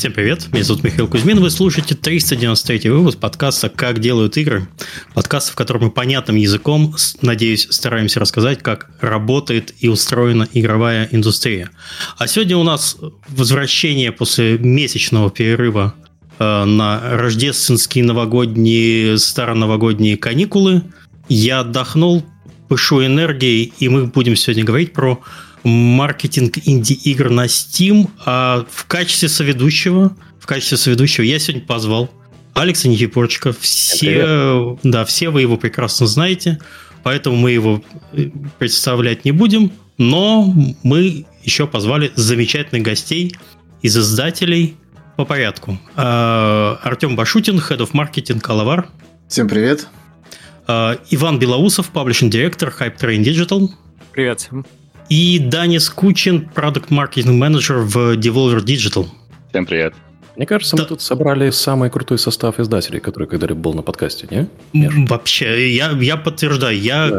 Всем привет, меня зовут Михаил Кузьмин, вы слушаете 393 выпуск подкаста «Как делают игры», подкаст, в котором мы понятным языком, надеюсь, стараемся рассказать, как работает и устроена игровая индустрия. А сегодня у нас возвращение после месячного перерыва на рождественские, новогодние, староновогодние каникулы. Я отдохнул, пышу энергией, и мы будем сегодня говорить про маркетинг инди-игр на Steam. А в качестве соведущего я сегодня позвал Алекса Никифорчика. Все вы его прекрасно знаете, поэтому мы его представлять не будем. Но мы еще позвали замечательных гостей из издателей по порядку. Артем Башутин, Head of Marketing Alavar. Всем привет. Иван Белоусов, Publishing Director, Hype Train Digital. Привет всем. И Данис Кучин, Product Marketing Manager в Devolver Digital. Всем привет. Мне кажется, мы тут собрали самый крутой состав издателей, который когда-либо был на подкасте, не? Вообще, я подтверждаю.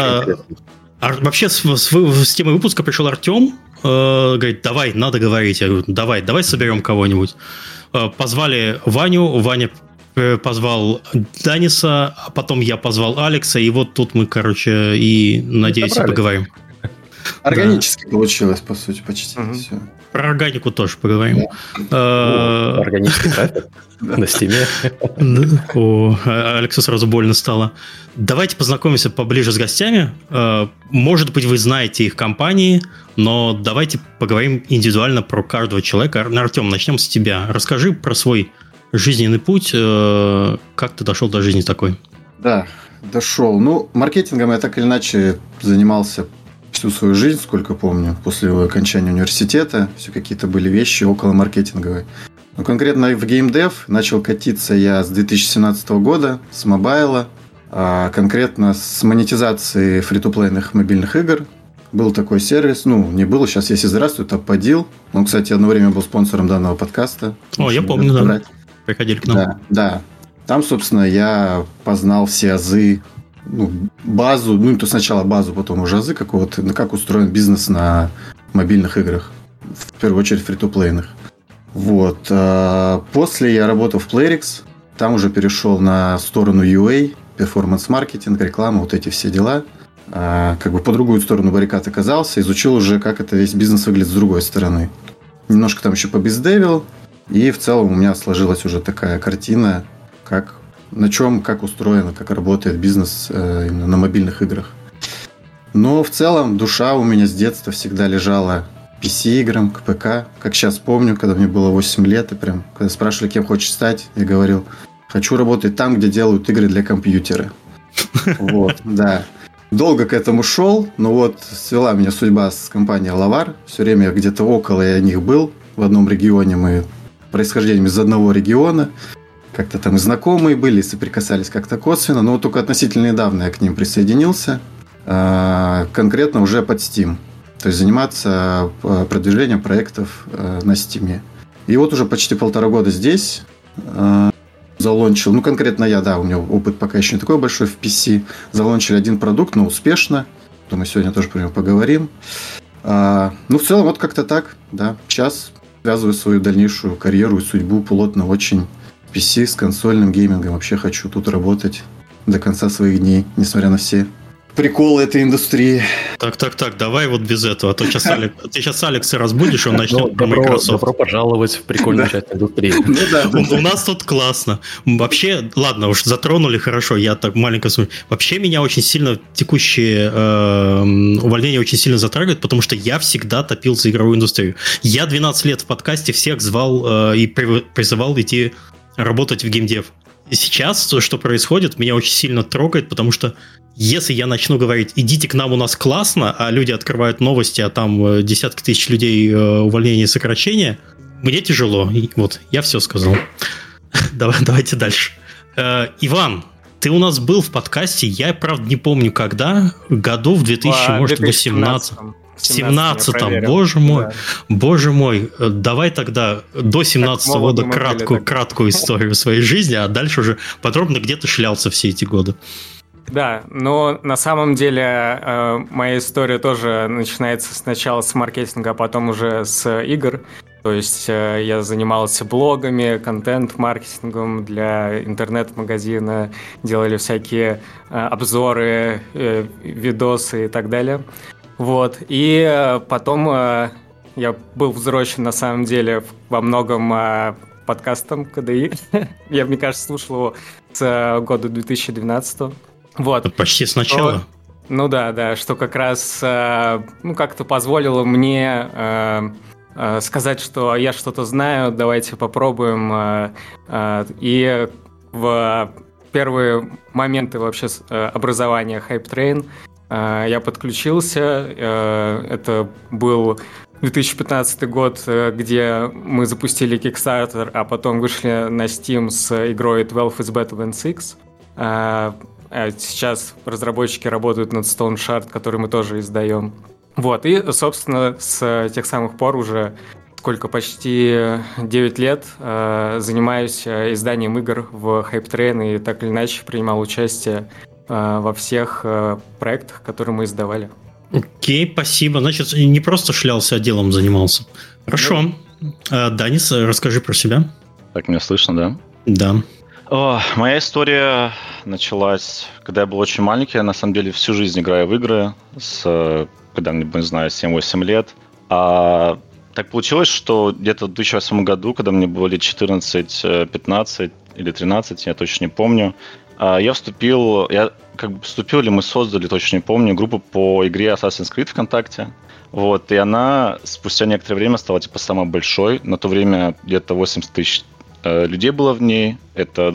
Вообще с темой выпуска пришел Артем, говорит, давай, надо говорить. Я говорю, давай соберем кого-нибудь. Позвали Ваню, Ваня позвал Даниса, а потом я позвал Алекса, и вот тут мы, и, надеюсь, поговорим. Органически получилось, по сути, почти все. Про органику тоже поговорим. Органический трафик на Стиме. Алексу сразу больно стало. Давайте познакомимся поближе с гостями. Может быть, вы знаете их компании, но давайте поговорим индивидуально про каждого человека. Артем, начнем с тебя. Расскажи про свой жизненный путь. Как ты дошел до жизни такой? Да, дошел. Маркетингом я так или иначе занимался всю свою жизнь, сколько помню, после окончания университета. Все какие-то были вещи около маркетинговые. Но конкретно в геймдев начал катиться я с 2017 года, с мобайла, конкретно с монетизации фри-то-плейных мобильных игр. Был такой сервис, не был, сейчас есть и здравствуй, Топподил. Он, кстати, одно время был спонсором данного подкаста. Я помню, да. Приходили к нам. Да. Там, собственно, я познал все азы, базу, то сначала базу, потом уже азы какого-то, как устроен бизнес на мобильных играх, в первую очередь фри-то-плейных. После я работал в Playrix, там уже перешел на сторону UA, перформанс-маркетинг, реклама, вот эти все дела. По другую сторону баррикад оказался, изучил уже, как это весь бизнес выглядит с другой стороны. Немножко там еще побиздевил, и в целом у меня сложилась уже такая картина, как устроено, как работает бизнес именно на мобильных играх. Но в целом душа у меня с детства всегда лежала к PC-играм, к ПК. Как сейчас помню, когда мне было 8 лет, и когда спрашивали, кем хочешь стать, я говорил, хочу работать там, где делают игры для компьютера. Да. Долго к этому шел, но свела меня судьба с компанией Alavar. Все время где-то около я них был. В одном регионе мы происхождением из одного региона. Как-то там и знакомые были, и соприкасались как-то косвенно. Но только относительно недавно я к ним присоединился. Конкретно уже под Steam. То есть заниматься продвижением проектов на Steam. И уже почти 1,5 года здесь залончил. Конкретно я, у меня опыт пока еще не такой большой в PC. Залончили один продукт, но успешно. То мы сегодня тоже про него поговорим. В целом как-то так. Да. Сейчас связываю свою дальнейшую карьеру и судьбу плотно очень PC с консольным геймингом. Вообще хочу тут работать до конца своих дней, несмотря на все приколы этой индустрии. Так, давай без этого. А то ты сейчас Алекса разбудишь, он начнет про Microsoft. Добро пожаловать в прикольную часть индустрии. У нас тут классно. Вообще, ладно, уж затронули, хорошо, я так маленько... Вообще меня очень сильно текущее увольнение очень сильно затрагивает, потому что я всегда топил за игровую индустрию. Я 12 лет в подкасте всех звал и призывал идти работать в геймдев. И сейчас то, что происходит, меня очень сильно трогает, потому что если я начну говорить, идите к нам, у нас классно, а люди открывают новости, а там десятки тысяч людей увольнения и сокращения, мне тяжело. Я все сказал. Давайте дальше. Иван, ты у нас был в подкасте, я, правда, не помню когда, году в 2018. В 17-м, боже мой, давай тогда до 17-го года краткую историю своей жизни, а дальше уже подробно, где ты шлялся все эти годы. Да, но на самом деле моя история тоже начинается сначала с маркетинга, а потом уже с игр. То есть я занимался блогами, контент-маркетингом для интернет-магазина, делали всякие обзоры, видосы и так далее. Вот. И потом я был взросшен на самом деле во многом подкастом КДИ. Я, мне кажется, слушал его с года 2012. Вот. Почти с начала. Ну да, что как раз как-то позволило мне сказать, что я что-то знаю, давайте попробуем. И в первые моменты вообще образования Hype Train я подключился. Это был 2015 год, где мы запустили Kickstarter, а потом вышли на Steam с игрой 12 is better than 6. Сейчас разработчики работают над Stone Shard, который мы тоже издаем. Вот, и, собственно, с тех самых пор уже почти 9 лет занимаюсь изданием игр в Hype Train и так или иначе принимал участие во всех проектах, которые мы издавали. Окей, спасибо. Значит, не просто шлялся, а делом занимался. Хорошо. Данис, расскажи про себя. Так, меня слышно, да? Да. Моя история началась, когда я был очень маленький. Я, на самом деле, всю жизнь играю в игры, когда мне, не знаю, 7-8 лет. А так получилось, что где-то в 2008 году, когда мне было лет 14-15 или 13, я точно не помню, я вступил, или мы создали, точно не помню, группу по игре Assassin's Creed ВКонтакте. Вот, и она спустя некоторое время стала типа самой большой. На то время где-то 80 тысяч людей было в ней. Это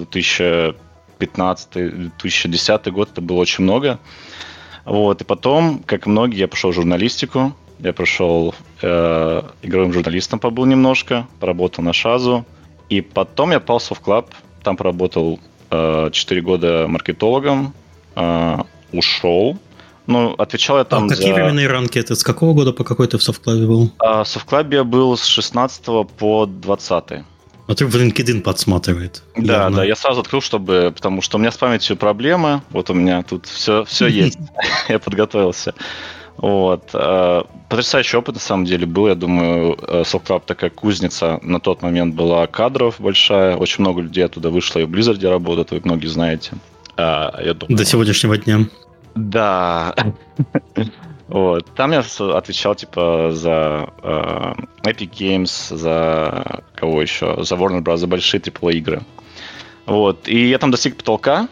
2015-2010 год, это было очень много. Вот, и потом, как и многие, я пошел в журналистику. Я прошел игровым журналистом, побыл немножко, поработал на Шазу. И потом я попал в Soft Club, там поработал 4 года маркетологом, ушел. Ну, отвечал я там какие временные рамки? Это с какого года по какой ты в Софтклабе был? В Софтклабе я был с 16 по 20. А ты в LinkedIn подсматривает. Да, я сразу открыл, потому что у меня с памятью проблемы. Вот у меня тут все есть. Я подготовился. Вот. Потрясающий опыт, на самом деле, был. Я думаю, Soft Club такая кузница на тот момент была кадров большая. Очень много людей оттуда вышло и в Blizzard работают, вы многие знаете. Я думаю, до сегодняшнего дня. Да. Вот. Там я отвечал типа за Epic Games, за кого еще? За Warner Bros., за большие AAA игры. Вот. И я там достиг потолка,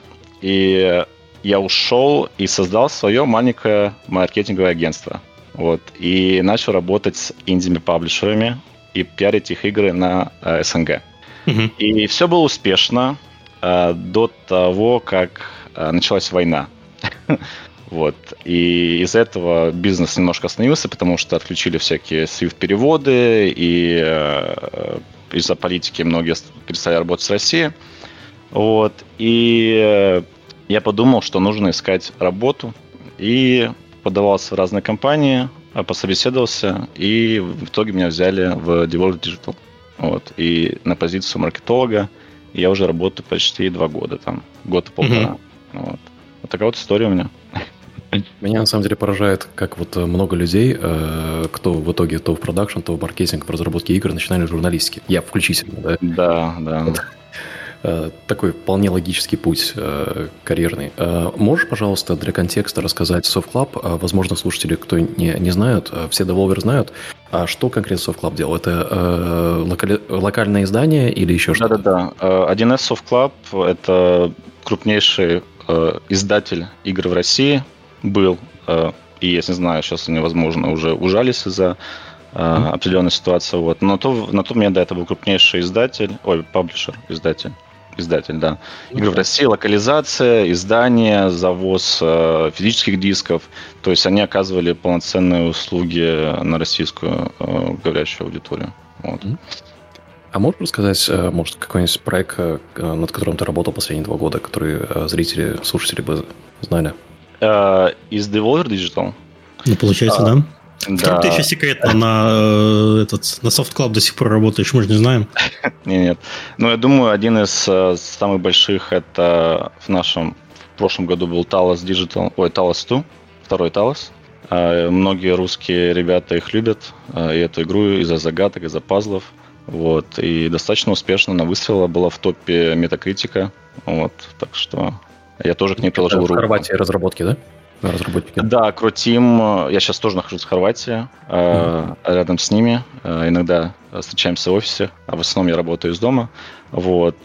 и я ушел и создал свое маленькое маркетинговое агентство. Вот. И начал работать с инди-паблишерами и пиарить их игры на СНГ. И все было успешно до того, как началась война. Вот. И из-за этого бизнес немножко остановился, потому что отключили всякие SWIFT-переводы, и из-за политики многие перестали работать с Россией. Вот. И я подумал, что нужно искать работу, и подавался в разные компании, пособеседовался, и в итоге меня взяли в Devolver Digital. Вот. И на позицию маркетолога я уже работаю почти 2 года, там, год и полтора. Вот. Вот такая вот история у меня. Меня на самом деле поражает, как вот много людей, кто в итоге то в продакшн, то в маркетинг, в разработке игр начинали журналистики. Я включительно, да? Да. Такой вполне логический путь карьерный. Можешь, пожалуйста, для контекста рассказать Soft Club? Возможно, слушатели, кто не знают, все Devolver знают, а что конкретно Soft Club делал? Это локальное издание или еще что-то? Да. 1С Soft Club – это крупнейший издатель игр в России. Был, и я не знаю, сейчас они, возможно, уже ужались из-за определенной ситуации. Вот. Но на тот момент, да, это был крупнейший паблишер, издатель, да. Игры в России, локализация, издание, завоз физических дисков. То есть они оказывали полноценные услуги на российскую говорящую аудиторию. Вот. А можешь рассказать, может, какой-нибудь проект, над которым ты работал последние 2 года, который зрители, слушатели бы знали? Из Devolver Digital? Ну, получается, да. Да. Ты еще секретно на Soft Club до сих пор работаешь, мы же не знаем. Нет. Ну, я думаю, один из самых больших, это в прошлом году был Talos Digital, Talos 2, второй Talos. Многие русские ребята их любят, и эту игру из-за загадок, из-за пазлов. Вот. И достаточно успешно она выстрелила, была в топе Метакритика. Вот. Так что я тоже к ней приложил руку. В Хорватии разработки, да? Разработчики. Да, Крутим. Я сейчас тоже нахожусь в Хорватии, рядом с ними. Иногда встречаемся в офисе, а в основном я работаю из дома. Вот.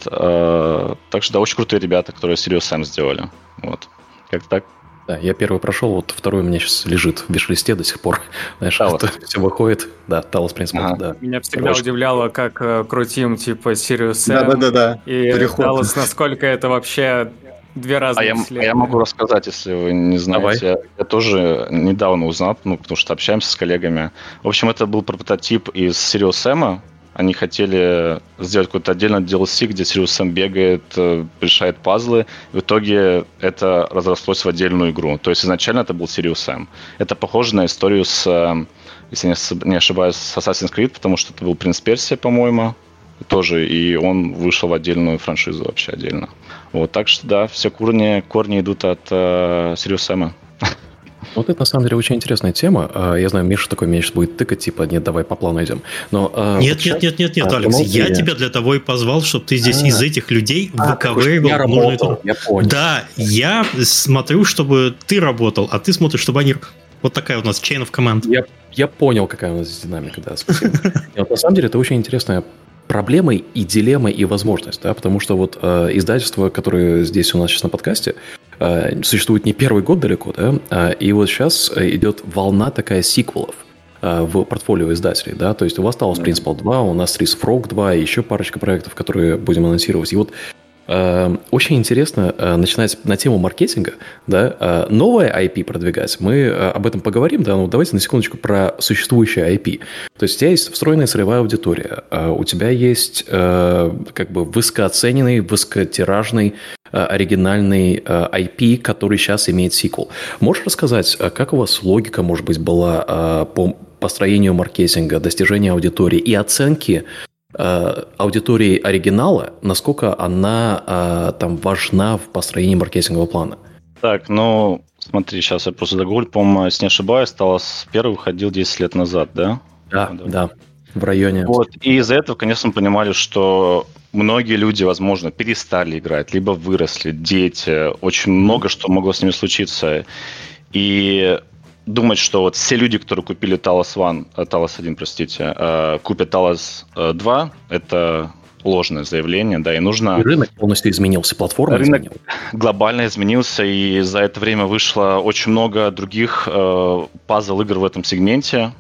Так что, да, очень крутые ребята, которые Serious Sam сделали. Вот. Как-то так. Да, я первый прошел, вот второй у меня сейчас лежит в виш-листе до сих пор. Знаешь, все выходит. Да, Talos Principle, да. Меня всегда удивляло, как Крутим, типа Serious Sam. Да. И Talos, насколько это вообще две разные вселенные. Я могу рассказать, если вы не знаете. Я тоже недавно узнал, потому что общаемся с коллегами. В общем, это был прототип из Serious Sam. Они хотели сделать какой-то отдельный DLC, где Serious Sam бегает, решает пазлы. В итоге это разрослось в отдельную игру. То есть изначально это был Serious Sam. Это похоже на историю с, если не ошибаюсь, с Assassin's Creed, потому что это был Принц Персия, по-моему, тоже, и он вышел в отдельную франшизу вообще отдельно. Вот, так что да, все корни идут от Serious Sam. Вот это, на самом деле, очень интересная тема. Я знаю, Миша такой меня сейчас будет тыкать, типа, нет, давай по плану идем. Но, нет, Алекс, я тебя для того и позвал, чтобы ты здесь из этих людей выковыривал нужную... Я понял. Да, я смотрю, чтобы ты работал, а ты смотришь, чтобы они... Вот такая у нас chain of command. Я понял, какая у нас здесь динамика, да, спасибо. На самом деле, это очень интересная проблема и дилемма, и возможность, да, потому что вот издательство, которое здесь у нас сейчас на подкасте, существует не первый год далеко, да, и вот сейчас идет волна такая сиквелов в портфолио издателей, да, то есть у вас Talos Principle 2, у нас Risk Frog 2 и еще парочка проектов, которые будем анонсировать, и вот очень интересно начинать на тему маркетинга, да, новое IP продвигать. Мы об этом поговорим, да, но давайте на секундочку про существующее IP. То есть у тебя есть встроенная целевая аудитория, у тебя есть как бы высокооцененный, высокотиражный, оригинальный IP, который сейчас имеет сиквел. Можешь рассказать, как у вас логика, может быть, была по построению маркетинга, достижению аудитории и оценки аудитории оригинала, насколько она там важна в построении маркетингового плана? Так, ну, смотри, сейчас я просто загуглю, по-моему, если не ошибаюсь, Talos первый выходил 10 лет назад, да? Да, в районе. Вот, и из-за этого, конечно, мы понимали, что многие люди, возможно, перестали играть, либо выросли, дети, очень много что могло с ними случиться. И думать, что вот все люди, которые купили Talos 1, купят Talos 2, это ложное заявление, да, и нужно... И рынок полностью изменился, платформа изменилась. Глобально изменился, и за это время вышло очень много других пазл-игр в этом сегменте,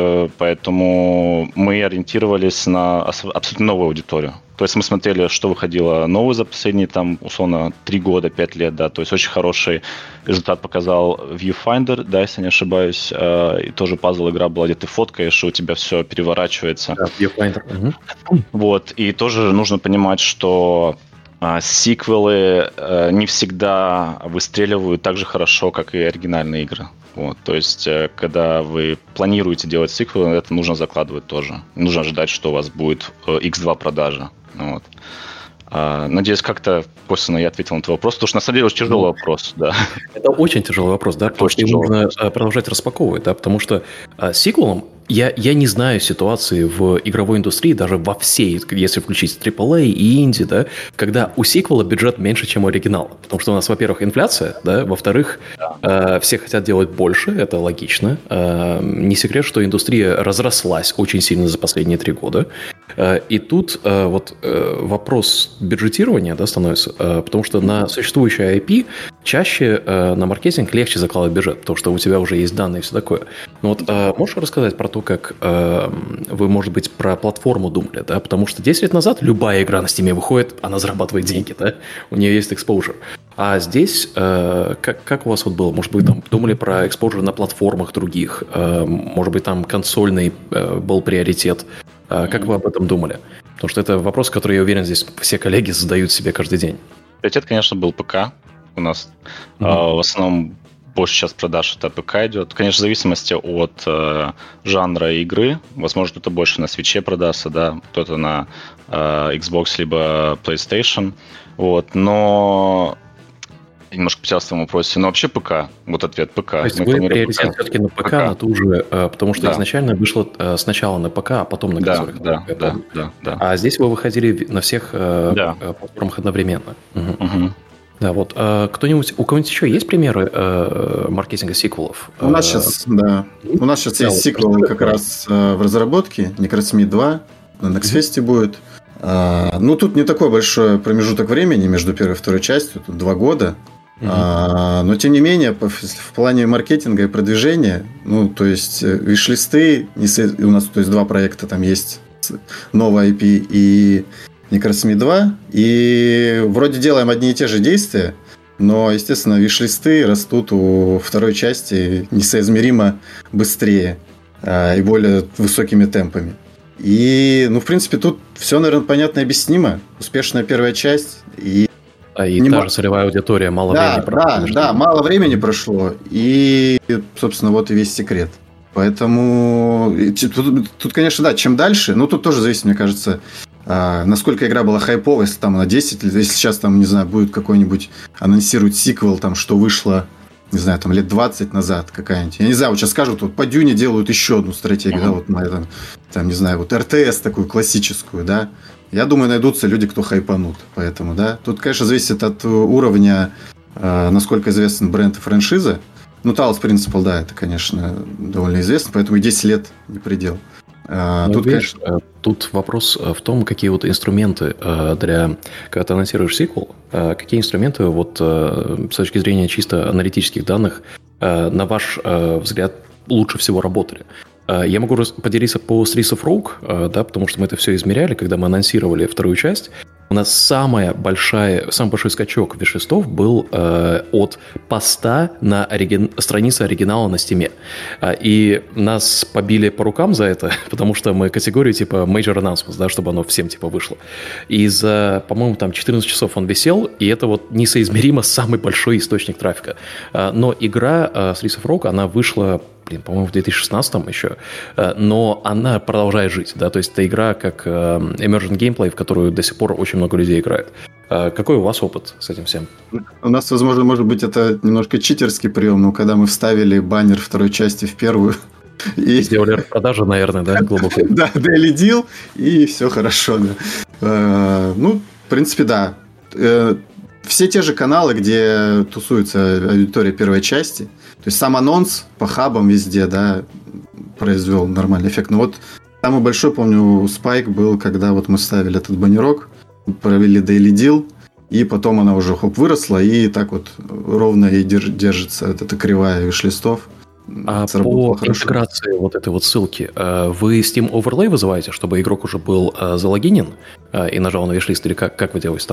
поэтому мы ориентировались на абсолютно новую аудиторию. То есть мы смотрели, что выходило новое за последние, там, условно, 3 года, 5 лет, да, то есть очень хороший результат показал Viewfinder, да, если не ошибаюсь, и тоже пазл-игра была, где ты фоткаешь, и у тебя все переворачивается. Да, Viewfinder. Вот, и тоже нужно понимать, что сиквелы не всегда выстреливают так же хорошо, как и оригинальные игры. Вот, то есть, когда вы планируете делать сиквелы, это нужно закладывать тоже. Нужно ожидать, что у вас будет X2 продажа. Вот. Надеюсь, как-то косвенно я ответил на твой вопрос, потому что на самом деле очень тяжелый вопрос, да. Это очень тяжелый вопрос, да, потому что его нужно продолжать распаковывать, да, потому что сиквелом я не знаю ситуации в игровой индустрии, даже во всей, если включить AAA и инди, да, когда у сиквела бюджет меньше, чем у оригинала. Потому что у нас, во-первых, инфляция, да, во-вторых, все хотят делать больше, это логично. Не секрет, что индустрия разрослась очень сильно за последние 3 года. И тут вот вопрос бюджетирования, да, становится, потому что на существующее IP чаще на маркетинг легче закладывать бюджет, потому что у тебя уже есть данные и все такое. Но вот можешь рассказать про то, как вы, может быть, про платформу думали, да, потому что 10 лет назад любая игра на Steam выходит, она зарабатывает деньги, да, у нее есть exposure. А здесь как у вас вот было? Может быть, там думали про exposure на платформах других, может быть, там консольный был приоритет. Как вы об этом думали? Потому что это вопрос, который, я уверен, здесь все коллеги задают себе каждый день. Приоритет, конечно, был ПК у нас. В основном больше сейчас продаж это ПК идет. Конечно, в зависимости от жанра игры. Возможно, кто-то больше на Switch продастся, да, кто-то на Xbox либо PlayStation. Вот. Но немножко потерялся в твоем вопросе, но вообще ПК. Вот ответ ПК. То есть вы приоритет все-таки на ПК, на ту же, потому что изначально вышло сначала на ПК, а потом на консолях. Да. А здесь вы выходили на всех платформах одновременно. Да, вот. У кого-нибудь еще есть примеры маркетинга сиквелов? У нас сейчас есть сиквел как раз в разработке, Necrosmith 2, на Nextfest будет. Тут не такой большой промежуток времени между первой и второй частью, тут 2 года. Но, тем не менее, в плане маркетинга и продвижения, то есть виш-листы, у нас, то есть 2 проекта там есть, новая IP и Necrosmith 2, и вроде делаем одни и те же действия, но, естественно, виш-листы растут у второй части несоизмеримо быстрее и более высокими темпами. И, в принципе, тут все, наверное, понятно и объяснимо. Успешная первая часть. И та же целевая аудитория, мало времени прошло. Да, мало времени прошло, и, собственно, вот и весь секрет. Поэтому тут, конечно, да, чем дальше, тут тоже зависит, мне кажется, насколько игра была хайповой, если там на 10 лет, если сейчас там, не знаю, будет какой-нибудь анонсирует сиквел, там, что вышло, не знаю, там лет 20 назад какая-нибудь. Я не знаю, вот сейчас скажут, вот по Дюне делают еще одну стратегию, да, вот на этом, там, не знаю, вот РТС такую классическую, да. Я думаю, найдутся люди, кто хайпанут. Поэтому, да, тут, конечно, зависит от уровня, насколько известен бренд и франшиза. Talos Principle, да, это, конечно, довольно известно, поэтому и 10 лет не предел. Тут вопрос в том, какие вот инструменты когда ты анонсируешь сиквел, какие инструменты с точки зрения чисто аналитических данных, на ваш взгляд, лучше всего работали. Я могу поделиться по Streets of Rogue, да, потому что мы это все измеряли, когда мы анонсировали вторую часть. У нас самый большой скачок виш-листов был от поста на странице оригинала на Steam. И нас побили по рукам за это, потому что мы категорию типа Major Announcements, да, чтобы оно всем типа вышло. И за, по-моему, там 14 часов он висел, и это вот несоизмеримо самый большой источник трафика. Но игра Streets of Rogue, она вышла, по-моему, в 2016 еще, но она продолжает жить, да, то есть это игра как emergent gameplay, в которую до сих пор очень много людей играет. Какой у вас опыт с этим всем? У нас, возможно, может быть, это немножко читерский прием, но когда мы вставили баннер второй части в первую... И сделали продажи, наверное, да, глубоко? Да, daily deal, и все хорошо, да. В принципе, да. Все те же каналы, где тусуется аудитория первой части, то есть сам анонс по хабам везде, да, произвел нормальный эффект. Но вот самый большой, помню, спайк был, когда вот мы ставили этот баннерок, провели daily deal, и потом она уже выросла, и так вот ровно и держится эта кривая виш-листов. А по интеграции вот этой вот ссылки, вы Steam Overlay вызываете, чтобы игрок уже был залогинен и нажал на виш-лист, или как вы делаете там?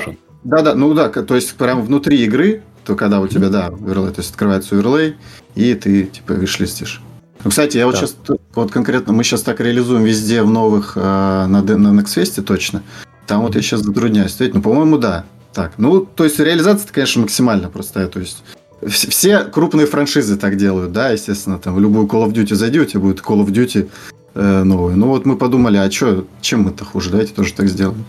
Да, то есть прямо внутри игры, то когда у тебя, да, overlay, то есть открывается overlay, и ты типа виш-листишь. Кстати, я вот сейчас, вот конкретно, мы сейчас так реализуем везде в новых, на Nextfest точно, там вот я сейчас затрудняюсь ответить, по-моему, да. Так, то есть реализация-то, конечно, максимально простая, то есть все крупные франшизы так делают, да, естественно, там в любую Call of Duty зайди, у тебя будет Call of Duty новый. Вот мы подумали, чем мы-то хуже, давайте тоже так сделаем.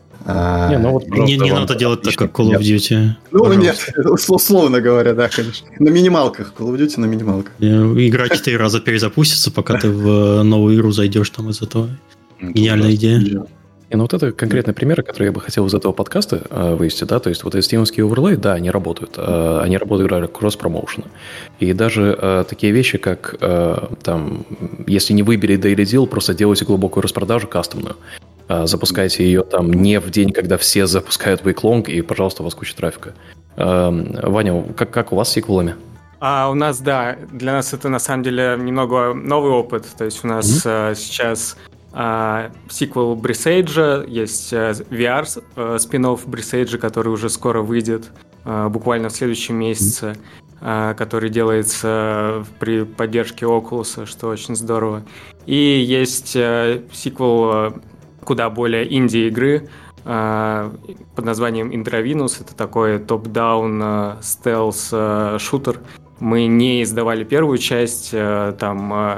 Не надо делать так, как Call of Duty. Нет, условно говоря, да, конечно. На минималках, Call of Duty на минималках. Игра 4 раза перезапустится, пока ты в новую игру зайдешь там из этого. Гениальная идея. Вот это конкретный пример, который я бы хотел из этого подкаста вывести, да, то есть вот эти стимовские оверлей, да, они работают ради кросс-промоушена. И даже такие вещи, как там, если не выбери daily deal, просто делайте глубокую распродажу кастомную, запускайте ее там не в день, когда все запускают week-long, и, пожалуйста, у вас куча трафика. Ваня, как у вас с сиквелами? У нас, да, для нас это на самом деле немного новый опыт, то есть у нас сейчас... сиквел Брисейджа, есть VR спин-офф Брисейджа, который уже скоро выйдет, буквально в следующем месяце, который делается при поддержке Oculus, что очень здорово. И есть сиквел куда более инди-игры под названием Intravenous. Это такой топ-даун стелс-шутер. Мы не издавали первую часть, там...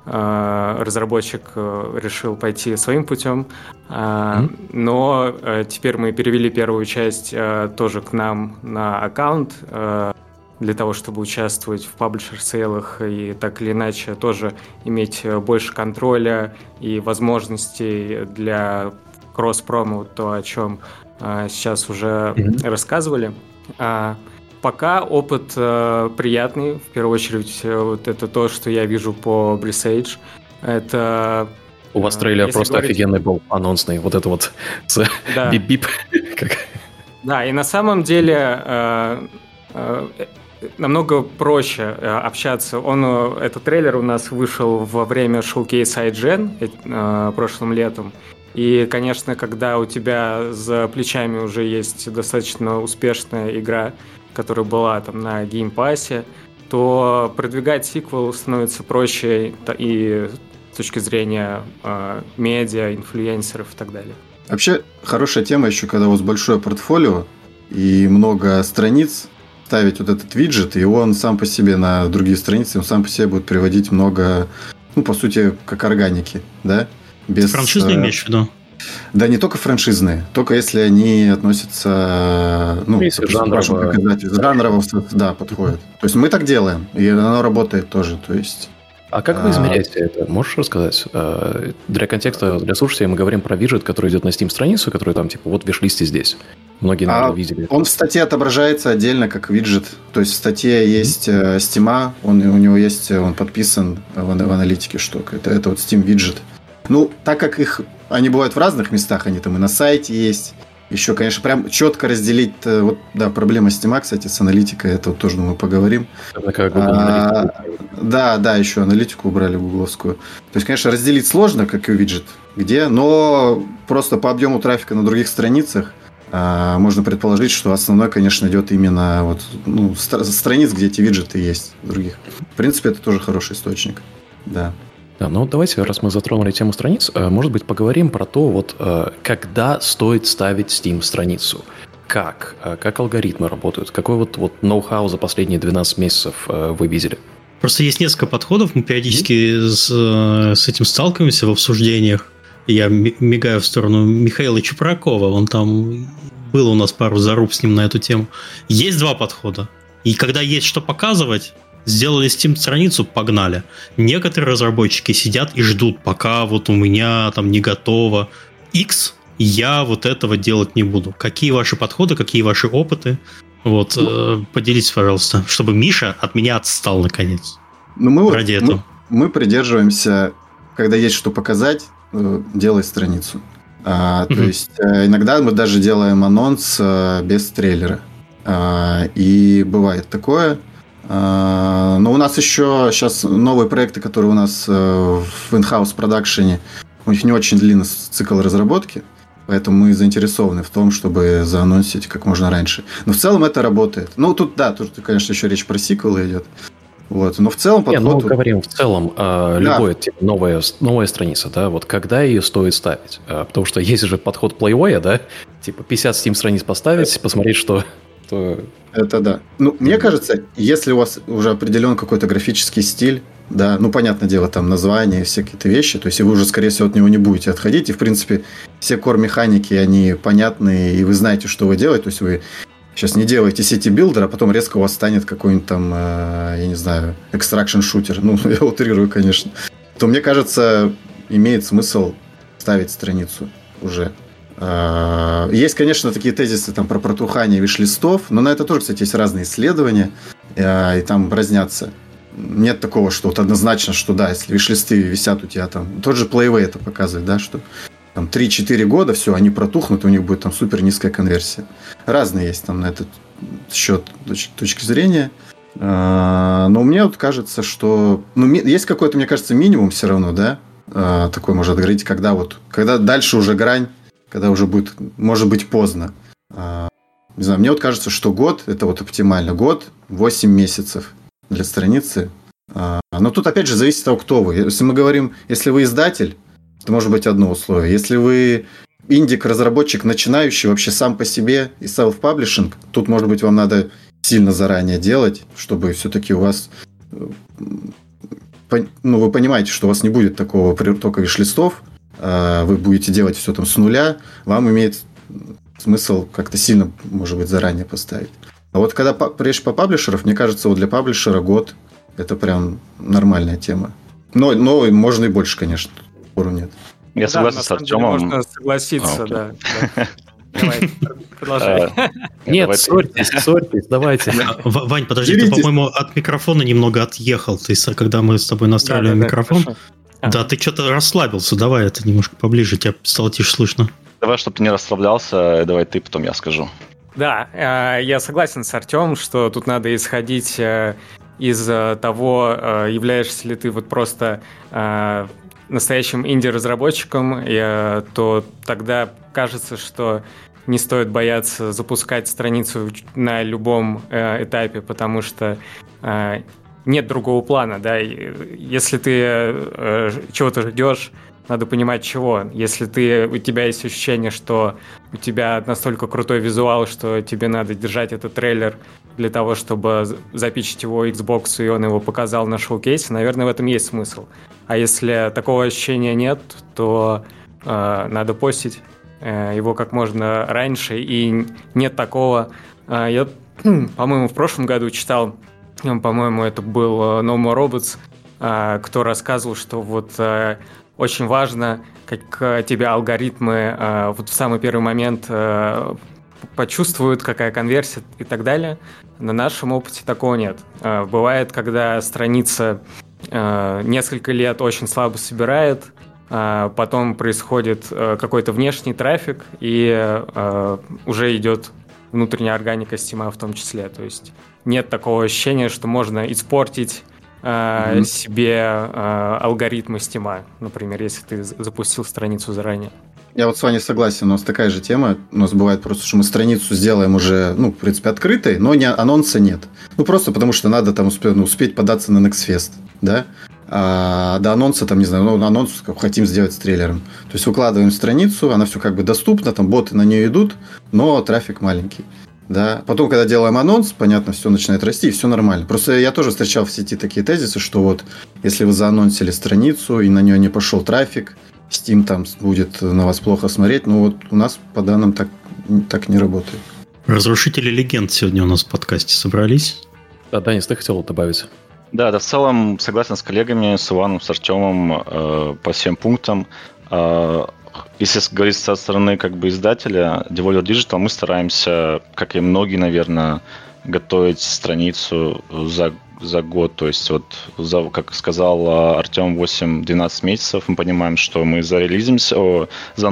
разработчик решил пойти своим путем. Но теперь мы перевели первую часть тоже к нам на аккаунт, для того, чтобы участвовать в паблишер-сейлах и так или иначе тоже иметь больше контроля и возможностей для кросс-промо, то, о чем сейчас уже рассказывали. Пока опыт приятный. В первую очередь, вот это то, что я вижу по Blissage. Это... У вас трейлер просто офигенный был, анонсный. Вот это вот бип-бип. Да, и на самом деле... намного проще общаться. Этот трейлер у нас вышел во время шоукейса IGN прошлым летом. И, конечно, когда у тебя за плечами уже есть достаточно успешная игра, которая была там на геймпассе, то продвигать сиквел становится проще и с точки зрения медиа, инфлюенсеров и так далее. Вообще, хорошая тема еще, когда у вас большое портфолио и много страниц, ставить вот этот виджет, и он сам по себе на другие страницы, он сам по себе будет приводить много, по сути, как органики, да? Без, франшизные имеешь в виду? Да, не только франшизные, только если они относятся, жанрово, да, подходят. То есть мы так делаем, и оно работает тоже, то есть... А как вы измеряете это? Можешь рассказать? Для контекста, для слушателей мы говорим про виджет, который идет на Steam-страницу, который там, вот в виш-листе здесь. Многие, наверное, видели. Он в статье отображается отдельно как виджет. То есть в статье есть Steam, у него есть, он подписан в аналитике, что это вот Steam виджет. Так как они бывают в разных местах, они там и на сайте есть. Еще, конечно, прям четко разделить, проблема Steam, кстати, с аналитикой, это вот тоже мы поговорим. Да, еще аналитику убрали гугловскую. То есть, конечно, разделить сложно, как и виджет, но просто по объему трафика на других страницах можно предположить, что основной, конечно, идет именно страниц, где эти виджеты есть других. В принципе, это тоже хороший источник, да. Да, давайте, раз мы затронули тему страниц, может быть, поговорим про то, когда стоит ставить Steam-страницу. Как алгоритмы работают? Какой ноу-хау за последние 12 месяцев вы видели? Просто есть несколько подходов, мы периодически с этим сталкиваемся в обсуждениях. Я мигаю в сторону Михаила Чупракова, он там был у нас пару заруб с ним на эту тему. Есть два подхода. И когда есть что показывать, сделали Steam-страницу, погнали. Некоторые разработчики сидят и ждут, пока у меня там не готово X, я этого делать не буду. Какие ваши подходы, какие ваши опыты? Поделитесь, пожалуйста, чтобы Миша от меня отстал наконец. Ради этого. Мы придерживаемся, когда есть что показать, делай страницу. То есть иногда мы даже делаем анонс без трейлера. И бывает такое. Но у нас еще сейчас новые проекты, которые у нас в in-house продакшене, у них не очень длинный цикл разработки, поэтому мы заинтересованы в том, чтобы заанонсить как можно раньше. Но в целом это работает. Тут, конечно, еще речь про сиквелы идет. Но в целом подход... Мы говорим в целом, любая новая страница, да, когда ее стоит ставить. Потому что есть же подход плейвоя, да, 50 Steam страниц поставить, посмотреть, что... Это да. Мне кажется, если у вас уже определен какой-то графический стиль, да, понятное дело, там названия, все какие-то вещи, то есть вы уже, скорее всего, от него не будете отходить, и, в принципе, все core-механики, они понятны, и вы знаете, что вы делаете, то есть вы сейчас не делаете сити-билдер, а потом резко у вас станет какой-нибудь там, я не знаю, экстракшн-шутер, я утрирую, конечно, то, мне кажется, имеет смысл ставить страницу уже. Есть, конечно, такие тезисы там про протухание виш-листов, но на это тоже, кстати, есть разные исследования, и там разнятся. Нет такого, что однозначно, что да, если виш-листы висят у тебя там, тот же Playway это показывает, да, что там 3-4 года, все, они протухнут, у них будет там супер низкая конверсия. Разные есть там на этот счет точки зрения. Но мне кажется, что... есть какой-то, мне кажется, минимум все равно, да, такой можно говорить, когда дальше уже грань, когда уже будет, может быть, поздно. Не знаю, мне кажется, что год, это оптимально. Год, 8 месяцев для страницы. Но тут, опять же, зависит от того, кто вы. Если мы говорим, если вы издатель, то может быть одно условие. Если вы индик-разработчик начинающий вообще сам по себе и self-publishing, тут, может быть, вам надо сильно заранее делать, чтобы все-таки у вас вы понимаете, что у вас не будет такого притока виш-листов, вы будете делать все там с нуля, вам имеет смысл как-то сильно, может быть, заранее поставить. А вот когда речь по паблишеров, мне кажется, вот для паблишера год это прям нормальная тема. Но можно и больше, конечно, спору нет. Я согласен с Артемом. Можно согласиться, да. Давай, продолжай. Нет, ссорьтесь, давайте. Вань, подожди, ты, по-моему, от микрофона немного отъехал. Ты, когда мы с тобой настраивали микрофон, да, ты что-то расслабился. Давай это немножко поближе, тебя стало тише слышно. Давай, чтобы ты не расслаблялся, давай ты, потом я скажу. Да, я согласен с Артемом, что тут надо исходить из того, являешься ли ты вот просто настоящим инди-разработчиком, то тогда кажется, что не стоит бояться запускать страницу на любом этапе, потому что нет другого плана, да. Если ты чего-то ждешь, надо понимать, чего. Если у тебя есть ощущение, что у тебя настолько крутой визуал, что тебе надо держать этот трейлер для того, чтобы запичить его Xbox, и он его показал на шоу-кейсе, наверное, в этом есть смысл. А если такого ощущения нет, то надо постить его как можно раньше. И нет такого... Я, по-моему, в прошлом году читал, по-моему, это был No More Robots, кто рассказывал, что вот очень важно, как тебя алгоритмы вот в самый первый момент почувствуют, какая конверсия и так далее. На нашем опыте такого нет. Бывает, когда страница несколько лет очень слабо собирает, потом происходит какой-то внешний трафик, и уже идет внутренняя органика Стима в том числе. То есть нет такого ощущения, что можно испортить себе алгоритмы Стима, например, если ты запустил страницу заранее. Я вот с вами согласен, у нас такая же тема. У нас бывает просто, что мы страницу сделаем уже, в принципе, открытой, но анонса нет. Просто потому, что надо там успеть податься на Next Fest, да? А до анонса, там, не знаю, анонс хотим сделать с трейлером. То есть выкладываем страницу, она все как бы доступна, там боты на нее идут, но трафик маленький. Да. Потом, когда делаем анонс, понятно, все начинает расти, и все нормально. Просто я тоже встречал в сети такие тезисы, что вот если вы заанонсили страницу, и на нее не пошел трафик, Steam там будет на вас плохо смотреть, но вот у нас по данным так не работает. Разрушители легенд сегодня у нас в подкасте собрались. Да, Данис, ты хотел добавить? Да, в целом согласен с коллегами, с Иваном, с Артемом по всем пунктам. Если говорить со стороны как бы издателя, Devolver Digital, мы стараемся, как и многие, наверное, готовить страницу за год. То есть, вот, как сказал Артем, 8-12 месяцев мы понимаем, что мы заанонсим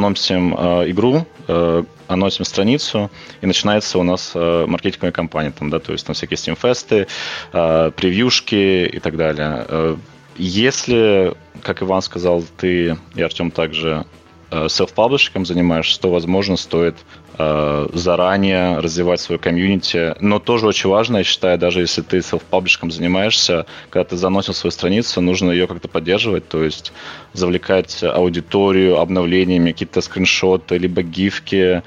игру, анонсим страницу, и начинается у нас маркетинговая кампания. Там, да, то есть там всякие Steam-фесты, превьюшки и так далее. Если, как Иван сказал, ты и Артем также селф-паблишиком занимаешься, то, возможно, стоит заранее развивать свою комьюнити. Но тоже очень важно, я считаю, даже если ты селф-паблишиком занимаешься, когда ты заносил свою страницу, нужно ее как-то поддерживать, то есть завлекать аудиторию обновлениями, какие-то скриншоты, либо гифки,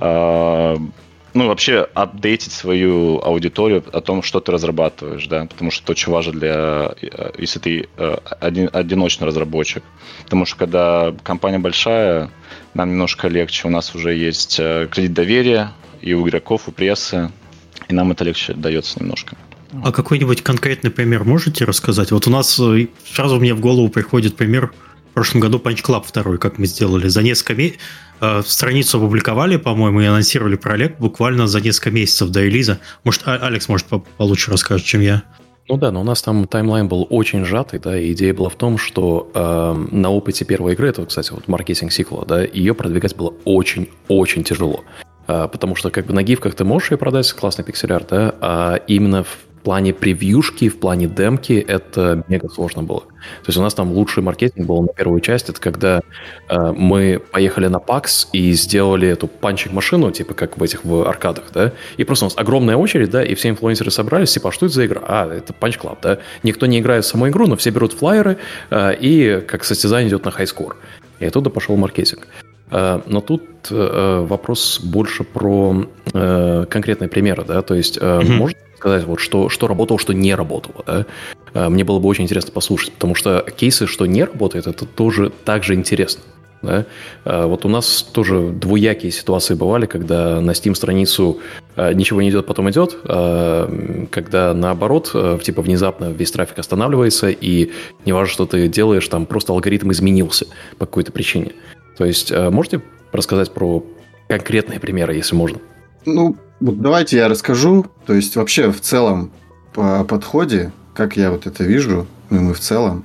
вообще апдейтить свою аудиторию о том, что ты разрабатываешь, да, потому что это очень важно если ты одиночный разработчик. Потому что когда компания большая, нам немножко легче, у нас уже есть кредит доверия и у игроков, у прессы, и нам это легче дается немножко. А какой-нибудь конкретный пример можете рассказать? Вот у нас сразу мне в голову приходит пример в прошлом году Punch Club 2, как мы сделали. За несколько месяцев страницу опубликовали, по-моему, и анонсировали проект буквально за несколько месяцев до релиза. Может, Алекс, получше расскажет, чем я. Ну да, но у нас там таймлайн был очень сжатый, да, и идея была в том, что на опыте первой игры, это, кстати, вот маркетинг сиквела, да, ее продвигать было очень-очень тяжело. Потому что как бы на гифках ты можешь ее продать, классный пиксель-арт, да, а именно в плане превьюшки, в плане демки это мега сложно было. То есть у нас там лучший маркетинг был на первую часть, это когда мы поехали на PAX и сделали эту панчинг-машину, типа как в аркадах, да, и просто у нас огромная очередь, да, и все инфлюенсеры собрались, типа, а что это за игра? Это Punch Club, да. Никто не играет в саму игру, но все берут флайеры, и как состязание идет на хайскор. И оттуда пошел маркетинг. Но тут вопрос больше про конкретные примеры, да, то есть можно сказать, вот что работало, что не работало, да. мне было бы очень интересно послушать, потому что кейсы, что не работает, это тоже так же интересно. Да? Вот у нас тоже двуякие ситуации бывали, когда на Steam-страницу ничего не идет, потом идет, когда наоборот, типа внезапно весь трафик останавливается, и неважно, что ты делаешь, там просто алгоритм изменился по какой-то причине. То есть можете рассказать про конкретные примеры, если можно? Ну, вот давайте я расскажу. То есть вообще в целом по подходе, как я вот это вижу, мы в целом...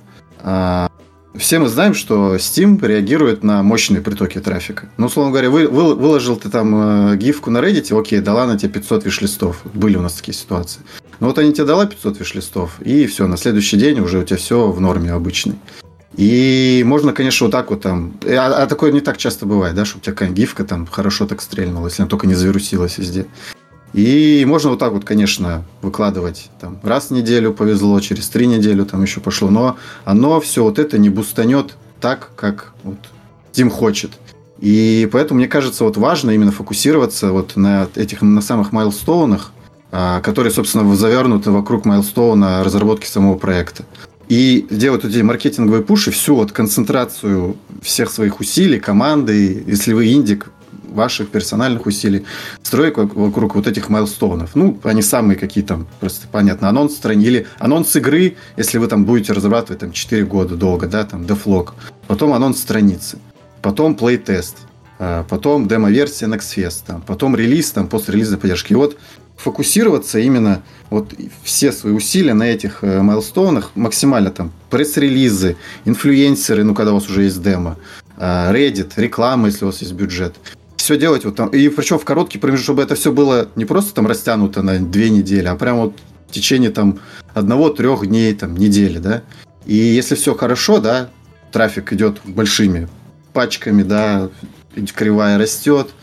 Все мы знаем, что Steam реагирует на мощные притоки трафика. Ну, условно говоря, выложил ты там гифку на Reddit, окей, дала на тебе 500 виш-листов. Были у нас такие ситуации. Но вот они тебе дала 500 виш-листов, и все, на следующий день уже у тебя все в норме обычной. И можно, конечно, вот так вот там... А такое не так часто бывает, да, что у тебя какая-нибудь гифка там хорошо так стрельнула, если она только не завирусилась везде. И можно вот так вот, конечно, выкладывать там раз в неделю повезло, через 3 недели там еще пошло, но оно все вот это не бустанет так, как вот Steam хочет. И поэтому, мне кажется, вот важно именно фокусироваться вот на самых майлстоунах, которые, собственно, завернуты вокруг майлстоуна разработки самого проекта. И делать эти маркетинговые пуши, всю вот концентрацию всех своих усилий, команды, если вы индик, ваших персональных усилий, строить вокруг вот этих майлстоунов. Ну, они самые какие там, просто понятно, анонс страницы, или анонс игры, если вы там будете разрабатывать там 4 года долго, да, там, дефлог, потом анонс страницы, потом плей-тест, потом демо-версия Nextfest, там, потом релиз, там, пострелизной поддержки. И вот фокусироваться именно вот все свои усилия на этих майлстоунах максимально там пресс-релизы, инфлюенсеры, ну, когда у вас уже есть демо, Reddit, реклама, если у вас есть бюджет. Все делать вот там. И причем в короткий промежуток, чтобы это все было не просто там растянуто на 2 недели, а прямо вот в течение там 1-3 дней, там, недели, да. И если все хорошо, да, трафик идет большими пачками, да, кривая растет,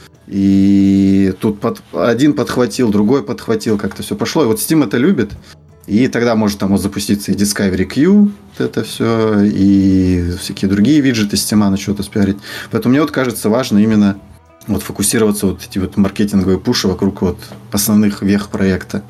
и тут один подхватил, другой подхватил, как-то все пошло. И вот Steam это любит, и тогда может там вот запуститься и Discovery Queue, вот это все, и всякие другие виджеты Steam начнут спиарить. Поэтому мне вот кажется важно именно вот фокусироваться вот эти вот маркетинговые пуши вокруг вот основных вех проекта.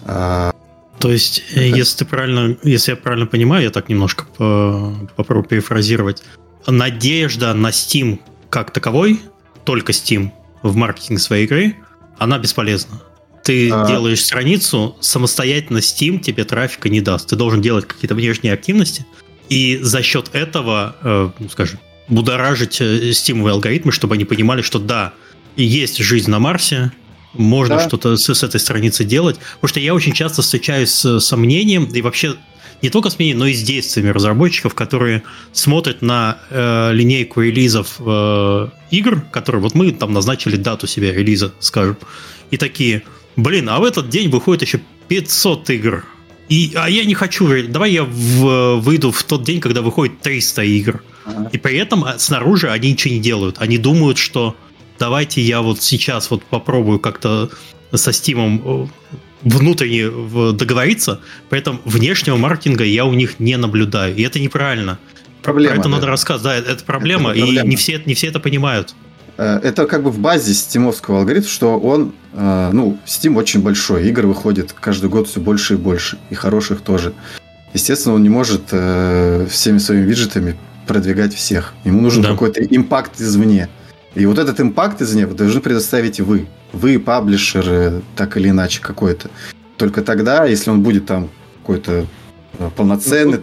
То есть, если я правильно понимаю, я так немножко попробую перефразировать, надежда на Steam как таковой, только Steam в маркетинге своей игры, она бесполезна. Ты делаешь страницу, самостоятельно Steam тебе трафика не даст. Ты должен делать какие-то внешние активности, и за счет этого, скажем, будоражить стимовые алгоритмы, чтобы они понимали, что да, есть жизнь на Марсе, можно что-то с этой страницы делать. Потому что я очень часто встречаюсь с сомнением, и вообще не только с мнением, но и с действиями разработчиков, которые смотрят на линейку релизов игр, которые вот мы там назначили дату себе релиза, скажем, и такие, блин, а в этот день выходит еще 500 игр. А я не хочу, давай я выйду в тот день, когда выходит 300 игр. И при этом снаружи они ничего не делают. Они думают, что давайте я вот сейчас вот попробую как-то со Steam внутренне договориться, при этом внешнего маркетинга я у них не наблюдаю. И это неправильно. Проблема, про это надо рассказывать. Да, это проблема, и не все это понимают. Это как бы в базе стимовского алгоритма, что он, Steam очень большой, игр выходит каждый год все больше и больше, и хороших тоже. Естественно, он не может всеми своими виджетами продвигать всех. Ему нужен какой-то импакт извне. И вот этот импакт извне вы должны предоставить вы. Вы, паблишер, так или иначе какой-то. Только тогда, если он будет там какой-то полноценный.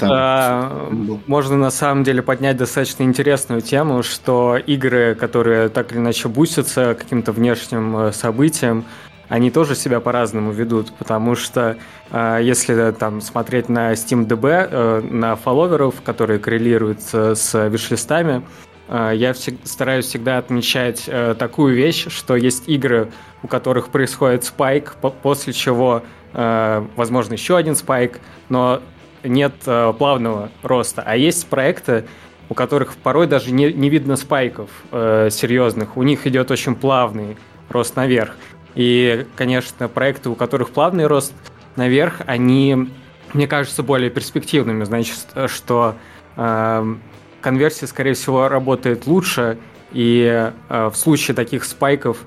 Можно на самом деле поднять достаточно интересную тему, что игры, которые так или иначе бустятся каким-то внешним событием, они тоже себя по-разному ведут, потому что если там смотреть на SteamDB, на фолловеров, которые коррелируются с виш-листами, я стараюсь всегда отмечать такую вещь, что есть игры, у которых происходит спайк, после чего, возможно, еще один спайк, но нет плавного роста. А есть проекты, у которых порой даже не видно спайков серьезных, у них идет очень плавный рост наверх. И, конечно, проекты, у которых плавный рост наверх, они, мне кажется, более перспективными. Значит, что конверсия, скорее всего, работает лучше, и в случае таких спайков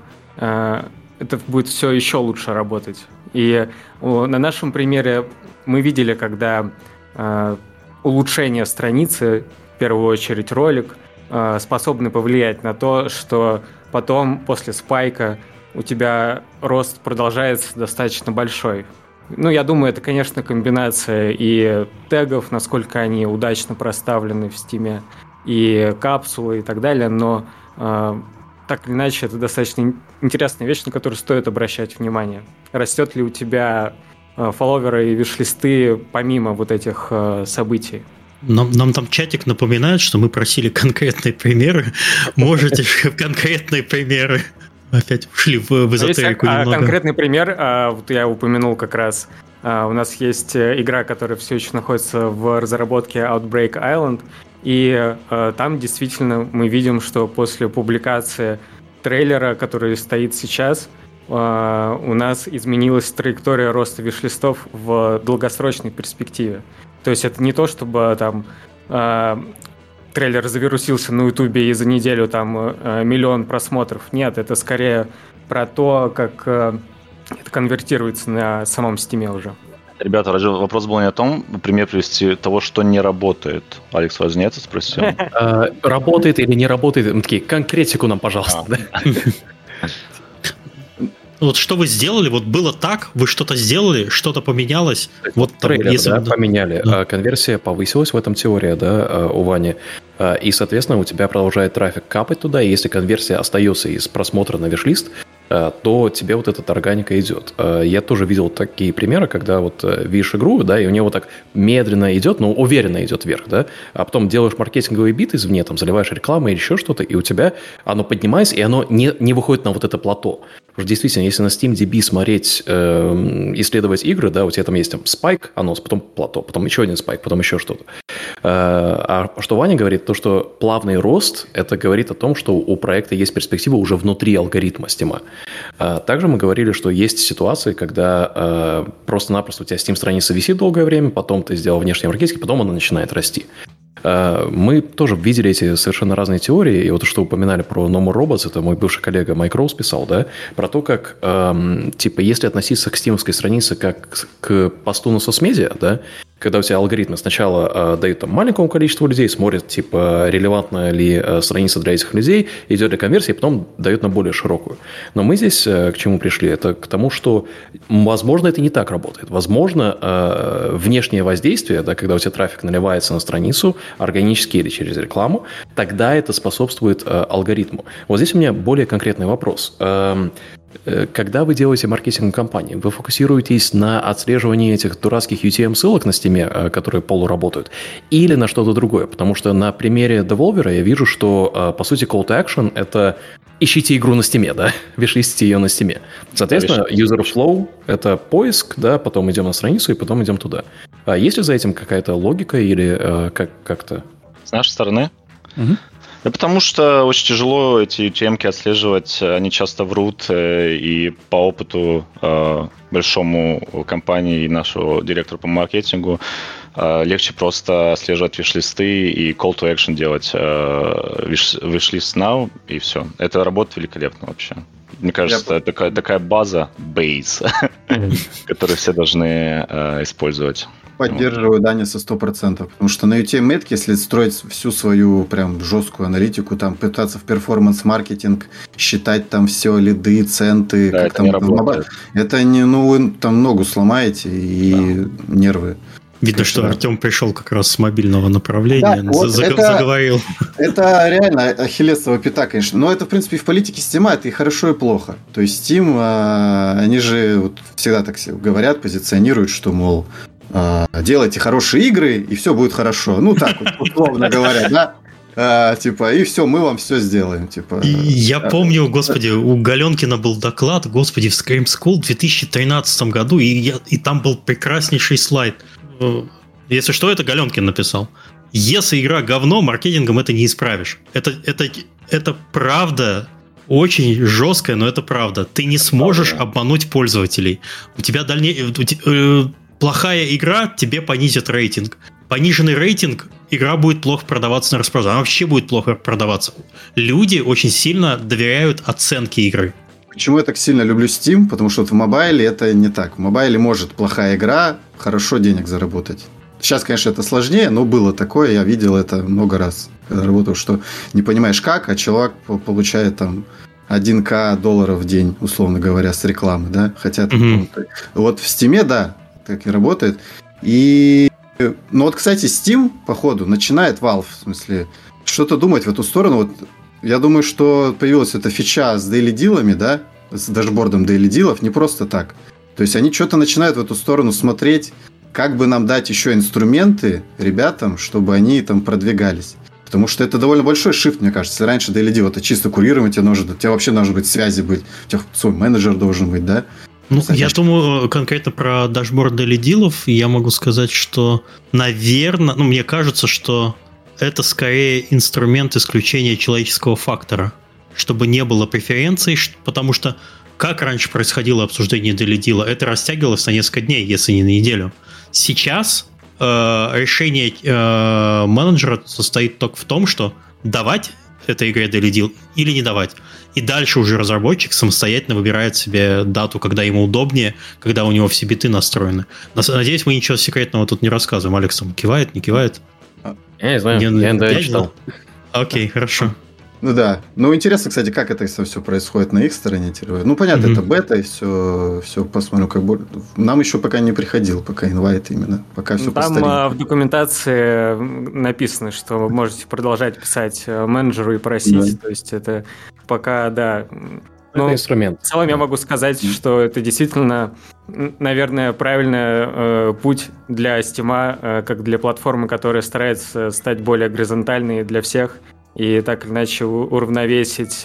это будет все еще лучше работать. И на нашем примере мы видели, когда улучшение страницы, в первую очередь ролик, способны повлиять на то, что потом, после спайка, у тебя рост продолжается достаточно большой. Ну, я думаю, это, конечно, комбинация и тегов, насколько они удачно проставлены в Steam, и капсулы и так далее, но так или иначе это достаточно интересная вещь, на которую стоит обращать внимание. Растет ли у тебя фолловеры и виш-листы помимо вот этих событий? Нам там чатик напоминает, что мы просили конкретные примеры. Можете конкретные примеры? Опять ушли в эзотерику немного. Конкретный пример, вот я упомянул как раз. У нас есть игра, которая все еще находится в разработке, Outbreak Island, и там действительно мы видим, что после публикации трейлера, который стоит сейчас, у нас изменилась траектория роста виш-листов в долгосрочной перспективе. То есть это не то, чтобы там трейлер завирусился на Ютубе и за неделю там 1 миллион просмотров. Нет, это скорее про то, как это конвертируется на самом Стиме уже. Ребята, вопрос был не о том, пример привести того, что не работает. Алекс Вознец спросил. Работает или не работает? Мы такие, конкретику нам, пожалуйста. Вот что вы сделали, вот было так, вы что-то сделали, что-то поменялось. Вот трейлер, если поменяли, конверсия повысилась, в этом теория, да, у Вани, и, соответственно, у тебя продолжает трафик капать туда, и если конверсия остается из просмотра на виш-лист, то тебе вот эта органика идет. Я тоже видел такие примеры, когда вот видишь игру, да, и у нее вот так медленно идет, но уверенно идет вверх, да, а потом делаешь маркетинговый бит извне, там, заливаешь рекламу или еще что-то, и у тебя оно поднимается, и оно не выходит на вот это плато. Потому что действительно, если на SteamDB смотреть, исследовать игры, да, у тебя там есть там спайк, анонс, потом плато, потом еще один спайк, потом еще что-то. А что Ваня говорит, то, что плавный рост, это говорит о том, что у проекта есть перспектива уже внутри алгоритма Steam. Также мы говорили, что есть ситуации, когда просто-напросто у тебя Steam-страница висит долгое время, потом ты сделал внешний маркетинг, потом она начинает расти. Мы тоже видели эти совершенно разные теории, и вот что упоминали про No More Robots, это мой бывший коллега Майк Роуз писал, да, про то, как, типа, если относиться к стимовской странице как к посту на соцмедиа, да, когда у тебя алгоритмы сначала дают там маленькому количеству людей, смотрят, типа, релевантна ли страница для этих людей, идет ли конверсия, и потом дают на более широкую. Но мы здесь к чему пришли? Это к тому, что, возможно, это не так работает. Возможно, внешнее воздействие, да, когда у тебя трафик наливается на страницу, органически или через рекламу, тогда это способствует алгоритму. Вот здесь у меня более конкретный вопрос. Когда вы делаете маркетинговую кампанию, вы фокусируетесь на отслеживании этих дурацких UTM-ссылок на Steam, которые полуработают, или на что-то другое? Потому что на примере Devolver я вижу, что, по сути, call to action – это ищите игру на Steam, да, вишлистите ее на Steam. Соответственно, user flow – это поиск, да, потом идем на страницу и потом идем туда. А есть ли за этим какая-то логика или как-то? С нашей стороны? Угу. Да потому что очень тяжело эти UTM-ки отслеживать, они часто врут, и по опыту большому компании и нашего директора по маркетингу легче просто отслеживать виш-листы и call to action делать wish-list now, и все. Это работает великолепно вообще. Мне кажется, это такая база, base, которую все должны использовать. Поддерживаю Даниса 100%, потому что на UTM-метке, если строить всю свою прям жесткую аналитику, там пытаться в перформанс-маркетинг считать там все лиды, центы, да, как это там не работает. Это не, ну вы там ногу сломаете и нервы. Видно, что Артем пришел как раз с мобильного направления, да, вот заговорил. Это реально ахиллесова пята, конечно. Но это, в принципе, и в политике Steam это и хорошо, и плохо. То есть Steam, они же вот всегда так говорят, позиционируют, что, мол, делайте хорошие игры, и все будет хорошо. Ну, так вот, условно говоря, да? Типа, и все, мы вам все сделаем. Типа, я помню, господи, у Галенкина был доклад, господи, в Scream School в 2013 году, и там был прекраснейший слайд. Если что, это Галенкин написал. Если игра говно, маркетингом это не исправишь. Это правда очень жесткая, но это правда. Ты не сможешь обмануть пользователей. У тебя плохая игра, тебе понизит рейтинг. Пониженный рейтинг, игра будет плохо продаваться на распродаже. Она вообще будет плохо продаваться. Люди очень сильно доверяют оценке игры. Почему я так сильно люблю Steam? Потому что вот в мобайле это не так. В мобайле может плохая игра хорошо денег заработать. Сейчас, конечно, это сложнее, но было такое, я видел это много раз, когда работал, что не понимаешь как, а человек получает там 1К долларов в день, условно говоря, с рекламы, да, хотя вот в Steam, да, так и работает. И, ну вот, кстати, Steam, походу, начинает Valve, в смысле, что-то думать в эту сторону. Вот я думаю, что появилась эта фича с daily дилами, да, с дашбордом daily дилов, не просто так. То есть они что-то начинают в эту сторону смотреть, как бы нам дать еще инструменты ребятам, чтобы они там продвигались. Потому что это довольно большой шифт, мне кажется. Если раньше daily deal это чисто курирование, у тебя вообще должны быть связи быть, у тебя свой менеджер должен быть, да? Ну, я думаю, конкретно про дашборд daily дилов я могу сказать, что, наверное, ну, мне кажется, что это скорее инструмент исключения человеческого фактора, чтобы не было преференций, потому что как раньше происходило обсуждение daily deal, это растягивалось на несколько дней, если не на неделю. Сейчас решение менеджера состоит только в том, что давать этой игре daily deal или не давать. И дальше уже разработчик самостоятельно выбирает себе дату, когда ему удобнее, когда у него все биты настроены. Надеюсь, мы ничего секретного тут не рассказываем. Алекс там кивает, не кивает? Я не знаю, я не читал. Окей, хорошо. Ну да. Ну, интересно, кстати, как это все происходит на их стороне. Ну, понятно, это бета, и все посмотрим. Как бы. Нам еще пока не приходил, пока инвайт именно. Пока все по старинке. Там в документации написано, что вы можете продолжать писать менеджеру и просить. Да. То есть это пока, да. Это инструмент. В целом я могу сказать, что это действительно, наверное, правильный путь для Steam, как для платформы, которая старается стать более горизонтальной для всех. И так или иначе уравновесить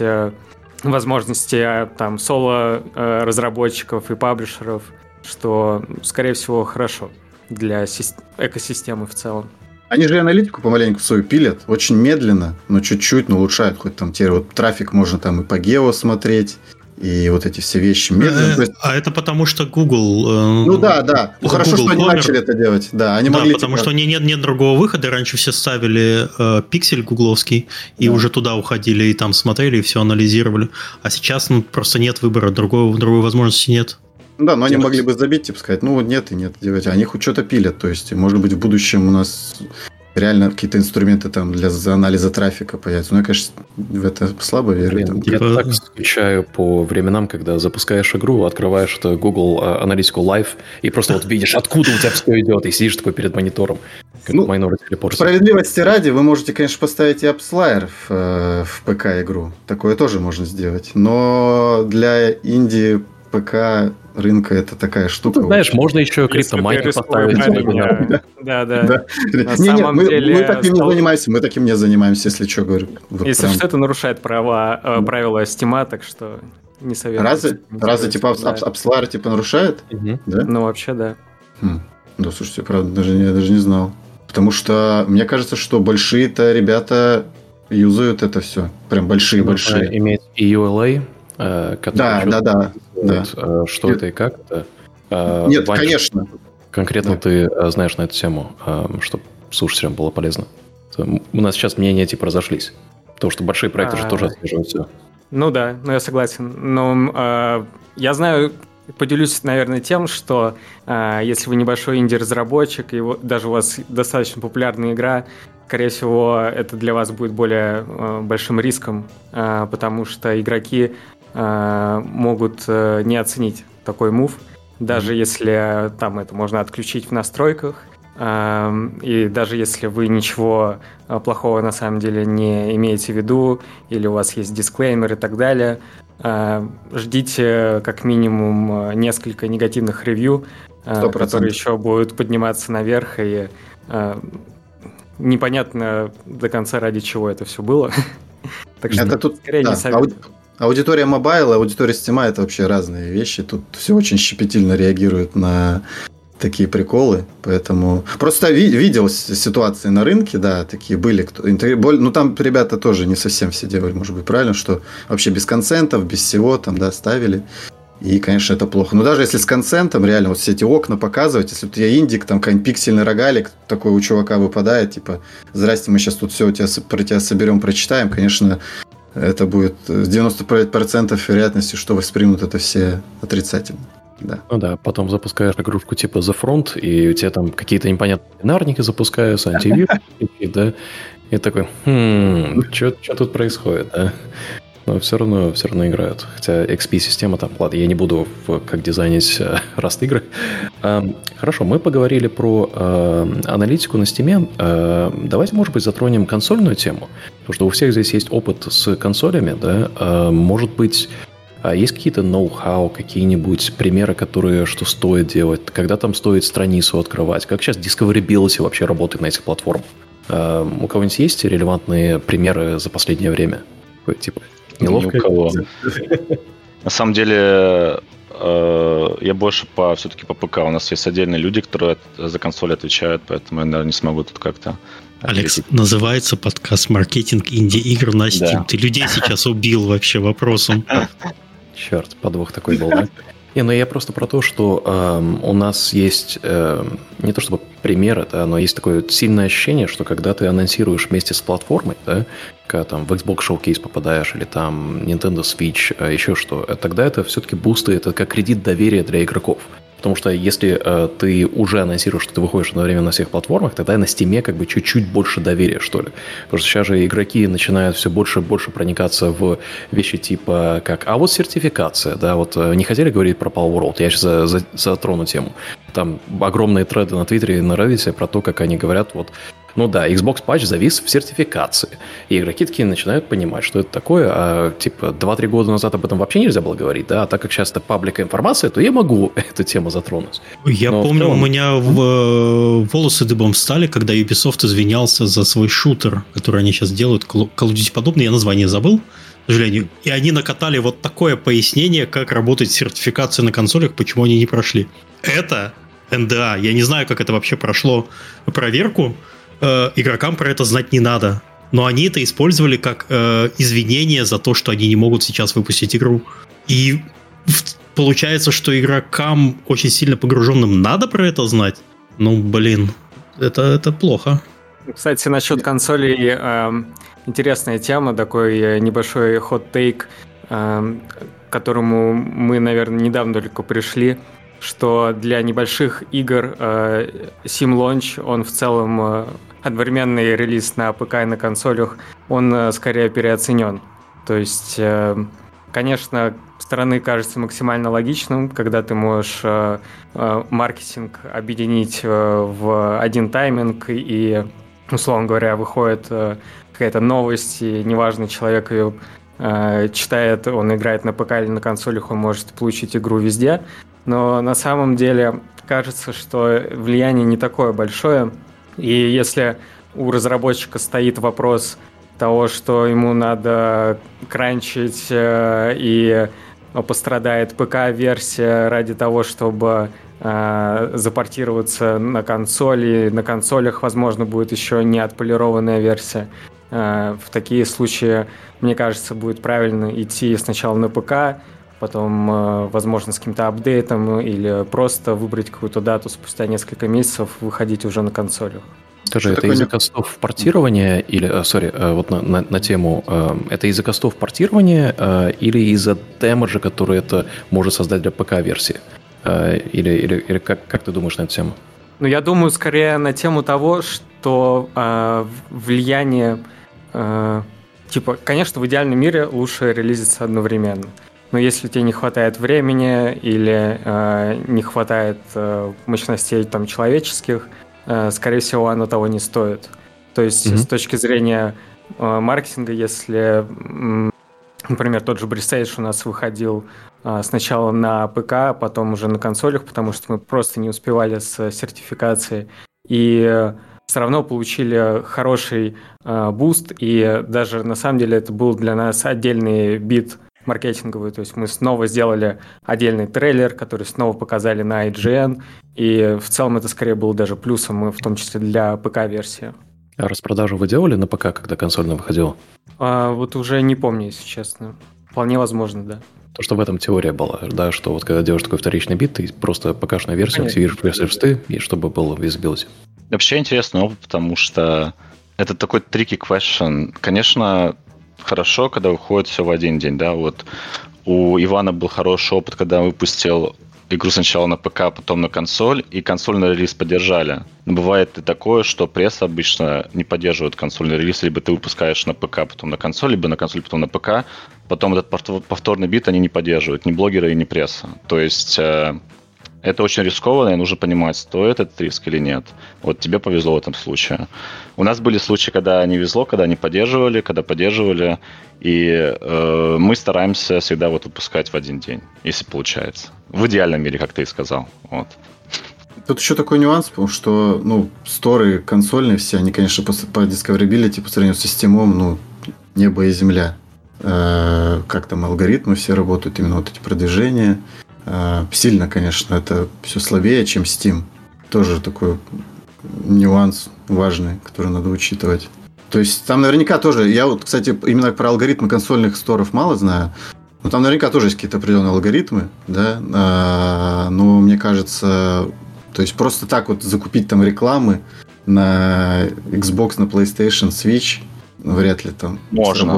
возможности там соло-разработчиков и паблишеров, что, скорее всего, хорошо для экосистемы в целом. Они же аналитику помаленьку свою пилят, очень медленно, но чуть-чуть, но улучшают. Хоть там теперь вот трафик можно там и по гео смотреть, и вот эти все вещи медленно. А это потому что Google... Ну да. Ну хорошо, что они начали это делать. Да, они могли... потому что нет другого выхода. Раньше все ставили пиксель гугловский, и уже туда уходили, и там смотрели, и все анализировали. А сейчас просто нет выбора, другой возможности нет. Да, но они могли бы забить, типа сказать, ну нет и нет, делать. Они хоть что-то пилят. То есть, может быть, в будущем у нас реально какие-то инструменты там для анализа трафика появятся. Ну, я, конечно, в это слабо верю. Я так скучаю по временам, когда запускаешь игру, открываешь это Google аналитику Live, и просто вот видишь, откуда у тебя все идет, и сидишь такой перед монитором. Как Minority Report. Справедливости ради, вы можете, конечно, поставить и AppsFlyer в ПК-игру. Такое тоже можно сделать. Но для инди ПК рынка это такая штука. Ну, знаешь, можно еще криптомайнинг поставить. Да. Мы таким не занимаемся, если что, говорю. Если что, это нарушает правила Steam, так что не советую. Разве типа AppsFlyer типа нарушает? Ну, вообще, да. Да, слушайте, правда, я даже не знал. Потому что мне кажется, что большие-то ребята юзают это все. Прям большие-большие. Иметь EULA, да. Что это и как это? Нет, Ваня, конечно. Конкретно ты знаешь на эту тему, чтобы слушателям было полезно. У нас сейчас мнения типа разошлись. Потому что большие проекты же тоже отслеживают все. Ну да, я согласен. Но я знаю, поделюсь, наверное, тем, что если вы небольшой инди-разработчик, и даже у вас достаточно популярная игра, скорее всего, это для вас будет более большим риском, потому что игроки могут не оценить такой мув, даже если там это можно отключить в настройках, и даже если вы ничего плохого на самом деле не имеете в виду, или у вас есть дисклеймер и так далее, ждите как минимум несколько негативных ревью, 100%. которые еще будут подниматься наверх, и непонятно до конца, ради чего это все было. Так что тут скорее не советую. Аудитория мобайла, аудитория Steam — это вообще разные вещи. Тут все очень щепетильно реагирует на такие приколы, поэтому... Просто видел ситуации на рынке, да, такие были. Ну, там ребята тоже не совсем все делали, может быть, правильно, что вообще без консентов, без всего там, да, ставили. И, конечно, это плохо. Но даже если с консентом, реально, вот все эти окна показывать, если у тебя индик, там какой-нибудь пиксельный рогалик такой у чувака выпадает, типа, здрасте, мы сейчас тут все про тебя соберем, прочитаем, конечно... Это будет с 95% вероятностью, что воспримут это все отрицательно. Да. Ну да, потом запускаешь игрушку типа The Front, и у тебя там какие-то непонятные бинарники запускаются, антивирус, да, и такой, что тут происходит, да? Но все равно играют. Хотя XP-система там, ладно, я не буду как дизайнить Rust игры. Хорошо, мы поговорили про аналитику на Steam. Давайте, может быть, затронем консольную тему. Потому что у всех здесь есть опыт с консолями, да? Может быть, есть какие-то ноу-хау, какие-нибудь примеры, которые что стоит делать, когда там стоит страницу открывать, как сейчас discoverability вообще работает на этих платформах? У кого-нибудь есть релевантные примеры за последнее время? Типа, неловко? Ни у кого. На самом деле, я больше все-таки по ПК. У нас есть отдельные люди, которые за консоль отвечают, поэтому я, наверное, не смогу тут как-то... Алекс, называется подкаст «Маркетинг инди-игр на Steam». Да. Ты людей сейчас убил вообще вопросом. Черт, подвох такой был, да? Не, ну я просто про то, что у нас есть не то чтобы примеры, да, но есть такое сильное ощущение, что когда ты анонсируешь вместе с платформой, да, когда там в Xbox Showcase попадаешь или там Nintendo Switch, еще что, тогда это все-таки бустает, это как кредит доверия для игроков. Потому что если ты уже анонсируешь, что ты выходишь одновременно на всех платформах, тогда на Steam как бы чуть-чуть больше доверия, что ли. Потому что сейчас же игроки начинают все больше и больше проникаться в вещи типа как... А вот сертификация, да, вот не хотели говорить про Palworld, я сейчас затрону тему. Там огромные треды на Твиттере и на Reddit про то, как они говорят, вот... Ну да, Xbox патч завис в сертификации. И игроки такие начинают понимать, что это такое. А типа 2-3 года назад об этом вообще нельзя было говорить, да? А так как сейчас это паблика информация, то я могу эту тему затронуть. Я помню, у меня волосы дыбом встали, когда Ubisoft извинялся за свой шутер, который они сейчас делают, Call of Duty подобный, я название забыл, к сожалению. И они накатали вот такое пояснение, как работает сертификация на консолях, почему они не прошли. Это НДА. Я не знаю, как это вообще прошло проверку. Игрокам про это знать не надо. Но они это использовали как извинение за то, что они не могут сейчас выпустить игру. И получается, что игрокам, очень сильно погруженным, надо про это знать? Ну, блин, это плохо. Кстати, насчет консолей интересная тема, такой небольшой хот-тейк, к которому мы, наверное, недавно только пришли, что для небольших игр Steam Launch, он в целом одновременный релиз на ПК и на консолях, он скорее переоценен. То есть, конечно, со стороны кажется максимально логичным, когда ты можешь маркетинг объединить в один тайминг и, условно говоря, выходит какая-то новость, и неважно, человек ее читает, он играет на ПК или на консолях, он может получить игру везде. Но на самом деле кажется, что влияние не такое большое. И если у разработчика стоит вопрос того, что ему надо кранчить и пострадает ПК-версия ради того, чтобы запортироваться на консоли, на консолях, возможно, будет еще не отполированная версия. В такие случаи, мне кажется, будет правильно идти сначала на ПК, потом, возможно, с каким-то апдейтом или просто выбрать какую-то дату спустя несколько месяцев, выходить уже на консолях. Скажи, это из-за костов портирования или, вот на тему, это из-за костов портирования или из-за демеджа, который это может создать для ПК-версии? Или как ты думаешь на эту тему? Ну, я думаю, скорее на тему того, что влияние... Типа, конечно, в идеальном мире лучше релизиться одновременно. Но если тебе не хватает времени или не хватает мощностей там, человеческих, скорее всего, оно того не стоит. То есть, с точки зрения маркетинга, если, например, тот же Prestige у нас выходил сначала на ПК, потом уже на консолях, потому что мы просто не успевали с сертификацией, и все равно получили хороший буст, и даже на самом деле это был для нас отдельный бит маркетинговый, то есть мы снова сделали отдельный трейлер, который снова показали на IGN, и в целом это скорее было даже плюсом, в том числе для ПК-версии. А распродажу вы делали на ПК, когда консольная выходила? Вот уже не помню, если честно. Вполне возможно, да. То, что в этом теория была, да, что вот когда делаешь такой вторичный бит, ты просто ПК-шную версию активируешь версию, и чтобы был visibility. Вообще интересный опыт, потому что это такой tricky question. Конечно, хорошо, когда выходит все в один день, да, вот у Ивана был хороший опыт, когда он выпустил игру сначала на ПК, потом на консоль, и консольный релиз поддержали. Но бывает и такое, что пресса обычно не поддерживает консольный релиз, либо ты выпускаешь на ПК, потом на консоль, либо на консоль, потом на ПК, потом этот повторный бит они не поддерживают, ни блогеры и ни пресса. То есть это очень рискованно, и нужно понимать, стоит этот риск или нет. Вот тебе повезло в этом случае. У нас были случаи, когда не везло, когда не поддерживали, когда поддерживали, и мы стараемся всегда вот выпускать в один день, если получается. В идеальном мире, как ты и сказал. Вот. Тут еще такой нюанс, потому что, сторы консольные все, они, конечно, по discoverability по сравнению с Steam, небо и земля. Как там алгоритмы все работают, именно вот эти продвижения. Сильно, конечно, это все слабее, чем Steam. Тоже такой нюанс важный, который надо учитывать. То есть там наверняка тоже, я вот, кстати, именно про алгоритмы консольных сторов мало знаю, но там наверняка тоже есть какие-то определенные алгоритмы, да, но мне кажется, то есть просто так вот закупить там рекламы на Xbox, на PlayStation, Switch, вряд ли там можно.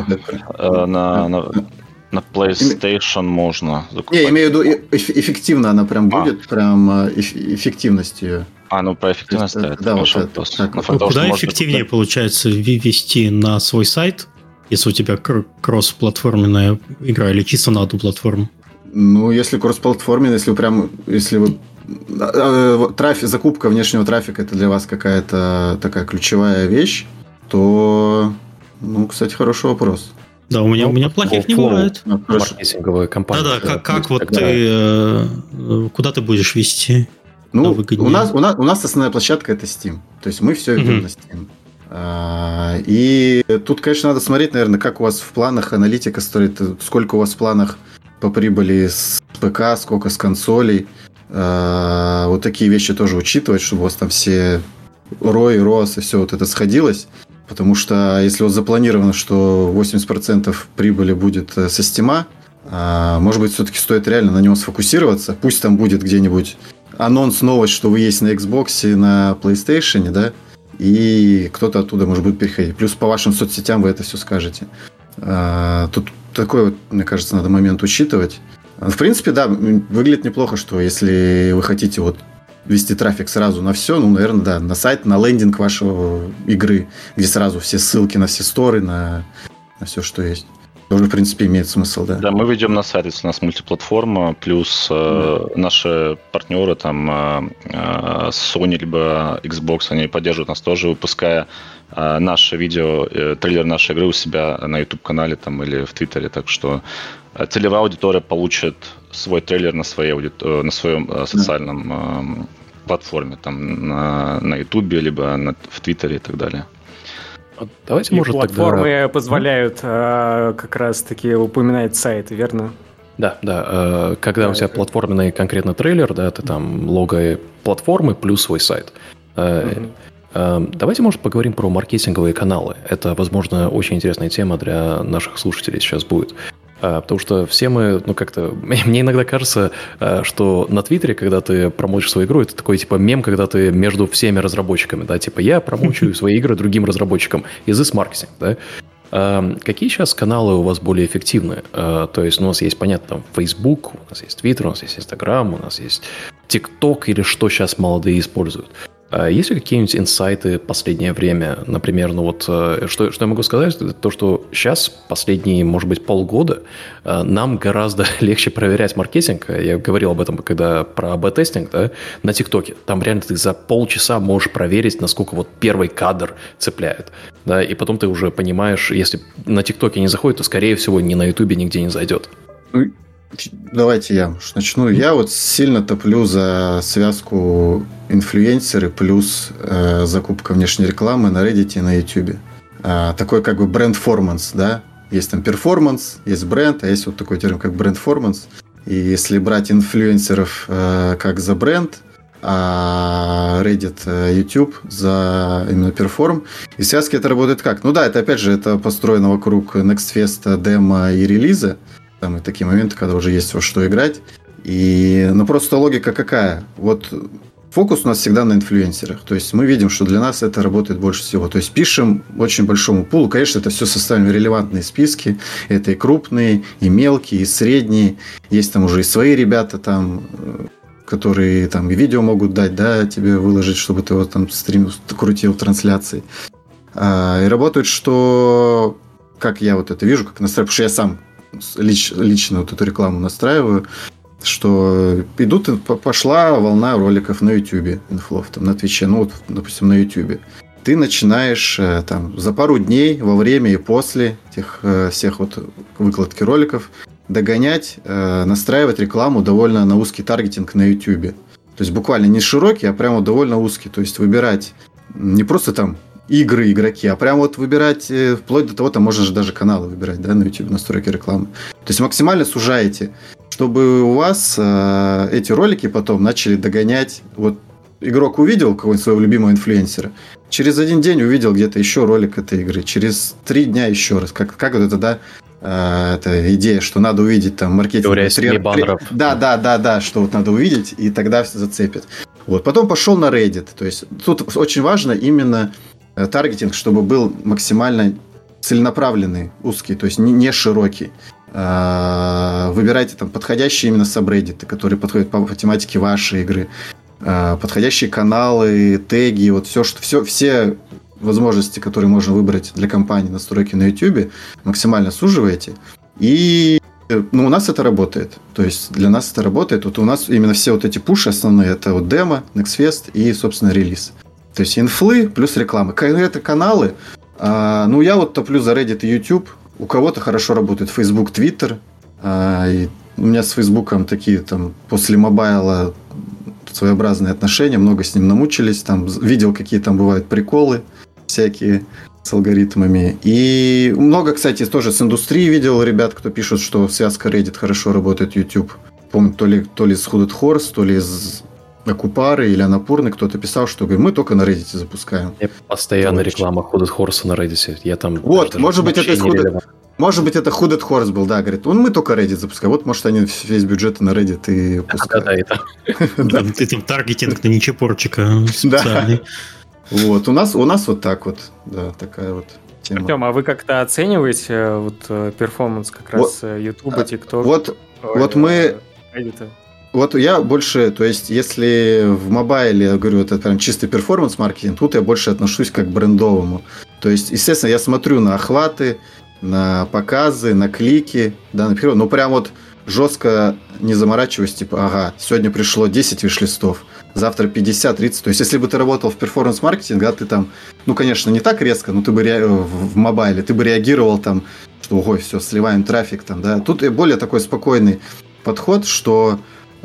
На PlayStation можно закупать. Я имею в виду, эффективно она прям будет, прям эффективность ее. Про эффективность, да, да, вот это. Куда эффективнее получается ввести на свой сайт, если у тебя кросс-платформенная игра, или чисто на одну платформу? Если кросс-платформенная, если вы закупка внешнего трафика это для вас какая-то такая ключевая вещь, то, кстати, хороший вопрос. Да, у меня плохих не бывает. Маркетинговая компания. Да, как вот ты... Куда ты будешь вести? У нас основная площадка это Steam. То есть мы все идем на Steam. И тут, конечно, надо смотреть, наверное, как у вас в планах аналитика стоит, сколько у вас в планах по прибыли с ПК, сколько с консолей. Вот такие вещи тоже учитывать, чтобы у вас там все ROI, ROAS и все вот это сходилось. Потому что если вот запланировано, что 80% прибыли будет со Steam, может быть, все-таки стоит реально на него сфокусироваться. Пусть там будет где-нибудь анонс, новость, что вы есть на Xbox и на PlayStation, да, и кто-то оттуда, может быть, переходить. Плюс по вашим соцсетям вы это все скажете. Тут такой вот, мне кажется, надо момент учитывать. В принципе, да, выглядит неплохо, что если вы хотите вот вести трафик сразу на все, наверное, да, на сайт, на лендинг вашего игры, где сразу все ссылки на все сторы, на все, что есть. Тоже, в принципе, имеет смысл, да. Да, мы ведем на сайт, если у нас мультиплатформа, плюс наши партнеры, там, Sony, либо Xbox, они поддерживают нас тоже, выпуская наше видео, трейлер нашей игры у себя на YouTube-канале там, или в Твиттере, так что целевая аудитория получит свой трейлер на своем социальном платформе, там, на YouTube, либо в Твиттере и так далее. Давайте, может, платформы тогда... позволяют как раз-таки упоминать сайты, верно? Да. Когда у тебя платформенный конкретно трейлер, да, ты там лого платформы плюс свой сайт. Давайте, может, поговорим про маркетинговые каналы. Это, возможно, очень интересная тема для наших слушателей сейчас будет. Потому что все мы, как-то... Мне иногда кажется, что на Твиттере, когда ты промоутишь свою игру, это такой, типа, мем, когда ты между всеми разработчиками, да, типа, я промоучу свои игры другим разработчикам. Is this marketing, да? Какие сейчас каналы у вас более эффективны? То есть у нас есть, понятно, там, Facebook, у нас есть Twitter, у нас есть Instagram, у нас есть TikTok или что сейчас молодые используют. Есть ли какие-нибудь инсайты в последнее время? Например, что я могу сказать, это то, что сейчас, последние, может быть, полгода, нам гораздо легче проверять маркетинг. Я говорил об этом, когда про АБ-тестинг, да, на ТикТоке. Там реально ты за полчаса можешь проверить, насколько вот первый кадр цепляет. Да, и потом ты уже понимаешь, если на ТикТоке не заходит, то, скорее всего, ни на Ютубе нигде не зайдет. Давайте я начну. Я вот сильно топлю за связку инфлюенсеры плюс закупка внешней рекламы на Reddit и на YouTube. Такой как бы бренд-форманс, да? Есть там перформанс, есть бренд, а есть вот такой термин, как бренд-форманс. И если брать инфлюенсеров как за бренд, а Reddit, YouTube за именно перформ, и связки это работает как? Это опять же, это построено вокруг Next Fest, демо и релиза. Там и такие моменты, когда уже есть во что играть. Просто логика какая? Вот фокус у нас всегда на инфлюенсерах. То есть мы видим, что для нас это работает больше всего. То есть пишем очень большому пулу. Конечно, это все составим релевантные списки. Это и крупные, и мелкие, и средние. Есть там уже и свои ребята там. которые там и видео могут дать, да, тебе выложить, чтобы ты его там крутил в трансляции. И работают, что, как я вот это вижу, как настраиваю, потому что я сам лично вот эту рекламу настраиваю, что пошла волна роликов на YouTube, инфлов, там, на Твиче, ну, вот, допустим, на YouTube. Ты начинаешь там за пару дней, во время и после этих всех вот выкладки роликов догонять, настраивать рекламу довольно на узкий таргетинг на YouTube. То есть буквально не широкий, а прямо довольно узкий. То есть выбирать не просто там игры, игроки, а прямо вот выбирать, вплоть до того, там можно же даже каналы выбирать, да, на YouTube, настройки рекламы. То есть максимально сужаете, чтобы у вас эти ролики потом начали догонять. Вот игрок увидел какого-нибудь своего любимого инфлюенсера, через один день увидел где-то еще ролик этой игры, через 3 дня еще раз. Как вот это, да, эта идея, что надо увидеть там маркетинг. Да, что вот надо увидеть, и тогда все зацепит. Вот. Потом пошел на Reddit. То есть тут очень важно именно таргетинг, чтобы был максимально целенаправленный, узкий, то есть не широкий. Выбирайте там подходящие именно сабреддиты, которые подходят по тематике вашей игры, подходящие каналы, теги, вот все возможности, которые можно выбрать для компании, настройки на YouTube, максимально суживаете. И у нас это работает. То есть для нас это работает. Вот у нас именно все вот эти пуши основные, это вот демо, Next Fest и, собственно, релиз. То есть инфлы плюс реклама. Это каналы. Я вот топлю за Reddit и YouTube. У кого-то хорошо работает Facebook, Twitter. И у меня с Фейсбуком такие там после мобайла своеобразные отношения, много с ним намучились, там видел, какие там бывают приколы всякие с алгоритмами. И много, кстати, тоже с индустрии видел ребят, кто пишут, что связка Reddit хорошо работает, YouTube. Помню, то ли с Hooded Horse, то ли из Акупары или Анапурны кто-то писал, что говорит, мы только на Reddit запускаем. Я постоянно реклама Hooded Horse на Reddit. Я там вот, может быть, это Hooded Horse был, да, говорит, мы только Reddit запускаем. Вот, может, они весь бюджет на Reddit и пускают. Да, ты там таргетинг на ничепорчика специальный. Вот, у нас вот так вот, да, такая вот тема. Артем, а вы как-то оцениваете вот перформанс как раз Ютуба, ТикТока? Вот мы... Reddit? Вот я больше, то есть, если в мобайле, я говорю, это прям чистый перформанс-маркетинг, тут я больше отношусь как к брендовому. То есть, естественно, я смотрю на охваты, на показы, на клики, да, например, прям вот жестко не заморачиваюсь, типа, сегодня пришло 10 виш-листов, завтра 50, 30. То есть, если бы ты работал в перформанс-маркетинге, да, ты там, конечно, не так резко, но ты бы в мобайле, ты бы реагировал там, что, все, сливаем трафик там, да. Тут более такой спокойный подход, что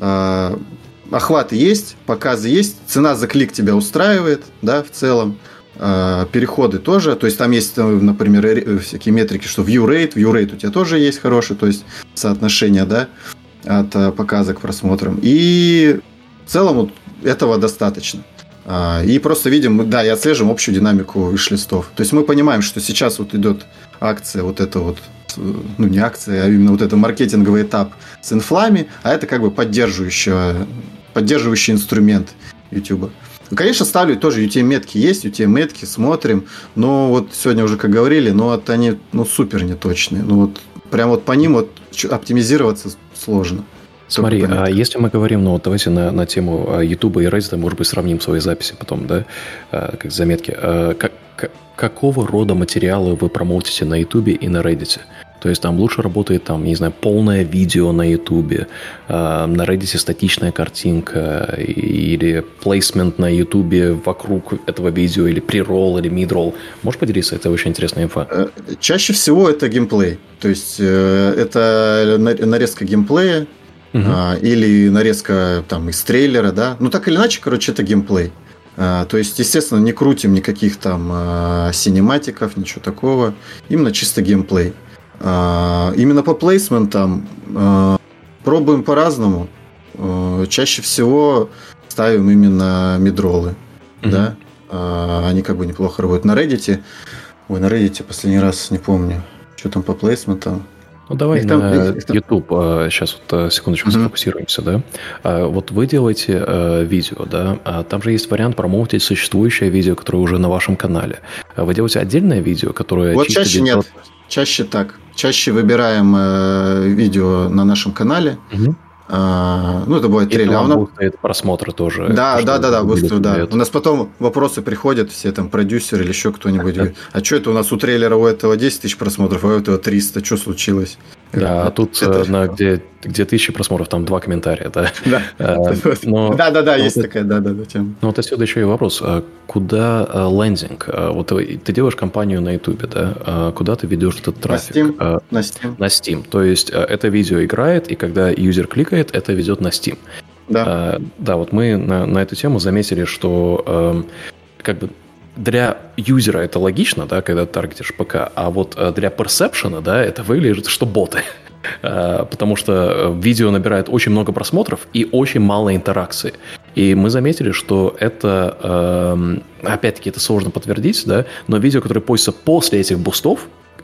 охваты есть, показы есть, цена за клик тебя устраивает, да, в целом. Переходы тоже, то есть там есть, например, всякие метрики, что view rate у тебя тоже есть хороший, то есть соотношение, да, от показа к просмотрам. И в целом вот этого достаточно. И просто видим, да, и отслеживаем общую динамику виш-листов. То есть мы понимаем, что сейчас вот идет акция, вот это вот, не акция, а именно вот это маркетинговый этап с инфлами, а это как бы поддерживающий инструмент YouTube. Конечно, ставлю тоже UTM-метки есть, UTM-метки смотрим, но вот сегодня уже, как говорили, вот они супер неточные. Вот прям вот по ним вот оптимизироваться сложно. Смотри, а если мы говорим, давайте на тему YouTube и Reddit, может быть, сравним свои записи потом, да, как заметки. Какого рода материалы вы промоутите на YouTube и на Reddit? То есть там лучше работает, полное видео на YouTube, на Reddit статичная картинка, или плейсмент на YouTube вокруг этого видео, или pre-roll, или mid-roll. Можешь поделиться? Это очень интересная инфа. Чаще всего это геймплей. То есть это нарезка геймплея, или нарезка из трейлера, да. Так или иначе, это геймплей. То есть, естественно, не крутим никаких там синематиков, ничего такого. Именно чисто геймплей. Именно по плейсментам пробуем по-разному. Чаще всего ставим именно мидролы. Да? Они как бы неплохо работают. На Reddit последний раз не помню. Что там по плейсментам. Давай на YouTube сейчас секундочку сфокусируемся, да. Вот вы делаете видео, да, там же есть вариант промоутить существующее видео, которое уже на вашем канале. Вы делаете отдельное видео, которое... Вот чаще нет, чаще так. Чаще выбираем видео на нашем канале, Это бывает трейлер. А это просмотр тоже. Да, быстро, да. У нас потом вопросы приходят, все там продюсеры или еще кто-нибудь. А что это у нас у трейлера у этого 10 тысяч просмотров, а у этого 300? Что случилось? Да, а тут где 1000 просмотров, там 2 комментария, да. Да, есть такая, тема. Ну, вот отсюда еще и вопрос. Куда лендинг? Вот ты делаешь кампанию на YouTube, да? Куда ты ведешь этот трафик? На Steam. На Steam. То есть это видео играет, и когда юзер кликает, это ведет на Steam. Да. Да, вот мы на эту тему заметили, что для юзера это логично, да, когда ты таргетишь ПК, а вот для персепшена, да, это выглядит, что боты. Потому что видео набирает очень много просмотров и очень мало интеракции. И мы заметили, что это, опять-таки, это сложно подтвердить, да, но видео, которое постится после этих бустов,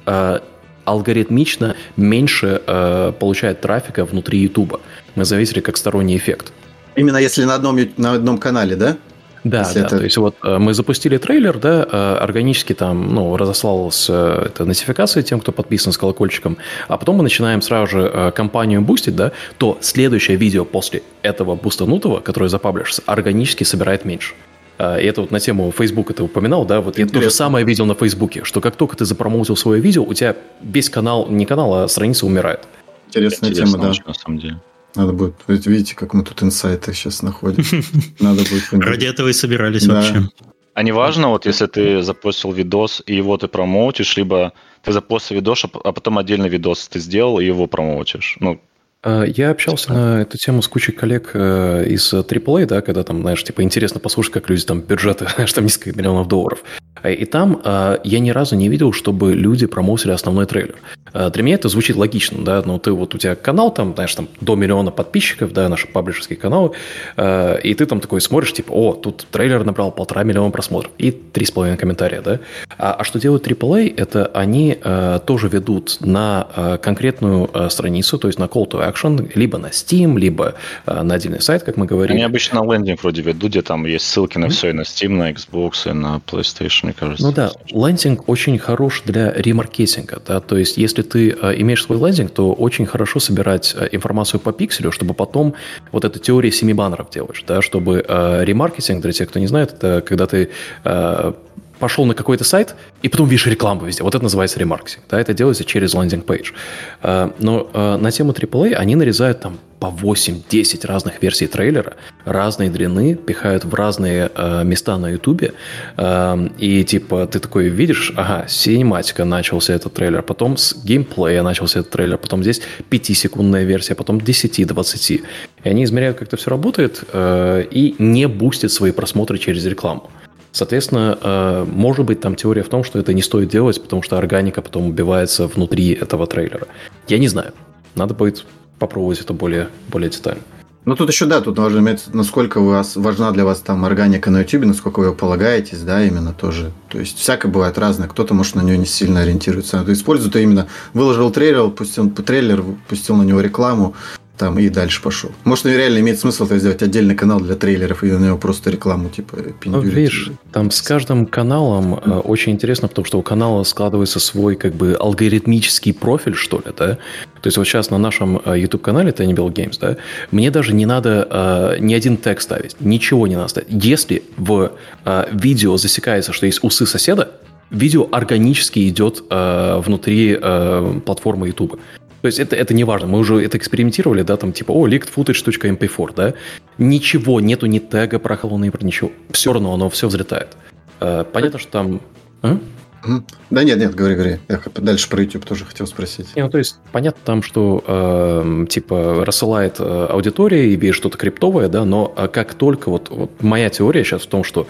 алгоритмично меньше получает трафика внутри YouTube. Мы заметили как сторонний эффект. Именно если на одном канале, да? Да, то есть вот мы запустили трейлер, да, органически там, разослалась эта нотификация тем, кто подписан с колокольчиком, а потом мы начинаем сразу же кампанию бустить, да, то следующее видео после этого бустанутого, которое запаблишится, органически собирает меньше. И это вот на тему Facebook это упоминал, да, вот я то же самое видел на Фейсбуке, что как только ты запромоутил свое видео, у тебя весь канал, не канал, а страница умирает. Интересная тема, да. На самом деле. Надо будет, видите, как мы тут инсайты сейчас находим. Надо будет. Ради этого и собирались вообще. А не важно, вот если ты запостил видос, и его ты промоутишь, либо ты запостил видос, а потом отдельный видос ты сделал, и его промоутишь. Я общался на эту тему с кучей коллег из AAA, да, когда там, знаешь, типа интересно послушать, как люди там бюджеты, знаешь, там несколько миллионов долларов. И там я ни разу не видел, чтобы люди промоутили основной трейлер. Для меня это звучит логично, да, у тебя канал, там, знаешь, там до 1 миллиона подписчиков, да, наши паблишерские каналы, и ты там такой смотришь, типа, тут трейлер набрал 1,5 миллиона просмотров и 3,5 комментария, да. А что делают AAA, это они тоже ведут на конкретную страницу, то есть на call to action, либо на Steam, либо на отдельный сайт, как мы говорили. Они обычно на лендинг вроде ведут, где там есть ссылки на все, и на Steam, на Xbox, и на PlayStation, мне кажется. Ну да, лендинг очень хорош для ремаркетинга, да, то есть если ты имеешь свой лендинг, то очень хорошо собирать информацию по пикселю, чтобы потом вот эту теорию 7 баннеров делаешь, да, чтобы ремаркетинг, для тех, кто не знает, это когда ты пошел на какой-то сайт, и потом видишь рекламу везде. Вот это называется ремаркетинг. Да, это делается через лендинг-пейдж. Но на тему AAA они нарезают там по 8-10 разных версий трейлера, разные длины, пихают в разные места на Ютубе. И типа ты такой видишь, ага, с синематика начался этот трейлер, потом с геймплея начался этот трейлер, потом здесь 5-секундная версия, потом 10-20. И они измеряют, как это все работает, и не бустят свои просмотры через рекламу. Соответственно, может быть, там теория в том, что это не стоит делать, потому что органика потом убивается внутри этого трейлера. Я не знаю. Надо будет попробовать это более детально. Ну, тут еще, да, тут нужно иметь, насколько важна для вас там органика на YouTube, насколько вы полагаетесь, да, именно тоже. То есть, всякое бывает разное. Кто-то, может, на нее не сильно ориентируется. Кто использует именно, выложил трейлер, пустил на него рекламу, там и дальше пошел. Может, реально имеет смысл сделать отдельный канал для трейлеров и на него просто рекламу типа пиндюрить. Ну, видишь, там с каждым каналом очень интересно, потому что у канала складывается свой как бы алгоритмический профиль, что ли, да? То есть вот сейчас на нашем YouTube-канале Tiny Build Games, да, мне даже не надо ни один тег ставить, ничего не надо ставить. Если в видео засекается, что есть усы соседа, видео органически идет внутри платформы YouTube. То есть это не важно, мы уже это экспериментировали, да, там типа, leaked footage.mp4, да, ничего, нету ни тега про Hollow Knight, ничего, все равно оно все взлетает. Понятно, что там... Да нет, говори. Я дальше про YouTube тоже хотел спросить. Ну, то есть понятно там, что типа рассылает аудитория и видит что-то криптовое, да, но как только вот моя теория сейчас в том, что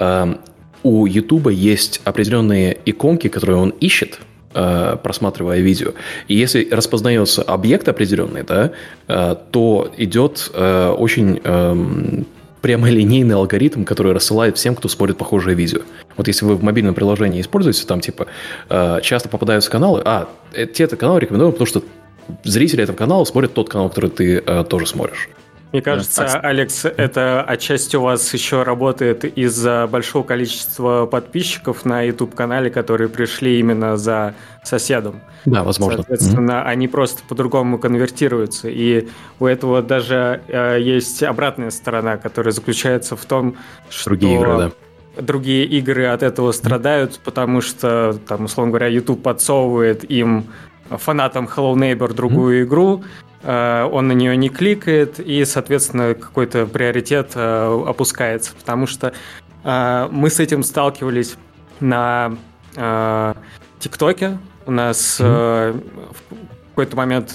у YouTube есть определенные иконки, которые он ищет, просматривая видео. И если распознается объект определенный, да, то идет очень прямолинейный алгоритм, который рассылает всем, кто смотрит похожее видео. Вот если вы в мобильном приложении используете, там типа часто попадаются каналы, те каналы рекомендуем, потому что зрители этого канала смотрят тот канал, который ты тоже смотришь. Мне кажется, Алекс, это отчасти у вас еще работает из-за большого количества подписчиков на YouTube-канале, которые пришли именно за соседом. Да, возможно. Соответственно, они просто по-другому конвертируются. И у этого даже есть обратная сторона, которая заключается в том, что... Другие игры от этого страдают, потому что, там, условно говоря, YouTube подсовывает им, фанатам Hello Neighbor, другую игру, он на нее не кликает, и, соответственно, какой-то приоритет опускается. Потому что мы с этим сталкивались на ТикТоке. У нас в какой-то момент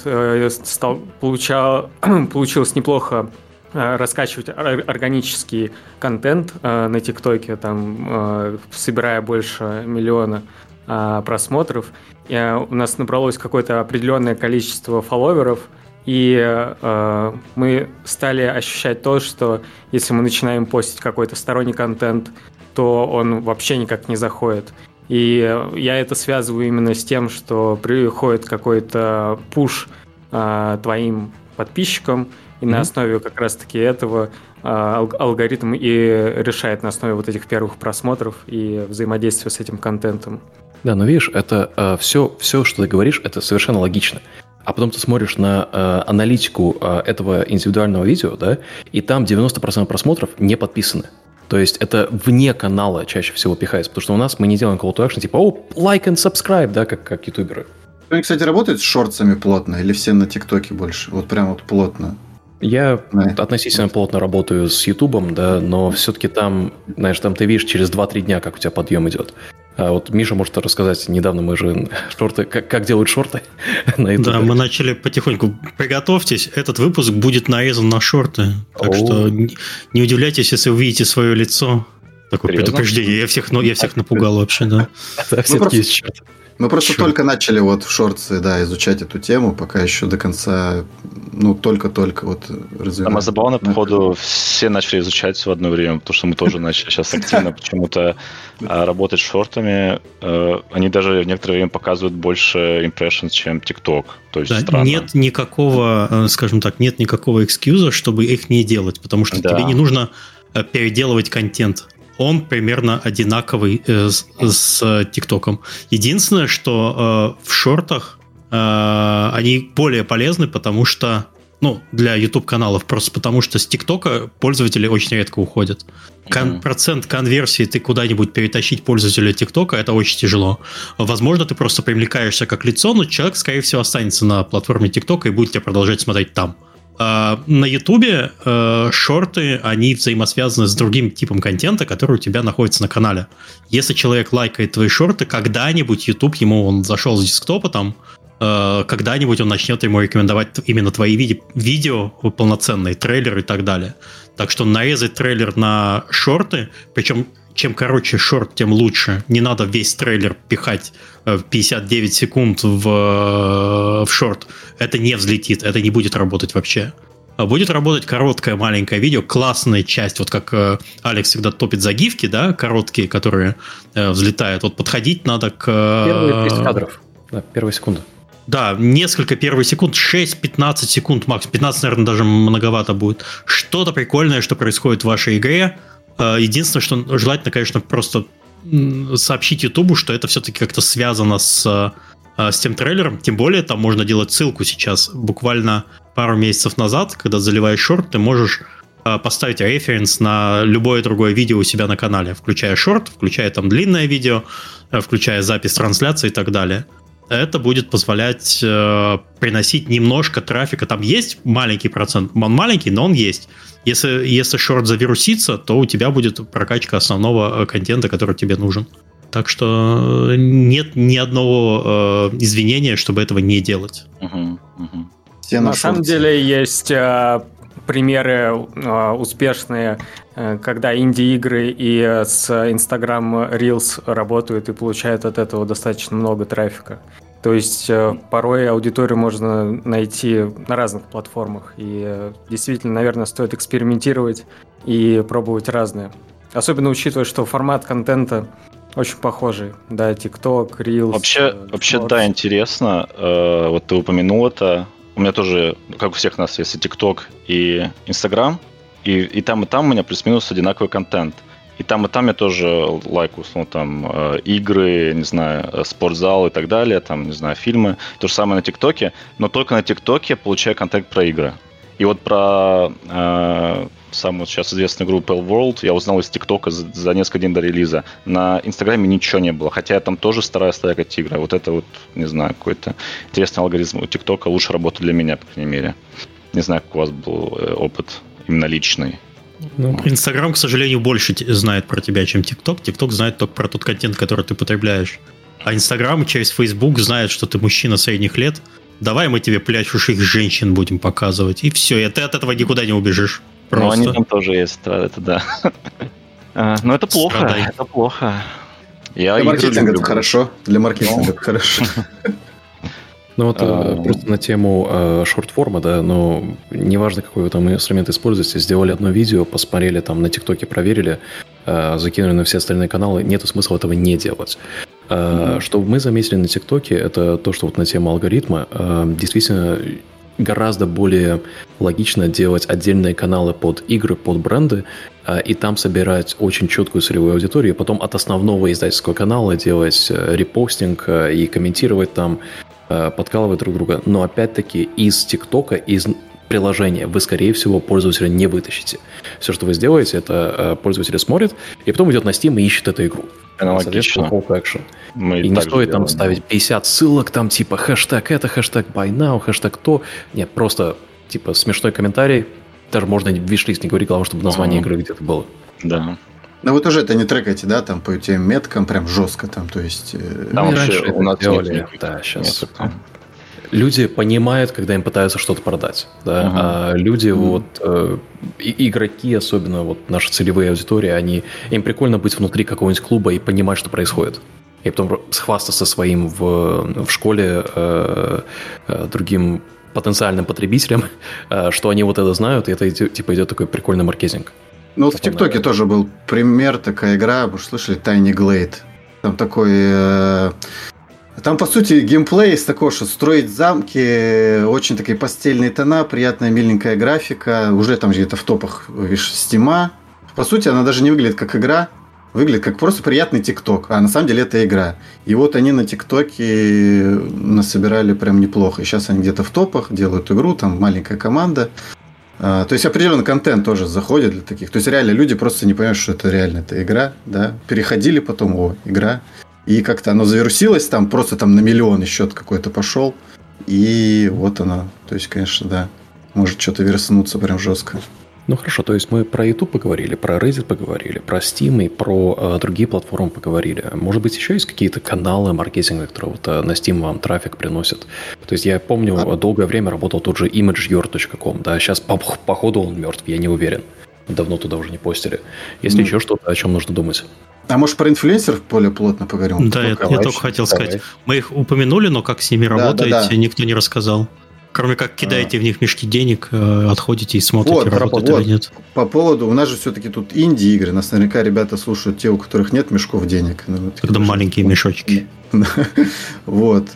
получилось неплохо раскачивать органический контент на ТикТоке, там, собирая больше миллиона просмотров. И у нас набралось какое-то определенное количество фолловеров, и мы стали ощущать то, что если мы начинаем постить какой-то сторонний контент, то он вообще никак не заходит. И я это связываю именно с тем, что приходит какой-то пуш твоим подписчикам, и на основе как раз-таки этого алгоритм и решает на основе вот этих первых просмотров и взаимодействия с этим контентом. Да, но видишь, это все, что ты говоришь, это совершенно логично. А потом ты смотришь на аналитику этого индивидуального видео, да, и там 90% просмотров не подписаны. То есть это вне канала чаще всего пихается, потому что у нас мы не делаем call to action, типа, like and subscribe, да, как ютуберы. Они, кстати, работают с шортсами плотно или все на ТикТоке больше? Вот прям вот плотно. Я относительно плотно работаю с Ютубом, да, но все-таки там, знаешь, там ты видишь через 2-3 дня, как у тебя подъем идет. А вот Миша может рассказать, недавно мы же шорты, как делают шорты на Ютубе. Да, мы начали потихоньку. Приготовьтесь, этот выпуск будет нарезан на шорты. Так что не удивляйтесь, если увидите свое лицо. Такое предупреждение. Я всех напугал вообще, да. Все-таки есть шорты. Мы просто только начали вот в шортсе, да, изучать эту тему, пока еще до конца, только-только вот развиваем. А забавно, походу, все начали изучать в одно время, потому что мы тоже начали сейчас активно почему-то работать с шортами. Они даже в некоторое время показывают больше impressions, чем TikTok. То есть странно. Нет никакого, скажем так, нет никакого экскьюза, чтобы их не делать, потому что тебе не нужно переделывать контент. Он примерно одинаковый с ТикТоком. Единственное, что в шортах они более полезны, потому что, для YouTube-каналов, просто потому что с ТикТока пользователи очень редко уходят. Процент конверсии ты куда-нибудь перетащить пользователя ТикТока, это очень тяжело. Возможно, ты просто привлекаешься как лицо, но человек, скорее всего, останется на платформе ТикТока и будет тебя продолжать смотреть там. На Ютубе шорты, они взаимосвязаны с другим типом контента, который у тебя находится на канале. Если человек лайкает твои шорты, когда-нибудь YouTube, он зашел с десктопа там, когда-нибудь он начнет ему рекомендовать именно твои видео полноценные, трейлеры и так далее. Так что нарезать трейлер на шорты, причем чем короче шорт, тем лучше. Не надо весь трейлер пихать 59 секунд в шорт. Это не взлетит, это не будет работать вообще. Будет работать короткое маленькое видео, классная часть, вот как Алекс всегда топит за гифки, да, короткие, которые взлетают. Вот подходить надо к... Первые 10 кадров, да, первые секунды. Да, несколько первых секунд, 6-15 секунд максимум. 15, наверное, даже многовато будет. Что-то прикольное, что происходит в вашей игре. Единственное, что желательно, конечно, просто сообщить Ютубу, что это все-таки как-то связано с тем трейлером. Тем более, там можно делать ссылку сейчас. Буквально пару месяцев назад, когда заливаешь шорт, ты можешь поставить референс на любое другое видео у себя на канале, включая шорт, включая там длинное видео, включая запись трансляции и так далее. Это будет позволять приносить немножко трафика. Там есть маленький процент. Он маленький, но он есть. Если шорт завирусится, то у тебя будет прокачка основного контента, который тебе нужен. Так что нет ни одного извинения, чтобы этого не делать. На самом деле есть примеры успешные, когда инди-игры и с Instagram Reels работают и получают от этого достаточно много трафика. То есть порой аудиторию можно найти на разных платформах. И действительно, наверное, стоит экспериментировать и пробовать разные. Особенно учитывая, что формат контента очень похожий. Да, TikTok, Reels. Вообще да, интересно. Вот ты упомянул это. у меня тоже, как у всех нас, есть и TikTok, и Instagram, и там у меня плюс-минус одинаковый контент. И там я тоже лайкаю, условно, там, игры, не знаю, спортзал и так далее, там, не знаю, фильмы. То же самое на ТикТоке, но только на ТикТоке я получаю контент про игры. И вот про самую сейчас известную игру Pale World я узнал из ТикТока за несколько дней до релиза. На Инстаграме ничего не было, хотя я там тоже стараюсь лайкать игры. Вот это вот, не знаю, какой-то интересный алгоритм у ТикТока лучше работает для меня, по крайней мере. Не знаю, как у вас был опыт именно личный. Ну, Инстаграм, к сожалению, больше знает про тебя, чем ТикТок. ТикТок знает только про тот контент, который ты потребляешь. А Инстаграм через Фейсбук знает, что ты мужчина средних лет. Давай мы тебе пляшущих женщин будем показывать. И все, и ты от этого никуда не убежишь. Просто. Ну, они там тоже есть, это да. Но это плохо, Страдай. это плохо. Для маркетинга это хорошо. Для маркетинга это хорошо. Ну вот просто на тему шорт-форма, да, но неважно, какой вы там инструмент используете, сделали одно видео, посмотрели там на ТикТоке, проверили, закинули на все остальные каналы, нету смысла этого не делать. Что мы заметили на ТикТоке, это то, что вот на тему алгоритма действительно гораздо более логично делать отдельные каналы под игры, под бренды, и там собирать очень четкую целевую аудиторию, и потом от основного издательского канала делать репостинг и комментировать там, подкалывать друг друга. Но опять-таки из ТикТока, из приложения вы, скорее всего, пользователя не вытащите. Все, что вы сделаете, это пользователь смотрит, и потом идет на Steam и ищет эту игру. Аналогично. Call to action. И не стоит там ставить 50 ссылок, там типа хэштег это, хэштег buy now, хэштег то. Нет, просто типа смешной комментарий. Даже можно виш-лист не говорить, главное, чтобы название игры где-то было. Да. Но вы тоже это не трекаете, да, там по тем меткам прям жестко там, то есть... Там раньше у нас делали, да, сейчас... Люди понимают, когда им пытаются что-то продать, да, а люди вот, игроки, особенно вот наши целевые аудитории, им прикольно быть внутри какого-нибудь клуба и понимать, что происходит. И потом схвастаться своим в школе другим потенциальным потребителям, что они вот это знают, и это типа идет такой прикольный маркетинг. Ну вот в ТикТоке тоже был пример, такая игра, вы слышали, Tiny Glade. Там такой... Там, по сути, геймплей из такого, что строить замки, очень такие пастельные тона, приятная, миленькая графика, уже там где-то в топах, видишь, Стима. По сути, она даже не выглядит как игра, выглядит как просто приятный ТикТок, а на самом деле это игра. И вот они на ТикТоке насобирали прям неплохо. И сейчас они где-то в топах делают игру, там маленькая команда. То есть определенный контент тоже заходит для таких. То есть реально люди просто не понимают, что это реально это игра, да. Переходили потом, игра. И как-то оно завирусилось, там просто там на миллион счет какой-то пошел. И вот оно. То есть, конечно, да, может что-то вируснуться прям жестко. Ну хорошо, то есть мы про YouTube поговорили, про Reddit поговорили, про Steam и про другие платформы поговорили. Может быть, еще есть какие-то каналы маркетинга, которые вот на Steam вам трафик приносят? То есть я помню, долгое время работал тот же imageyour.com, да, сейчас походу он мертв, я не уверен. Давно туда уже не постили. Есть ли еще что-то, о чем нужно думать? А может, про инфлюенсеров более плотно поговорим? Да, я только хотел сказать. Мы их упомянули, но как с ними работаете, никто не рассказал. Кроме как кидаете в них мешки денег, отходите и смотрите, работает или нет. По поводу, у нас же все-таки тут инди-игры. Нас наверняка ребята слушают те, у которых нет мешков денег. Когда маленькие мешочки. Вот.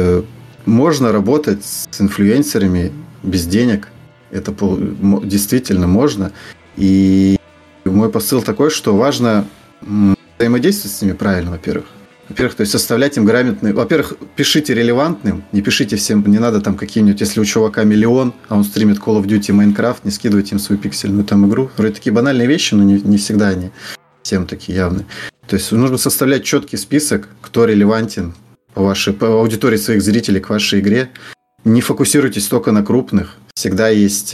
Можно работать с инфлюенсерами без денег. Это действительно можно. И мой посыл такой, что важно взаимодействовать с ними правильно, во-первых. Во-первых, то есть составлять им грамотные... Во-первых, пишите релевантным, не пишите всем, не надо там какие-нибудь, если у чувака миллион, а он стримит Call of Duty, Minecraft, не скидывайте им свою пиксельную там игру. Вроде такие банальные вещи, но не всегда они всем такие явные. То есть нужно составлять четкий список, кто релевантен по аудитории своих зрителей к вашей игре. Не фокусируйтесь только на крупных. Всегда есть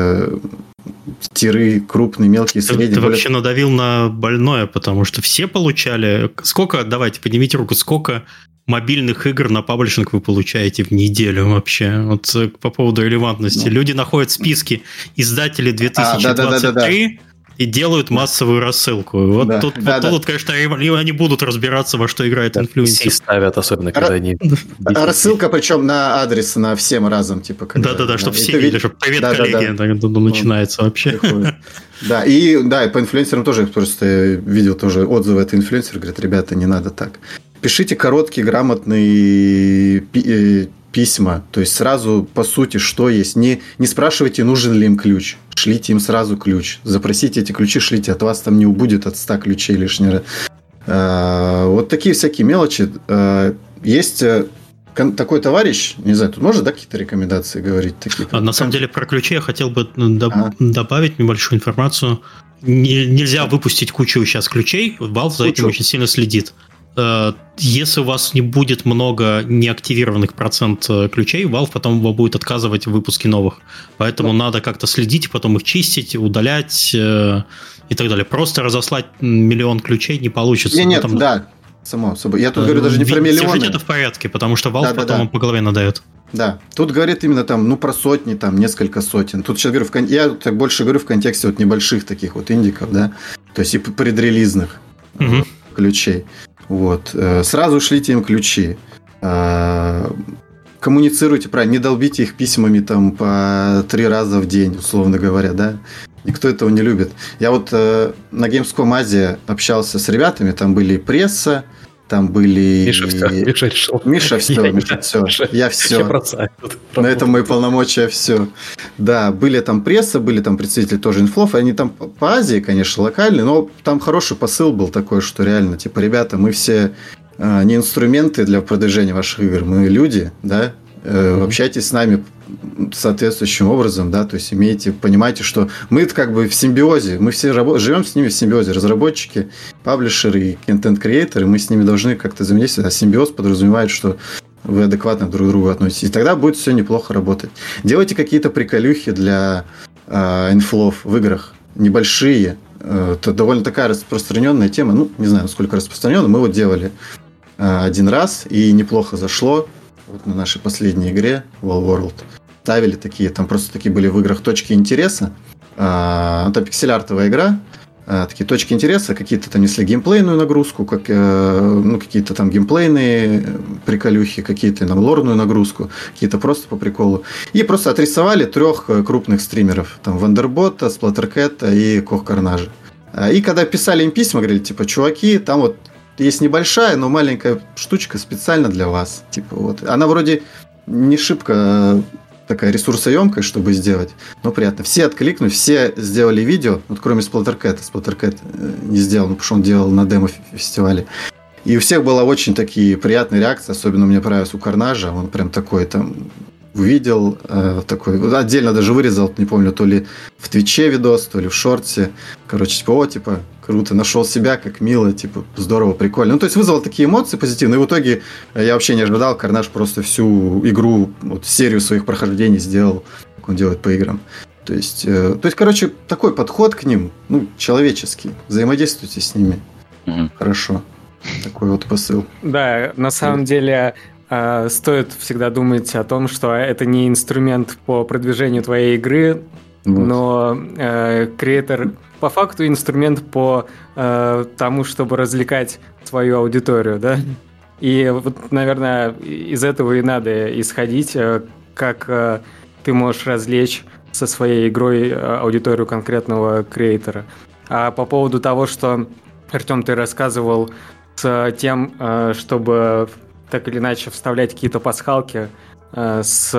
тиры крупные, мелкие, средние. Ты вообще надавил на больное, потому что все получали... Сколько, давайте, поднимите руку, сколько мобильных игр на паблишинг вы получаете в неделю вообще? Вот по поводу релевантности. Люди находят списки издателей 2023 и делают массовую рассылку. Вот тут, конечно, они будут разбираться, во что играет инфлюенсер. Ставят, особенно когда они... Рассылка, причем на адрес, на всем разом. Типа, да-да-да, чтобы все видели, что «Привет, коллеги», начинается вообще. Да, и по инфлюенсерам тоже, просто видел тоже отзывы от инфлюенсеров, говорят, ребята, не надо так. пишите короткие, грамотные письма. То есть сразу, по сути, что есть. Не спрашивайте, нужен ли им ключ. Шлите им сразу ключ. Запросите эти ключи, шлите. От вас там не убудет от 100 ключей лишний раз. Вот такие всякие мелочи. Есть такой товарищ, не знаю, тут можно, да, какие-то рекомендации говорить? Такие, на самом деле про ключи я хотел бы добавить небольшую информацию. Нельзя выпустить кучу сейчас ключей. Valve за этим очень сильно следит. Если у вас не будет много неактивированных процент ключей, Valve потом будет отказывать в выпуске новых. Поэтому надо как-то следить, потом их чистить, удалять и так далее. Просто разослать миллион ключей не получится. Нет, да, само собой. Я тут говорю даже не про миллионы. Держите это в порядке, потому что Valve потом по голове надает. Да, тут говорит именно там, про сотни, там, несколько сотен. Тут сейчас говорю, я так больше говорю в контексте вот небольших таких вот индиков, да, то есть и предрелизных ключей. Вот. Сразу шлите им ключи. Коммуницируйте правильно, не долбите их письмами там по 3 раза в день, условно говоря, да. Никто этого не любит. Я вот на Gamescom Азия общался с ребятами, там были пресса, там были... Миша все. Я все. На этом мои полномочия все. Да, были там пресса, были там представители тоже инфлов. Они там по Азии, конечно, локальные, но там хороший посыл был такой, что реально, типа, ребята, мы все не инструменты для продвижения ваших игр, мы люди, да, общайтесь с нами соответствующим образом, да, то есть понимаете, что мы как бы в симбиозе, мы все живем с ними в симбиозе, разработчики, паблишеры и контент-креаторы, мы с ними должны как-то взаимодействовать, а симбиоз подразумевает, что вы адекватно друг к другу относитесь, и тогда будет все неплохо работать. Делайте какие-то приколюхи для инфлов в играх, небольшие, это довольно такая распространенная тема, не знаю, насколько распространенная, мы вот делали один раз, и неплохо зашло. Вот на нашей последней игре Wall World ставили такие, там просто такие были в играх точки интереса. Это пиксель-артовая игра. Такие точки интереса, какие-то там несли геймплейную нагрузку, какие-то там геймплейные приколюхи, какие-то лорную нагрузку, какие-то просто по приколу. И просто отрисовали 3 крупных стримеров. Там Вандербота, Сплаттеркэта и Кох Карнажа. И когда писали им письма, говорили, типа, чуваки, там вот есть небольшая, но маленькая штучка специально для вас. Типа вот. Она вроде не шибко такая ресурсоемкая, чтобы сделать, но приятно. Все откликнулись, все сделали видео, вот кроме Сплаттеркэта. Сплаттеркэт не сделал, потому что он делал на демо-фестивале. И у всех была очень такие приятные реакции, особенно мне понравилось у Карнажа. Он прям такой там увидел, такой, отдельно даже вырезал, не помню, то ли в Твиче видос, то ли в шорте. Короче, типа, круто, нашел себя, как мило, типа, здорово, прикольно. То есть вызвал такие эмоции позитивные. И в итоге я вообще не ожидал, Карнаж просто всю игру, вот, серию своих прохождений сделал, как он делает по играм. То есть, короче, такой подход к ним, человеческий. Взаимодействуйте с ними. Хорошо. Такой вот посыл. Да, на самом деле... Стоит всегда думать о том, что это не инструмент по продвижению твоей игры, но креатор по факту инструмент по тому, чтобы развлекать свою аудиторию, да? И вот, наверное, из этого и надо исходить, как ты можешь развлечь со своей игрой аудиторию конкретного креатора. А по поводу того, что, Артем, ты рассказывал с тем, чтобы... так или иначе вставлять какие-то пасхалки с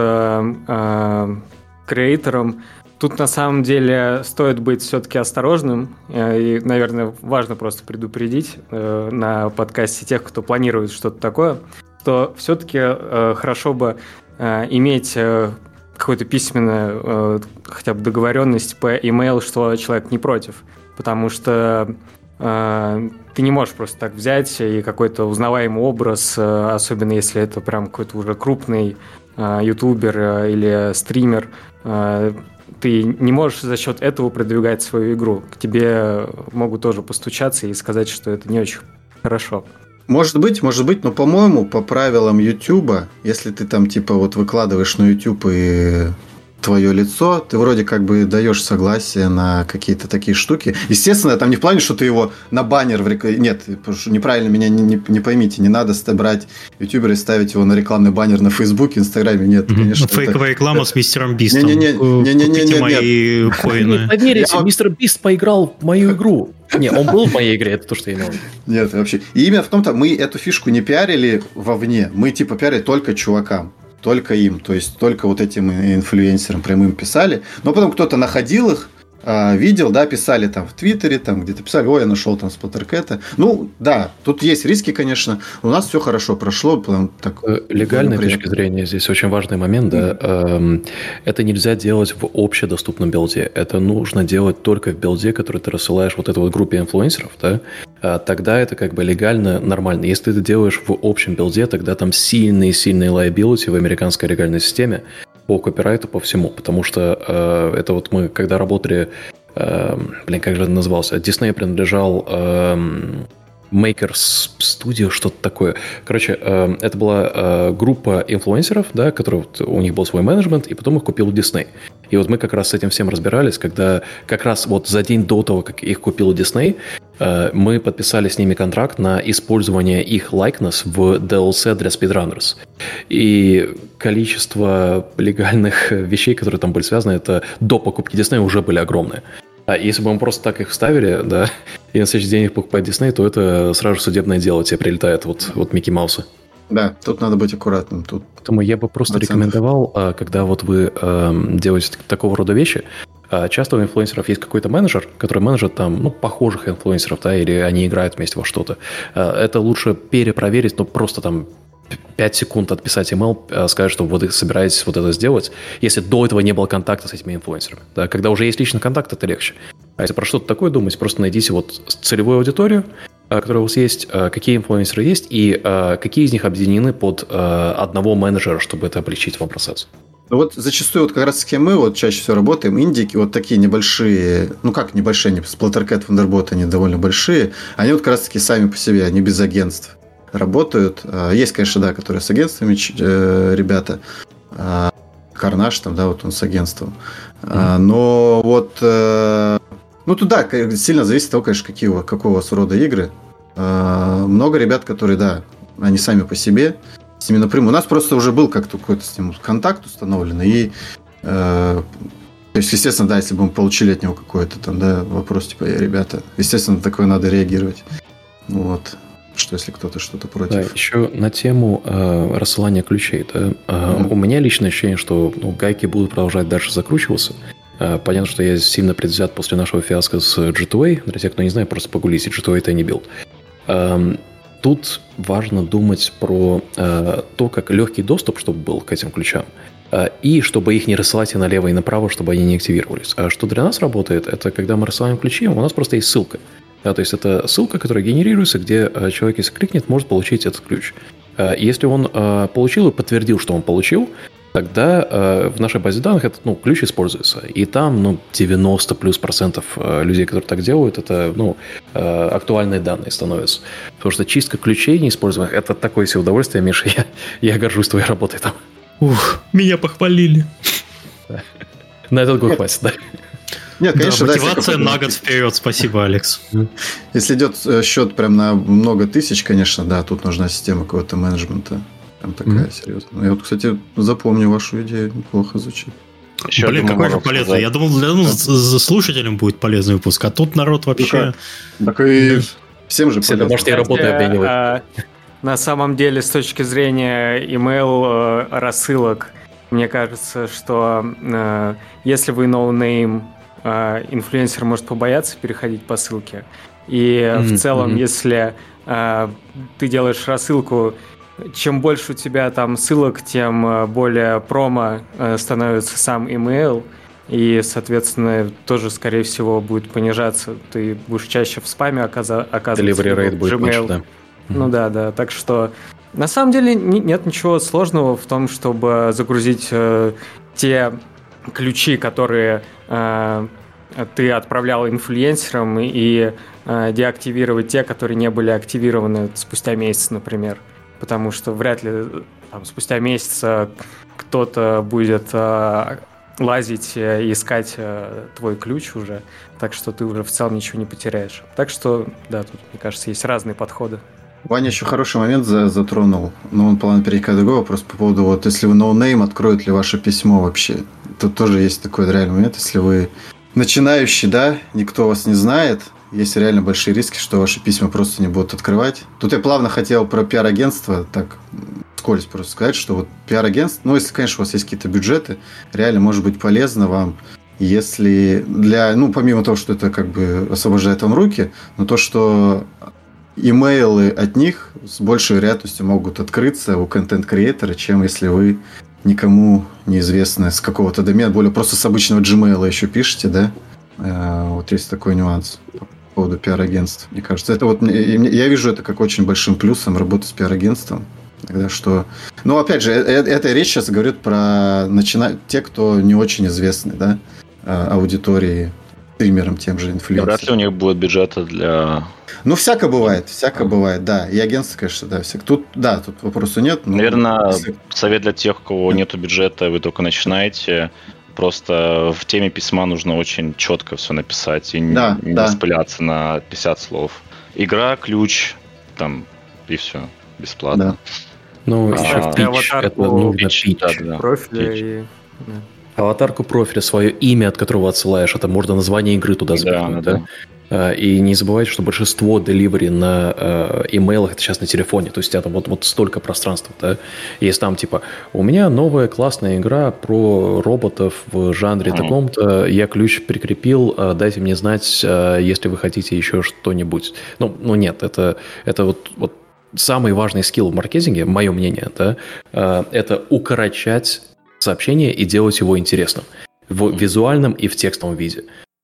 креатором. Тут на самом деле стоит быть все-таки осторожным. И, наверное, важно просто предупредить на подкасте тех, кто планирует что-то такое, что все-таки хорошо бы иметь какую-то письменную хотя бы договоренность по email, что человек не против. Потому что ты не можешь просто так взять и какой-то узнаваемый образ, особенно если это прям какой-то уже крупный ютубер или стример, ты не можешь за счет этого продвигать свою игру. К тебе могут тоже постучаться и сказать, что это не очень хорошо. Может быть, но, по-моему, по правилам Ютуба, если ты там типа вот выкладываешь на Ютуб и твое лицо, ты вроде как бы даешь согласие на какие-то такие штуки. Естественно, там не в плане, что ты его на баннер... Нет, неправильно меня не поймите, не надо брать ютубера и ставить его на рекламный баннер на Фейсбуке, Инстаграме, нет, конечно. Фейковая реклама с мистером Бистом. Не-не-не. Купите мои коины. Поверите, мистер Бист поиграл в мою игру. Не, он был в моей игре, это то, что я имел. Нет, вообще. И именно в том-то, мы эту фишку не пиарили вовне, мы типа пиарили только чувакам. Только им, то есть только вот этим инфлюенсерам прямым писали. Но потом кто-то находил их, видел, да, писали там в Твиттере, там где-то писали, ой, я нашел там Splattercat. Ну, да, тут есть риски, конечно. У нас все хорошо прошло. Так, легальной точки зрения здесь очень важный момент, да. Это нельзя делать в общедоступном билде. Это нужно делать только в билде, который ты рассылаешь вот этой вот группе инфлюенсеров, да. Тогда это как бы легально, нормально. Если ты это делаешь в общем билде, тогда там сильные liability в американской легальной системе по копирайту, по всему, потому что это вот мы, когда работали, как же это назывался, Disney принадлежал Makers Studio, что-то такое. Короче, это была группа инфлюенсеров, да, которые у них был свой менеджмент, и потом их купил Disney. И вот мы как раз с этим всем разбирались, когда как раз вот за день до того, как их купил Disney, мы подписали с ними контракт на использование их likeness в DLC для speedrunners. И количество легальных вещей, которые там были связаны, это до покупки Disney уже были огромные. А если бы мы просто так их вставили, да, и на следующий день их покупает Disney, то это сразу же судебное дело, тебе прилетает вот Микки Мауса. Да, тут надо быть аккуратным. Поэтому я бы просто рекомендовал, когда вот вы делаете такого рода вещи, часто у инфлюенсеров есть какой-то менеджер, который менеджер там, ну, похожих инфлюенсеров, да, или они играют вместе во что-то. Это лучше перепроверить, но просто там 5 секунд отписать email, сказать, что вы собираетесь вот это сделать, если до этого не было контакта с этими инфлюенсерами. Да, когда уже есть личный контакт, это легче. А если про что-то такое думать, просто найдите вот целевую аудиторию, которая у вас есть, какие инфлюенсеры есть и какие из них объединены под одного менеджера, чтобы это облегчить вам процесс. Ну вот зачастую вот как раз таки мы вот чаще всего работаем, индики, вот такие небольшие, ну как небольшие, они Splattercat, Wonderbot, они довольно большие, они вот как раз таки сами по себе, они без агентств работают. Есть, конечно, да, которые с агентствами ребята, Карнаж там, да, вот он с агентством. Но вот, ну туда сильно зависит от того, конечно, какого у вас рода игры. Много ребят, которые, да, они сами по себе, с ними напрямую. У нас просто уже был как-то какой-то с ним контакт установлен, и то есть, естественно, да, если бы мы получили от него какой-то там, да, вопрос, типа, ребята, естественно, на такое надо реагировать. Вот. Что если кто-то что-то против. Да, еще на тему рассылания ключей. Да, у меня личное ощущение, что гайки будут продолжать дальше закручиваться. Понятно, что я сильно предвзят после нашего фиаско с G2A. Для тех, кто не знает, просто погуглите G2A Tiny Build. Тут важно думать про то, как легкий доступ, чтобы был к этим ключам, и чтобы их не рассылать и налево, и направо, чтобы они не активировались. А что для нас работает, это когда мы рассылаем ключи, у нас просто есть ссылка. Да, то есть это ссылка, которая генерируется, где человек, если кликнет, может получить этот ключ. Если он получил и подтвердил, что он получил, тогда в нашей базе данных этот ключ используется. И там 90+% людей, которые так делают, это актуальные данные становятся. Потому что чистка ключей неиспользуемых – это такое себе удовольствие, Миша. Я горжусь твоей работой там. Меня похвалили. На этот год хватит, да. Нет, конечно, да, мотивация на год вперед. Спасибо, Алекс. Если идет счет прям на много тысяч, конечно, да, тут нужна система какого-то менеджмента. Прям такая серьезная. Я вот, кстати, запомню вашу идею, неплохо звучит. Блин, какой же полезный. Я думал, для слушателям будет полезный выпуск, а тут народ вообще... Так и всем же полезно. Может, и работы обменивать. На самом деле, с точки зрения email рассылок, мне кажется, что если вы ноунейм, инфлюенсер может побояться переходить по ссылке. И в целом, если ты делаешь рассылку, чем больше у тебя там ссылок, тем более промо становится сам email. И, соответственно, тоже, скорее всего, будет понижаться. Ты будешь чаще в спаме оказываться. Delivery rate будет меньше, да. Ну да. Так что, на самом деле, нет ничего сложного в том, чтобы загрузить те ключи, которые ты отправлял инфлюенсерам, и деактивировать те, которые не были активированы спустя месяц, например. Потому что вряд ли спустя месяц кто-то будет лазить и искать твой ключ уже. Так что ты уже в целом ничего не потеряешь. Так что, да, тут, мне кажется, есть разные подходы. Ваня еще хороший момент затронул. Но он плавно перейдет к другой вопрос по поводу, вот если вы ноунейм, откроет ли ваше письмо вообще. Тут тоже есть такой реальный момент. Если вы начинающий, да, никто вас не знает, есть реально большие риски, что ваши письма просто не будут открывать. Тут я плавно хотел про пиар-агентство так вскользь просто сказать, что вот пиар-агентство, ну, если, конечно, у вас есть какие-то бюджеты, реально может быть полезно вам, если помимо того, что это как бы освобождает вам руки, но то, что имейлы от них с большей вероятностью могут открыться у контент-криэйтора, чем если вы никому неизвестно с какого-то домена, более просто с обычного Gmail еще пишете, да? Вот есть такой нюанс по поводу пиар-агентств. Мне кажется, это вот я вижу это как очень большим плюсом работы с пиар-агентством. Тогда что... Ну, опять же, эта речь сейчас говорит про те, кто не очень известны, да, аудитории, стримерам, тем же инфлюенсерам. Вряд ли у них будет бюджета для... Ну, всяко бывает, да. И агентство, конечно, да. Тут вопроса нет. Наверное, совет для тех, у кого нету бюджета, вы только начинаете. Просто в теме письма нужно очень четко все написать и не распыляться на 50 слов. Игра, ключ, там, и все, бесплатно. Да. Ну, еще пич, это нужно пич. Профиля Аватарку профиля, свое имя, от которого отсылаешь, это можно название игры туда запихнуть, да? И не забывайте, что большинство delivery на имейлах это сейчас на телефоне, то есть это вот столько пространства, да. Если там типа у меня новая классная игра про роботов в жанре таком-то, я ключ прикрепил, дайте мне знать, если вы хотите еще что-нибудь. Ну нет, это вот самый важный скилл в маркетинге, мое мнение, да, это укорочать сообщение и делать его интересным в визуальном и в текстовом виде.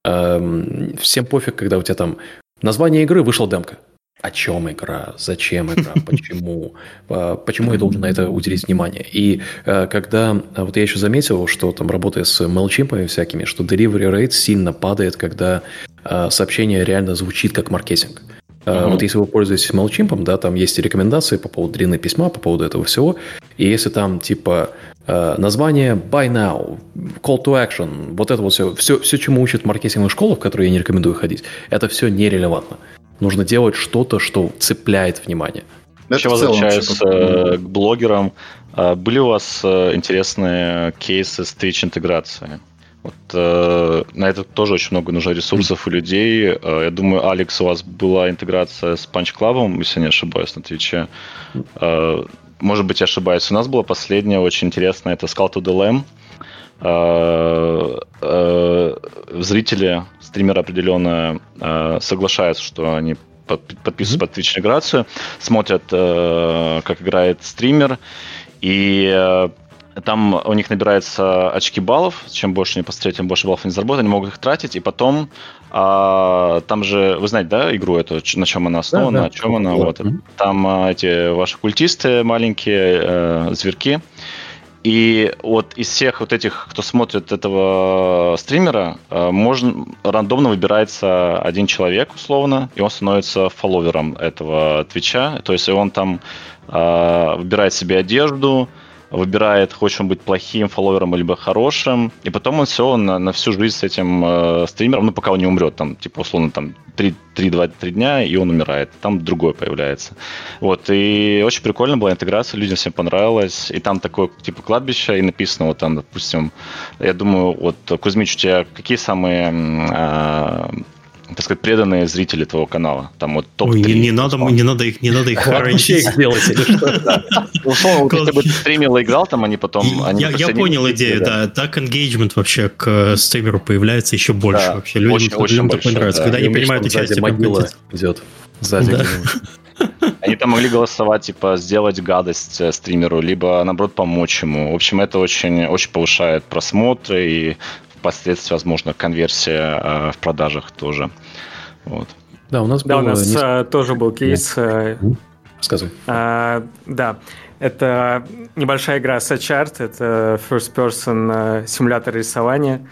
Всем пофиг, когда у тебя там название игры, вышла демка. О чем игра? Зачем игра? Почему? Почему я должен на это уделить внимание? И когда... Вот я еще заметил, что там, работая с MailChimp всякими, что delivery rate сильно падает, когда сообщение реально звучит как маркетинг. Вот если вы пользуетесь MailChimp, да, там есть рекомендации по поводу длины письма, по поводу этого всего. И если там типа название buy now, call to action, вот это вот все, чему учат маркетинговые школы, в которые я не рекомендую ходить, это все нерелевантно. Нужно делать что-то, что цепляет внимание. Еще возвращаясь к блогерам, были у вас интересные кейсы с Twitch-интеграцией? Вот, на это тоже очень много нужно ресурсов и людей. Я думаю, Алекс, у вас была интеграция с Punch Club, если не ошибаюсь, на Твиче. Может быть, я ошибаюсь. У нас была последняя, очень интересная, это Skull to the Lamb. Зрители, стримеры определенно соглашаются, что они подписываются под Twitch-интеграцию, смотрят, как играет стример, и там у них набираются очки баллов. Чем больше они посмотрят, тем больше баллов они заработают. Они могут их тратить, и потом там же, вы знаете, да, игру эту, на чем она основана, на чем она, вот. Там эти ваши культисты, маленькие зверьки. И вот из всех вот этих, кто смотрит этого стримера, рандомно выбирается один человек, условно, и он становится фолловером этого Твича. То есть он там выбирает себе одежду, выбирает, хочет он быть плохим фолловером либо хорошим, и потом он все на всю жизнь с этим стримером, пока он не умрет, там, типа, условно, там, 3 дня, и он умирает, там другой появляется. Вот, и очень прикольно была интеграция, людям всем понравилось, и там такое, типа, кладбище, и написано, вот там, допустим, я думаю, вот, Кузьмич, у тебя какие самые... так сказать, преданные зрители твоего канала. Там вот топ-3. Ой, не надо их хоронить. сделать или что? Условно, если бы ты стримил и играл, там они потом... Я понял идею, да. Так engagement вообще к стримеру появляется еще больше вообще. Людям такое нравится. Когда они принимают участие. Могила идет сзади. Они там могли голосовать, типа, сделать гадость стримеру, либо, наоборот, помочь ему. В общем, это очень, очень повышает просмотры и впоследствии, возможно, конверсия в продажах тоже. Вот. Да, у нас тоже был кейс. Рассказывай. Да, это небольшая игра Sachart, это first-person симулятор рисования,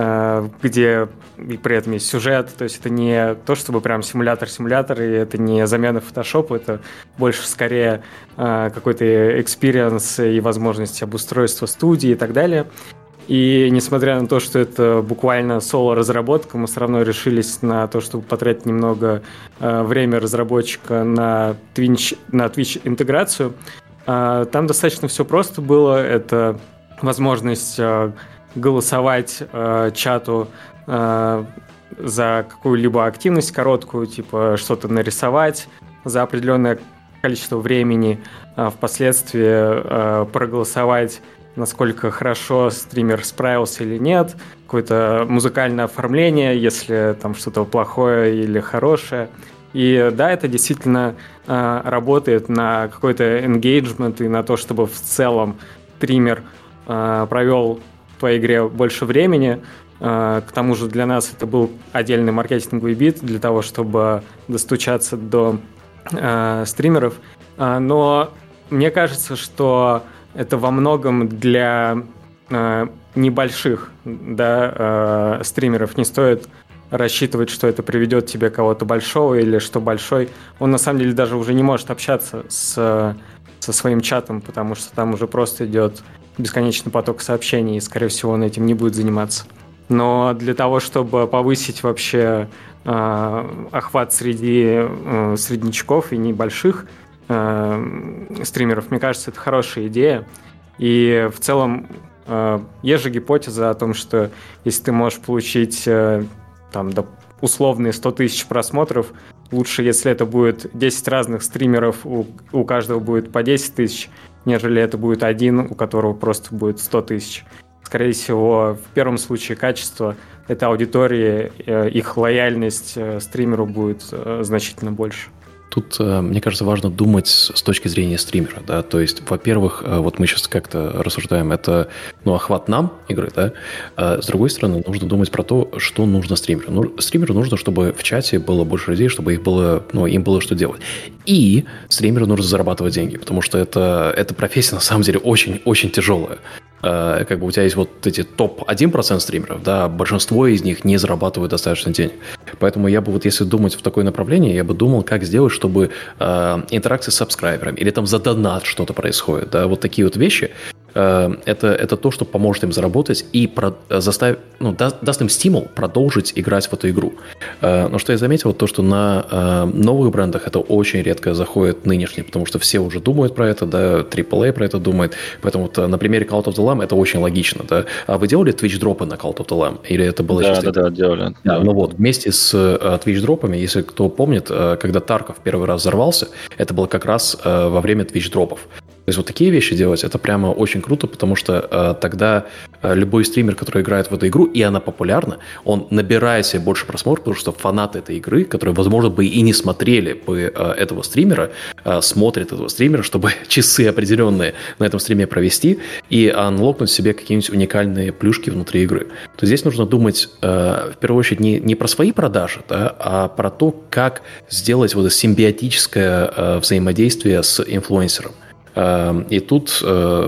где при этом есть сюжет, то есть это не то, чтобы прям симулятор, и это не замена фотошопа, это больше скорее какой-то экспириенс и возможность обустройства студии и так далее. И несмотря на то, что это буквально соло-разработка, мы все равно решились на то, чтобы потратить немного время разработчика на Twitch-интеграцию. Там достаточно все просто было. Это возможность голосовать чату за какую-либо активность короткую, типа что-то нарисовать за определенное количество времени, впоследствии проголосовать, насколько хорошо стример справился или нет, какое-то музыкальное оформление, если там что-то плохое или хорошее. И да, это действительно работает на какой-то engagement и на то, чтобы в целом стример провел в твоей игре больше времени. К тому же для нас это был отдельный маркетинговый бит для того, чтобы достучаться до стримеров. Но мне кажется, что это во многом для небольших стримеров. Не стоит рассчитывать, что это приведет тебе кого-то большого, или что большой, он на самом деле даже уже не может общаться со своим чатом, потому что там уже просто идет бесконечный поток сообщений, и, скорее всего, он этим не будет заниматься. Но для того, чтобы повысить вообще охват среди среднячков и небольших стримеров, мне кажется, это хорошая идея. И в целом есть же гипотеза о том, что если ты можешь получить условные 100 тысяч просмотров, лучше, если это будет 10 разных стримеров, у каждого будет по 10 тысяч, нежели это будет один, у которого просто будет 100 тысяч. Скорее всего, в первом случае качество этой аудитории, их лояльность стримеру будет значительно больше. Тут, мне кажется, важно думать с точки зрения стримера, да, то есть, во-первых, вот мы сейчас как-то рассуждаем, это, охват нам игры, да, а с другой стороны, нужно думать про то, что нужно стримеру. Стримеру нужно, чтобы в чате было больше людей, чтобы им было что делать. И стримеру нужно зарабатывать деньги, потому что эта профессия, на самом деле, очень-очень тяжелая. Как бы у тебя есть вот эти топ-1% стримеров, да, большинство из них не зарабатывают достаточно денег. Поэтому я бы если думать в такое направление, я бы думал, как сделать, чтобы интеракции с сабскрайберами или там за донат что-то происходит, да, вот такие вот вещи. Это то, что поможет им заработать и даст им стимул продолжить играть в эту игру. Но что я заметил, то, что на новых брендах это очень редко заходит нынешние, потому что все уже думают про это, да, AAA про это думает. Поэтому вот на примере Call of the Lamb это очень логично, да. А вы делали Twitch-дропы на Call of the Lamb? Или это было Да, делали. Да, вместе с Twitch-дропами, если кто помнит, когда Тарков первый раз взорвался, это было как раз во время Twitch-дропов. То есть вот такие вещи делать, это прямо очень круто, потому что тогда любой стример, который играет в эту игру, и она популярна, он набирает себе больше просмотров, потому что фанаты этой игры, которые, возможно, бы и не смотрели бы этого стримера, смотрят этого стримера, чтобы часы определенные на этом стриме провести и анлокнуть себе какие-нибудь уникальные плюшки внутри игры. То здесь нужно думать, в первую очередь, не про свои продажи, да, а про то, как сделать вот это симбиотическое взаимодействие с инфлюенсером. И тут,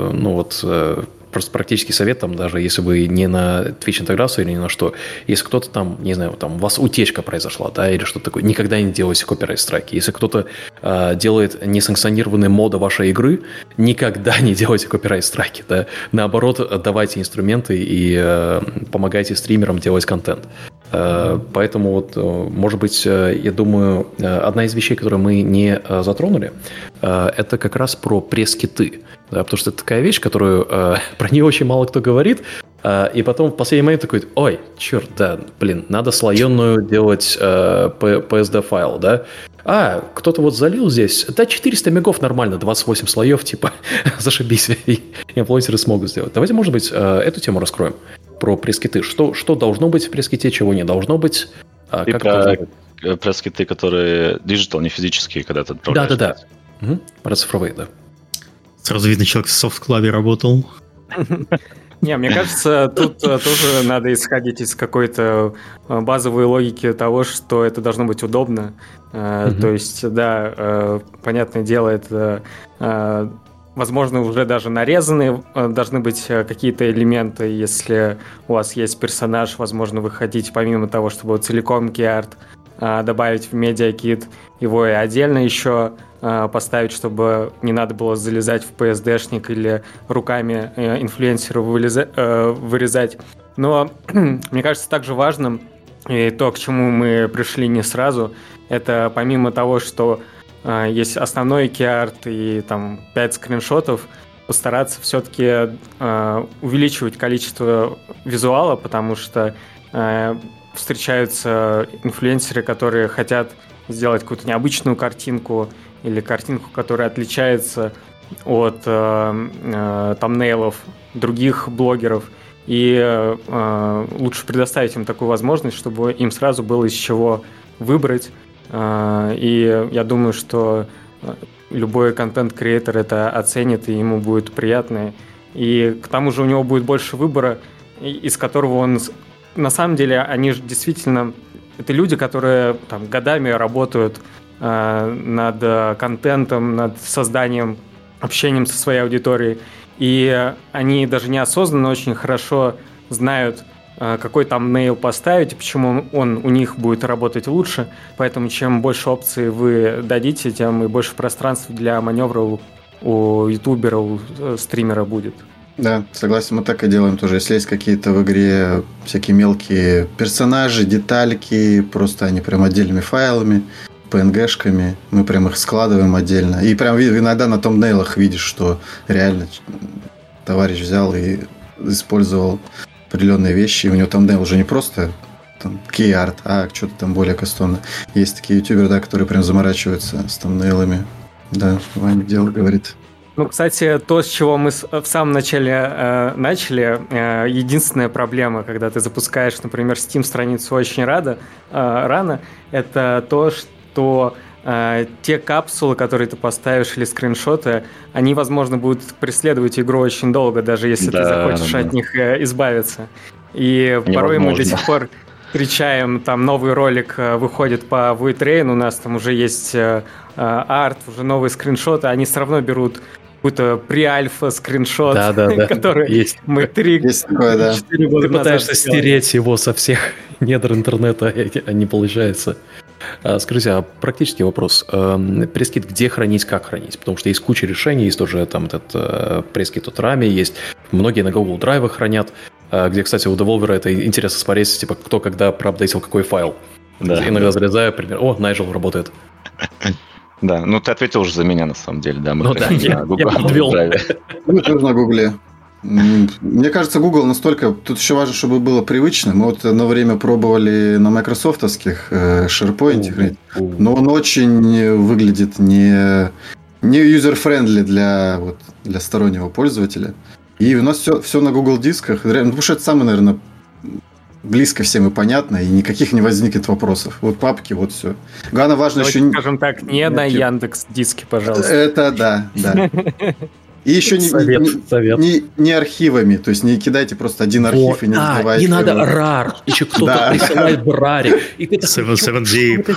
просто практический совет, там, даже если вы не на Twitch-интеграцию или ни на что, если кто-то там, не знаю, там у вас утечка произошла, да, или что-то такое, никогда не делайте копирайт-страйки. Если кто-то делает несанкционированные моды вашей игры, никогда не делайте копирайт-страйки, да. Наоборот, давайте инструменты и помогайте стримерам делать контент. Поэтому вот, может быть, я думаю, одна из вещей, которую мы не затронули, это как раз про пресс-киты. Да, потому что это такая вещь, которую про нее очень мало кто говорит, и потом в последний момент такой, ой, черт, да, надо слоеную делать PSD-файл, да? Кто-то вот залил здесь, да, 400 мегов нормально, 28 слоев, типа, зашибись, и инфлюенсеры смогут сделать. Давайте, может быть, эту тему раскроем про пресс-киты. Что должно быть в пресс-ките, чего не должно быть? И про пресс-киты, которые диджитал, не физические, когда ты отправляешь. Да. Угу. Про цифровые, да. Сразу видно, человек в софт-клабе работал. Не, мне кажется, тут тоже надо исходить из какой-то базовой логики того, что это должно быть удобно. То есть, да, понятное дело, это, возможно, уже даже нарезанные должны быть какие-то элементы. Если у вас есть персонаж, возможно, вы хотите, помимо того, чтобы целиком key-art добавить в медиакит, его и отдельно еще поставить, чтобы не надо было залезать в PSD-шник или руками инфлюенсера вырезать. Но мне кажется, также важным, и то, к чему мы пришли не сразу, это помимо того, что есть основной key-art и там 5 скриншотов, постараться все-таки увеличивать количество визуала, потому что встречаются инфлюенсеры, которые хотят сделать какую-то необычную картинку или картинку, которая отличается от тамнейлов других блогеров. И лучше предоставить им такую возможность, чтобы им сразу было из чего выбрать. И я думаю, что любой контент-креатор это оценит, и ему будет приятно. И к тому же у него будет больше выбора, из которого он... На самом деле, они же действительно... Это люди, которые там годами работают над контентом, над созданием, общением со своей аудиторией. И они даже неосознанно очень хорошо знают, какой там нейл поставить, и почему он у них будет работать лучше. Поэтому чем больше опций вы дадите, тем и больше пространства для маневра у ютубера, у стримера будет. Да, согласен, мы так и делаем тоже. Если есть какие-то в игре всякие мелкие персонажи, детальки, просто они прям отдельными файлами, PNG-шками, мы прям их складываем отдельно. И прям иногда на томнейлах видишь, что реально товарищ взял и использовал определенные вещи. И у него томнейл уже не просто там key-art, а что-то там более кастомное. Есть такие ютуберы, да, которые прям заморачиваются с томнейлами. Да, Ваня дело говорит. Ну, кстати, то, с чего мы в самом начале начали, единственная проблема, когда ты запускаешь, например, Steam-страницу очень рано, это то, что те капсулы, которые ты поставишь, или скриншоты, они, возможно, будут преследовать игру очень долго, даже если ты захочешь от них избавиться. И порой мы до сих пор встречаем, там новый ролик выходит по Void Rain, у нас там уже есть арт, уже новые скриншоты, они все равно берут какой-то pre-альфа скриншот, который есть. мы 3-4 года назад пытаешься стереть его со всех недр интернета, а не получается. Скажите, а практический вопрос. Пресс-кит где хранить, как хранить? Потому что есть куча решений, есть тоже там этот пресс-кит от Rami, есть многие на Google Drive хранят, где, кстати, у Devolver это интересно смотреть, типа, кто когда проапдейтил какой файл. Да, иногда залезаю, например, Найджел работает. Да, ну ты ответил уже за меня, на самом деле, да. Ну да, я подвел. Мы тоже на Гугле. Мне кажется, Google настолько... Тут еще важно, чтобы было привычно. Мы вот одно время пробовали на майкрософтовских SharePoint, но он очень выглядит не user-friendly для стороннего пользователя. И у нас все на Google дисках. Потому что это самое, наверное, близко всем и понятно, и никаких не возникнет вопросов. Вот папки, вот все. Главное, важно еще... Скажем так, не на Яндекс.Диске, пожалуйста. Это да. И еще не архивами, то есть не кидайте просто один архив и не разбивайте. Не надо RAR, еще кто-то присылает в RAR. 7zip.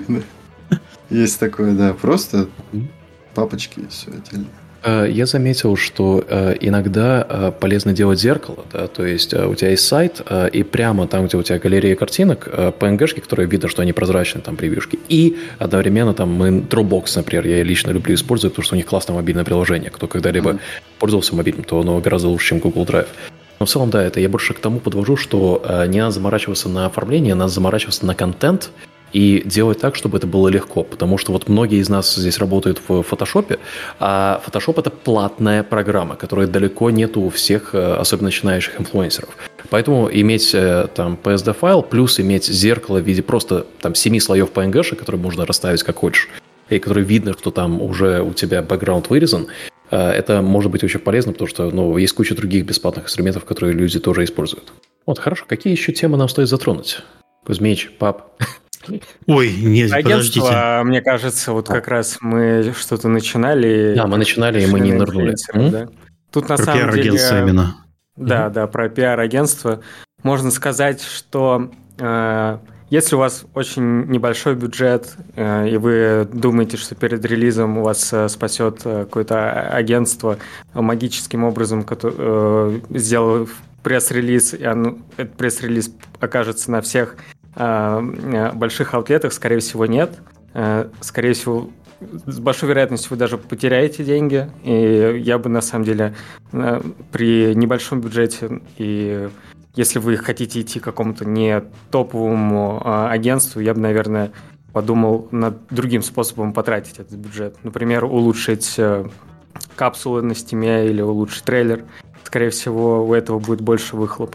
Есть такое, да, просто папочки и все отдельно. Я заметил, что иногда полезно делать зеркало, да, то есть у тебя есть сайт, и прямо там, где у тебя галерея картинок, PNG-шки, которые видно, что они прозрачные, там превьюшки, и одновременно там мы Dropbox, например, я лично люблю использовать, потому что у них классное мобильное приложение. Кто когда-либо пользовался мобильным, то оно гораздо лучше, чем Google Drive. Но в целом, да, это я больше к тому подвожу, что не надо заморачиваться на оформление, надо заморачиваться на контент, и делать так, чтобы это было легко. Потому что вот многие из нас здесь работают в Photoshop, а Photoshop — это платная программа, которой далеко нету у всех, особенно начинающих инфлюенсеров. Поэтому иметь там PSD-файл, плюс иметь зеркало в виде просто там 7 слоев PNG, которые можно расставить как хочешь, и которые видно, что там уже у тебя бэкграунд вырезан, это может быть очень полезно, потому что есть куча других бесплатных инструментов, которые люди тоже используют. Вот, хорошо. Какие еще темы нам стоит затронуть? Кузьмич, пап. Ой, нет, агентство, подождите. Мне кажется, вот как раз мы что-то начинали. Да, мы начинали, и мы не нырнули. Да? Тут на про самом деле... пиар-агентство именно. Да, про пиар-агентство. Можно сказать, что если у вас очень небольшой бюджет, и вы думаете, что перед релизом у вас спасет какое-то агентство магическим образом, сделав пресс-релиз, и этот пресс-релиз окажется на всех больших аутлетах, скорее всего, нет. Скорее всего, с большой вероятностью вы даже потеряете деньги. И я бы, на самом деле, при небольшом бюджете, и если вы хотите идти к какому-то не топовому агентству, я бы, наверное, подумал над другим способом потратить этот бюджет. Например, улучшить капсулы на Steam или улучшить трейлер. Скорее всего, у этого будет больше выхлопа.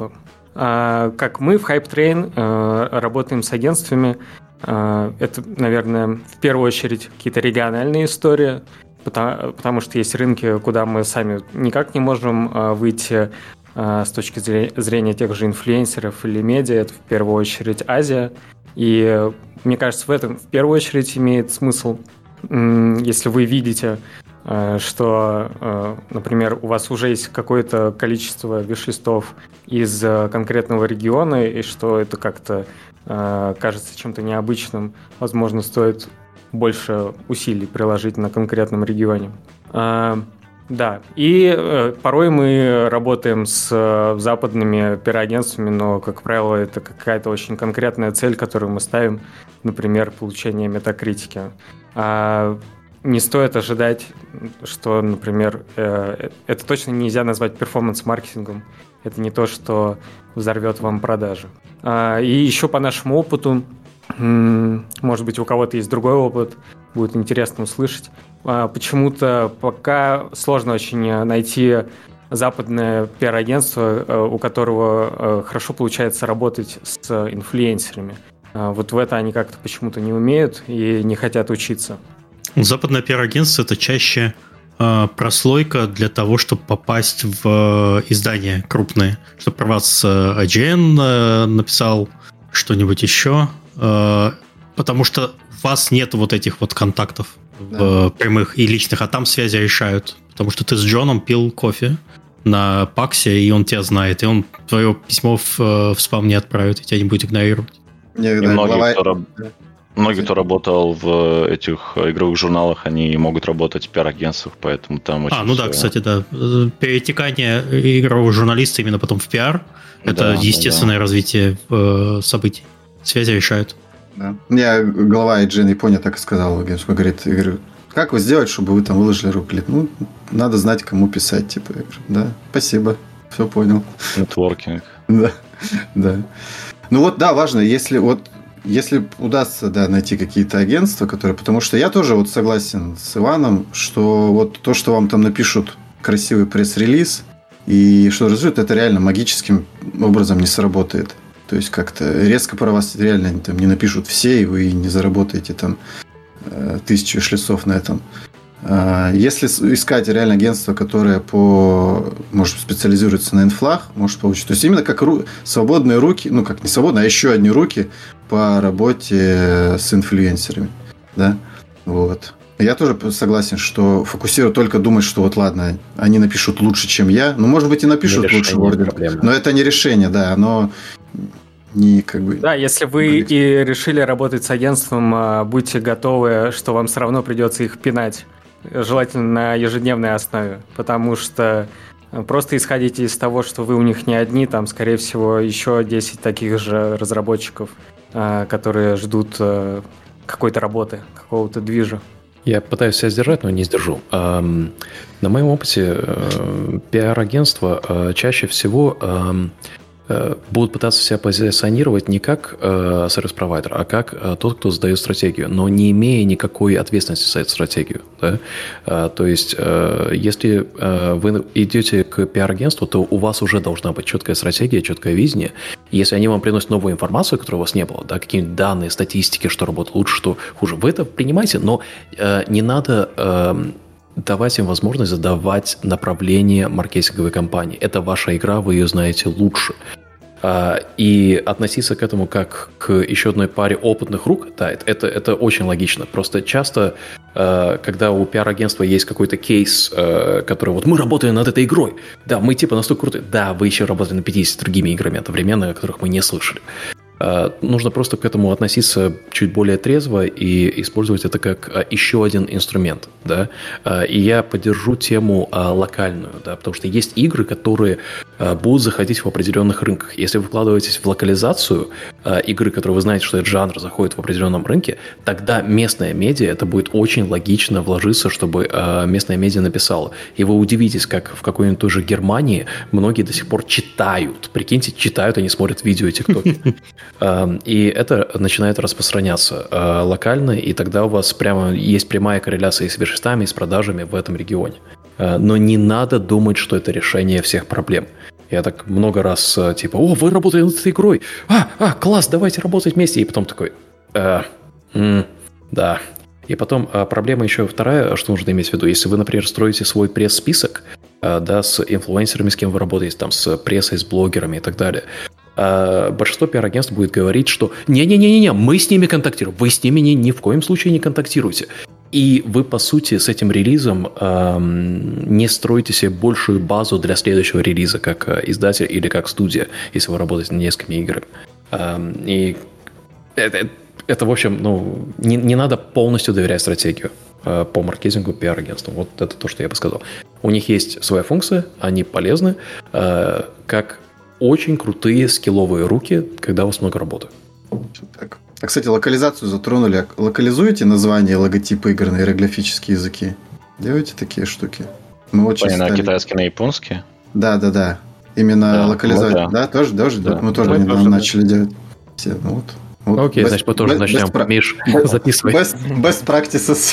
как мы в Hype Train работаем с агентствами, это, наверное, в первую очередь какие-то региональные истории, потому что есть рынки, куда мы сами никак не можем выйти с точки зрения тех же инфлюенсеров или медиа. Это в первую очередь Азия. И мне кажется, в этом в первую очередь имеет смысл, если вы видите, что, например, у вас уже есть какое-то количество виш-листов из конкретного региона, и что это как-то кажется чем-то необычным, возможно, стоит больше усилий приложить на конкретном регионе. Да, и порой мы работаем с западными пиар-агентствами, но, как правило, это какая-то очень конкретная цель, которую мы ставим, например, получение метакритики. Не стоит ожидать, что, например, это точно нельзя назвать перформанс-маркетингом. Это не то, что взорвет вам продажи. И еще по нашему опыту, может быть, у кого-то есть другой опыт, будет интересно услышать. Почему-то пока сложно очень найти западное пиар-агентство, у которого хорошо получается работать с инфлюенсерами. Вот в это они как-то почему-то не умеют и не хотят учиться. Западное пиар-агентство – это чаще прослойка для того, чтобы попасть в издания крупные. Чтобы про вас IGN написал что-нибудь еще. Потому что у вас нет вот этих вот контактов прямых и личных, а там связи решают. Потому что ты с Джоном пил кофе на Паксе, и он тебя знает, и он твое письмо в спам не отправит, и тебя не будет игнорировать. Многие, кто работал в этих игровых журналах, они могут работать в пиар-агентствах, поэтому там очень... да, кстати, да. Перетекание игрового журналиста именно потом в пиар – это естественное развитие событий. Связи решают. Да. Мне глава IGN Япония так и сказал, говорит, я говорю, как вы сделать, чтобы вы там выложили руку? Говорит, надо знать, кому писать. Типа, я говорю, да, спасибо, все понял. Нетворкинг. Да. Важно, если удастся, найти какие-то агентства, которые... Потому что я тоже согласен с Иваном, что то, что вам там напишут красивый пресс-релиз и что развьют, это реально магическим образом не сработает. То есть как-то резко про вас реально там не напишут все, и вы не заработаете там 1000 шлицов на этом. Если искать реально агентство, которое может специализируется на инфлах, может получить. То есть именно как свободные руки, как не свободные, а еще одни руки по работе с инфлюенсерами. Да? Вот. Я тоже согласен, что фокусировать только думать, что ладно, они напишут лучше, чем я. Может быть, и напишут лучше Word, но это не решение, да, оно не Да, если вы и решили работать с агентством, будьте готовы, что вам все равно придется их пинать. Желательно на ежедневной основе, потому что просто исходите из того, что вы у них не одни, там, скорее всего, еще 10 таких же разработчиков, которые ждут какой-то работы, какого-то движа. Я пытаюсь себя сдержать, но не сдержу. На моем опыте пиар-агентства чаще всего будут пытаться себя позиционировать не как сервис-провайдер, а как тот, кто задает стратегию, но не имея никакой ответственности за эту стратегию. Да? То есть, если вы идете к пиар-агентству, то у вас уже должна быть четкая стратегия, четкое видение. Если они вам приносят новую информацию, которой у вас не было, да, какие-нибудь данные, статистики, что работает лучше, что хуже, вы это принимаете, но не надо... давать им возможность задавать направление маркетинговой кампании. Это ваша игра, вы ее знаете лучше. И относиться к этому как к еще одной паре опытных рук, да, это очень логично. Просто часто, когда у пиар-агентства есть какой-то кейс, который мы работаем над этой игрой, да, мы настолько крутые, да, вы еще работаете над 50 другими играми одновременно, о которых мы не слышали. Нужно просто к этому относиться чуть более трезво и использовать это как еще один инструмент. Да? И я поддержу тему локальную, да? Потому что есть игры, которые будут заходить в определенных рынках. Если вы вкладываетесь в локализацию игры, которые вы знаете, что этот жанр заходит в определенном рынке, тогда местная медиа, это будет очень логично вложиться, чтобы местная медиа написала. И вы удивитесь, как в какой-нибудь той же Германии многие до сих пор читают. Прикиньте, читают, они смотрят видео и тиктоки. И это начинает распространяться локально, и тогда у вас есть прямая корреляция и с виш-листами, и с продажами в этом регионе. Но не надо думать, что это решение всех проблем. Я так много раз типа, о, вы работаете над этой игрой, класс, давайте работать вместе. И потом такой, да. И потом проблема еще вторая, что нужно иметь в виду. Если вы, например, строите свой пресс-список, да, с инфлюенсерами, с кем вы работаете, там, с прессой, с блогерами и так далее, большинство пиар-агентств будет говорить, что не-не-не-не, мы с ними контактируем, вы с ними ни в коем случае не контактируете. И вы, по сути, с этим релизом не строите себе большую базу для следующего релиза, как издатель или как студия, если вы работаете над несколькими играми. И это, в общем, не надо полностью доверять стратегию по маркетингу пиар-агентствам. Вот это то, что я бы сказал. У них есть своя функция, они полезны, как очень крутые скилловые руки, когда у вас много работы. Так. А, кстати, локализацию затронули. Локализуете названия, логотипы игр на иероглифические языки? Делаете такие штуки? Мы очень на китайский, на японский? Да. Именно локализовать. Да, тоже? Да. Мы тоже недавно начали делать. Все, Окей, значит, мы тоже начнем. Миш, записывай. Best practices.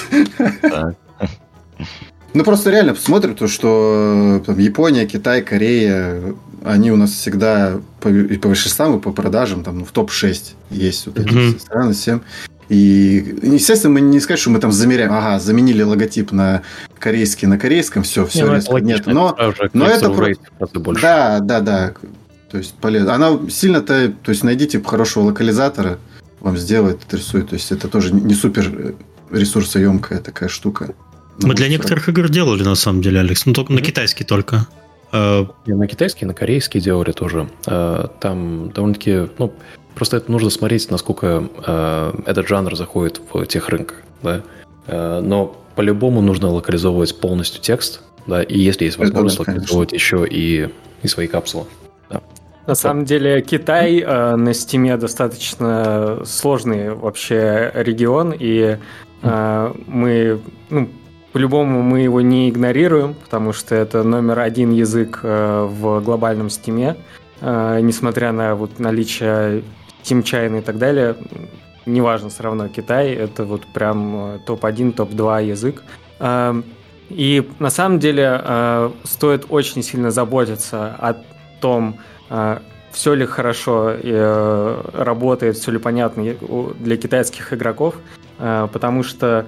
Просто реально посмотрим, то, что там, Япония, Китай, Корея, они у нас всегда и по вышестам, и по продажам там, в топ-6 есть вот эти страны, 7. И, естественно, мы не скажем, что мы там замеряем, заменили логотип на корейский, на корейском, все резко. Нет, но это просто... Да. То есть полезно. Она сильно-то... То есть найдите хорошего локализатора, вам сделает, отрисует. То есть это тоже не супер ресурсоемкая такая штука. Мы для некоторых игр делали, на самом деле, Алекс. Только на китайский только. На китайский, на корейский делали тоже. Там довольно-таки... просто это нужно смотреть, насколько этот жанр заходит в тех рынках. Да? Но по-любому нужно локализовывать полностью текст. Да? И если есть возможность, локализовывать еще и свои капсулы. Да. На самом деле Китай на Steam достаточно сложный вообще регион, и мы, по-любому мы его не игнорируем, потому что это номер один язык в глобальном Steam, несмотря на наличие Steam China и так далее, неважно, все равно Китай, это прям топ-1, топ-2 язык. И на самом деле стоит очень сильно заботиться о том, все ли хорошо работает, все ли понятно для китайских игроков, потому что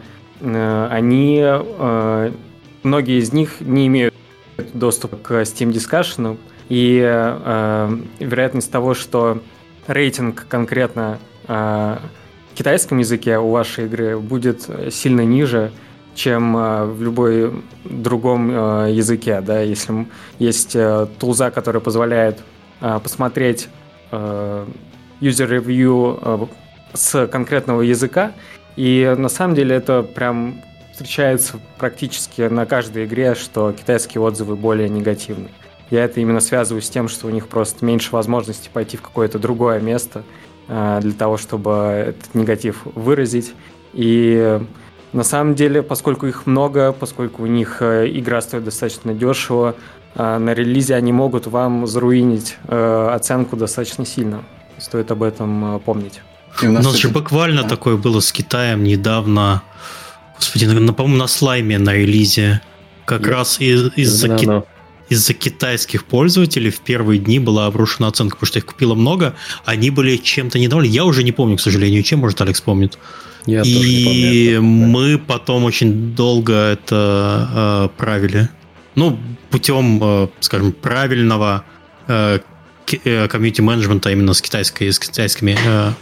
многие из них не имеют доступа к Steam Discussion, и вероятность того, что рейтинг конкретно в китайском языке у вашей игры будет сильно ниже, чем в любой другом языке. Да? Если есть тулза, которая позволяет посмотреть user review с конкретного языка, и на самом деле это прям встречается практически на каждой игре, что китайские отзывы более негативны. Я это именно связываю с тем, что у них просто меньше возможностей пойти в какое-то другое место для того, чтобы этот негатив выразить. И на самом деле, поскольку их много, поскольку у них игра стоит достаточно дешево, на релизе они могут вам заруинить оценку достаточно сильно. Стоит об этом помнить. У нас же буквально такое было с Китаем недавно. Господи, по-моему, на слайме на релизе. Как раз из-за китайских пользователей в первые дни была обрушена оценка, потому что их купило много. Они были чем-то недовольны. Я уже не помню, к сожалению, чем, может, Алекс помнит. Я тоже не помню. Мы потом очень долго это правили. Путем, скажем, правильного комьюнити-менеджмента именно с китайскими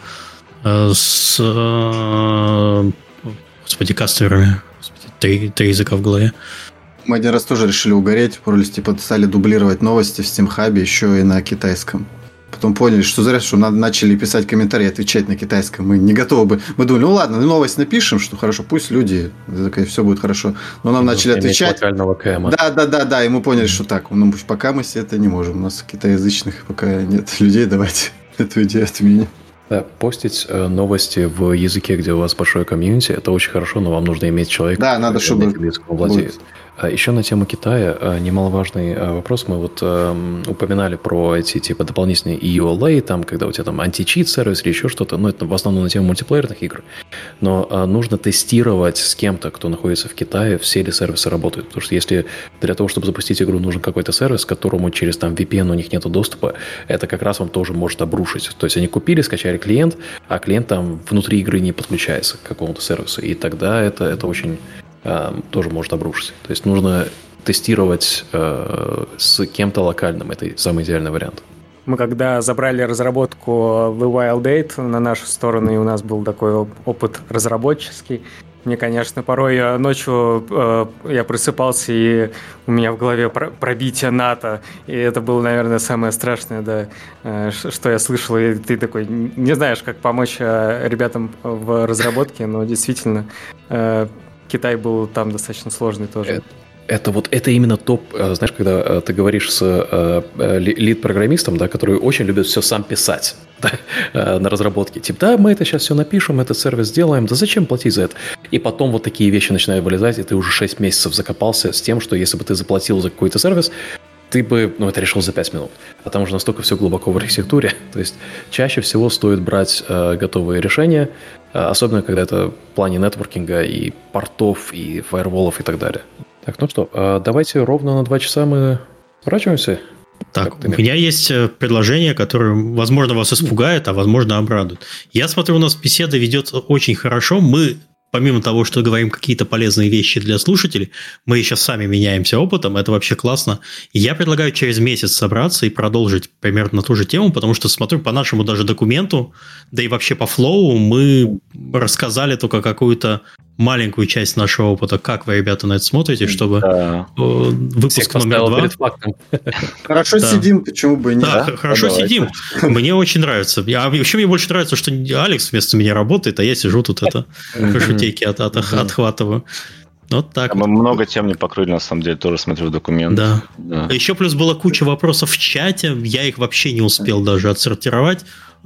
кастерами. Три языка в голове. Мы один раз тоже решили угореть, стали дублировать новости в Steam Hub еще и на китайском. Потом поняли, что зря, что начали писать комментарии, отвечать на китайском. Мы не готовы бы. Мы думали, ладно, новость напишем, что хорошо, пусть люди, все будет хорошо. Но нам начали отвечать. Да. И мы поняли, что так, пока мы себе это не можем. У нас китаязычных пока нет людей, давайте эту идею отменим. Да, постить новости в языке, где у вас большое комьюнити, это очень хорошо, но вам нужно иметь человека, который английским владеет. Еще на тему Китая немаловажный вопрос. Мы вот упоминали про эти типа дополнительные EULA, там, когда у тебя там анти-чит сервис или еще что-то, но это в основном на тему мультиплеерных игр. Но нужно тестировать с кем-то, кто находится в Китае, все ли сервисы работают. Потому что если для того, чтобы запустить игру, нужен какой-то сервис, к которому через там VPN у них нет доступа, это как раз вам тоже может обрушить. То есть они купили, скачали клиент, а клиент там внутри игры не подключается к какому-то сервису. И тогда это очень... тоже может обрушиться. То есть нужно тестировать с кем-то локальным. Это самый идеальный вариант. Мы когда забрали разработку в Wild Date на нашу сторону, и у нас был такой опыт разработческий, мне, конечно, порой ночью я просыпался, и у меня в голове пробитие НАТО, и это было, наверное, самое страшное, да, что я слышал, и ты такой не знаешь, как помочь ребятам в разработке, но действительно... Китай был там достаточно сложный тоже. Это именно топ, знаешь, когда ты говоришь с лид-программистом, да, который очень любит все сам писать, да, на разработке. Типа, да, мы это сейчас все напишем, этот сервис сделаем, да зачем платить за это? И потом вот такие вещи начинают вылезать, и ты уже 6 месяцев закопался с тем, что если бы ты заплатил за какой-то сервис, ты бы, это решил за 5 минут. А там уже настолько все глубоко в архитектуре. То есть чаще всего стоит брать готовые решения, особенно когда это в плане нетворкинга и портов, и фаерволов и так далее. Так, ну что, давайте ровно на 2 часа мы сворачиваемся. Так, у меня есть предложение, которое, возможно, вас испугает, а возможно, обрадует. Я смотрю, у нас беседа ведется очень хорошо. Мы, помимо того, что говорим какие-то полезные вещи для слушателей, мы еще сами меняемся опытом, это вообще классно. И я предлагаю через месяц собраться и продолжить примерно на ту же тему, потому что, смотрю, по нашему даже документу, да и вообще по флоу, мы рассказали только какую-то маленькую часть нашего опыта. Как вы, ребята, на это смотрите, чтобы выпуск номер 2... Хорошо сидим, почему бы и нет? Да, хорошо сидим. Мне очень нравится. Еще мне больше нравится, что Алекс вместо меня работает, а я сижу тут шутейки отхватываю. Вот так. Мы много тем не покрыли, на самом деле, тоже смотрю документ. Да. Еще плюс была куча вопросов в чате, я их вообще не успел даже отсортировать.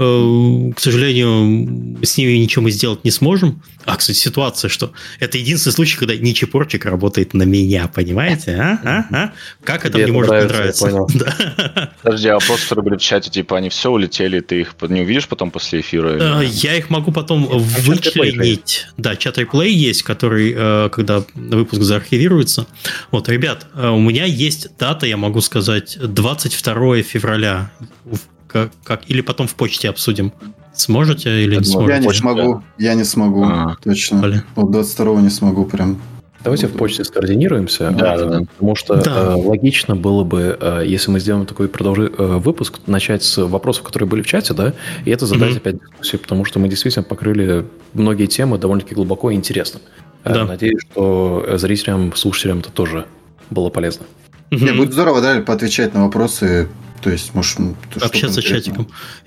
К сожалению, с ними ничего мы сделать не сможем. Кстати, ситуация, что это единственный случай, когда ничепорчик работает на меня, понимаете? Как это мне может не нравиться? Подожди, а вопросы, которые были в чате, типа, они все улетели, ты их не увидишь потом после эфира? Я их могу потом вычленить. Да, чат реплей есть, который, когда выпуск заархивируется. Вот, ребят, у меня есть дата, я могу сказать, 22 февраля. Или потом в почте обсудим. Сможете или не сможете? Я не смогу, точно. Вот 22-го не смогу прям. Давайте в почте скоординируемся, потому что логично было бы, если мы сделаем такой выпуск, начать с вопросов, которые были в чате, да, и это задать опять дискуссию, потому что мы действительно покрыли многие темы довольно-таки глубоко и интересно. Надеюсь, что зрителям, слушателям это тоже было полезно. Будет здорово, да, поотвечать на вопросы. То есть, может, общаться чатиком.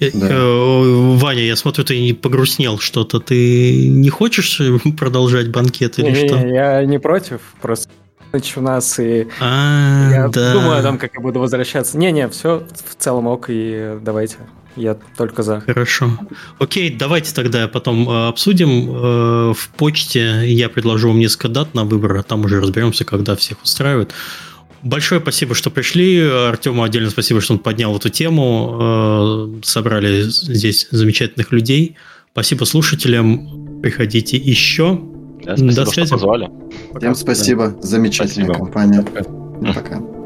Ваня, я смотрю, ты не погрустнел что-то. Ты не хочешь продолжать банкет или что? Я не против. Просто ночь у нас, и я думаю о том, как я буду возвращаться. Не, все в целом ок, и давайте. Я только за. Хорошо. Окей, давайте тогда потом обсудим. В почте я предложу вам несколько дат на выбор, а там уже разберемся, когда всех устраивает. Большое спасибо, что пришли. Артему отдельно спасибо, что он поднял эту тему. Собрали здесь замечательных людей. Спасибо слушателям. Приходите еще. Спасибо, до связи. Что позвали. Всем спасибо. Замечательная компания. Пока.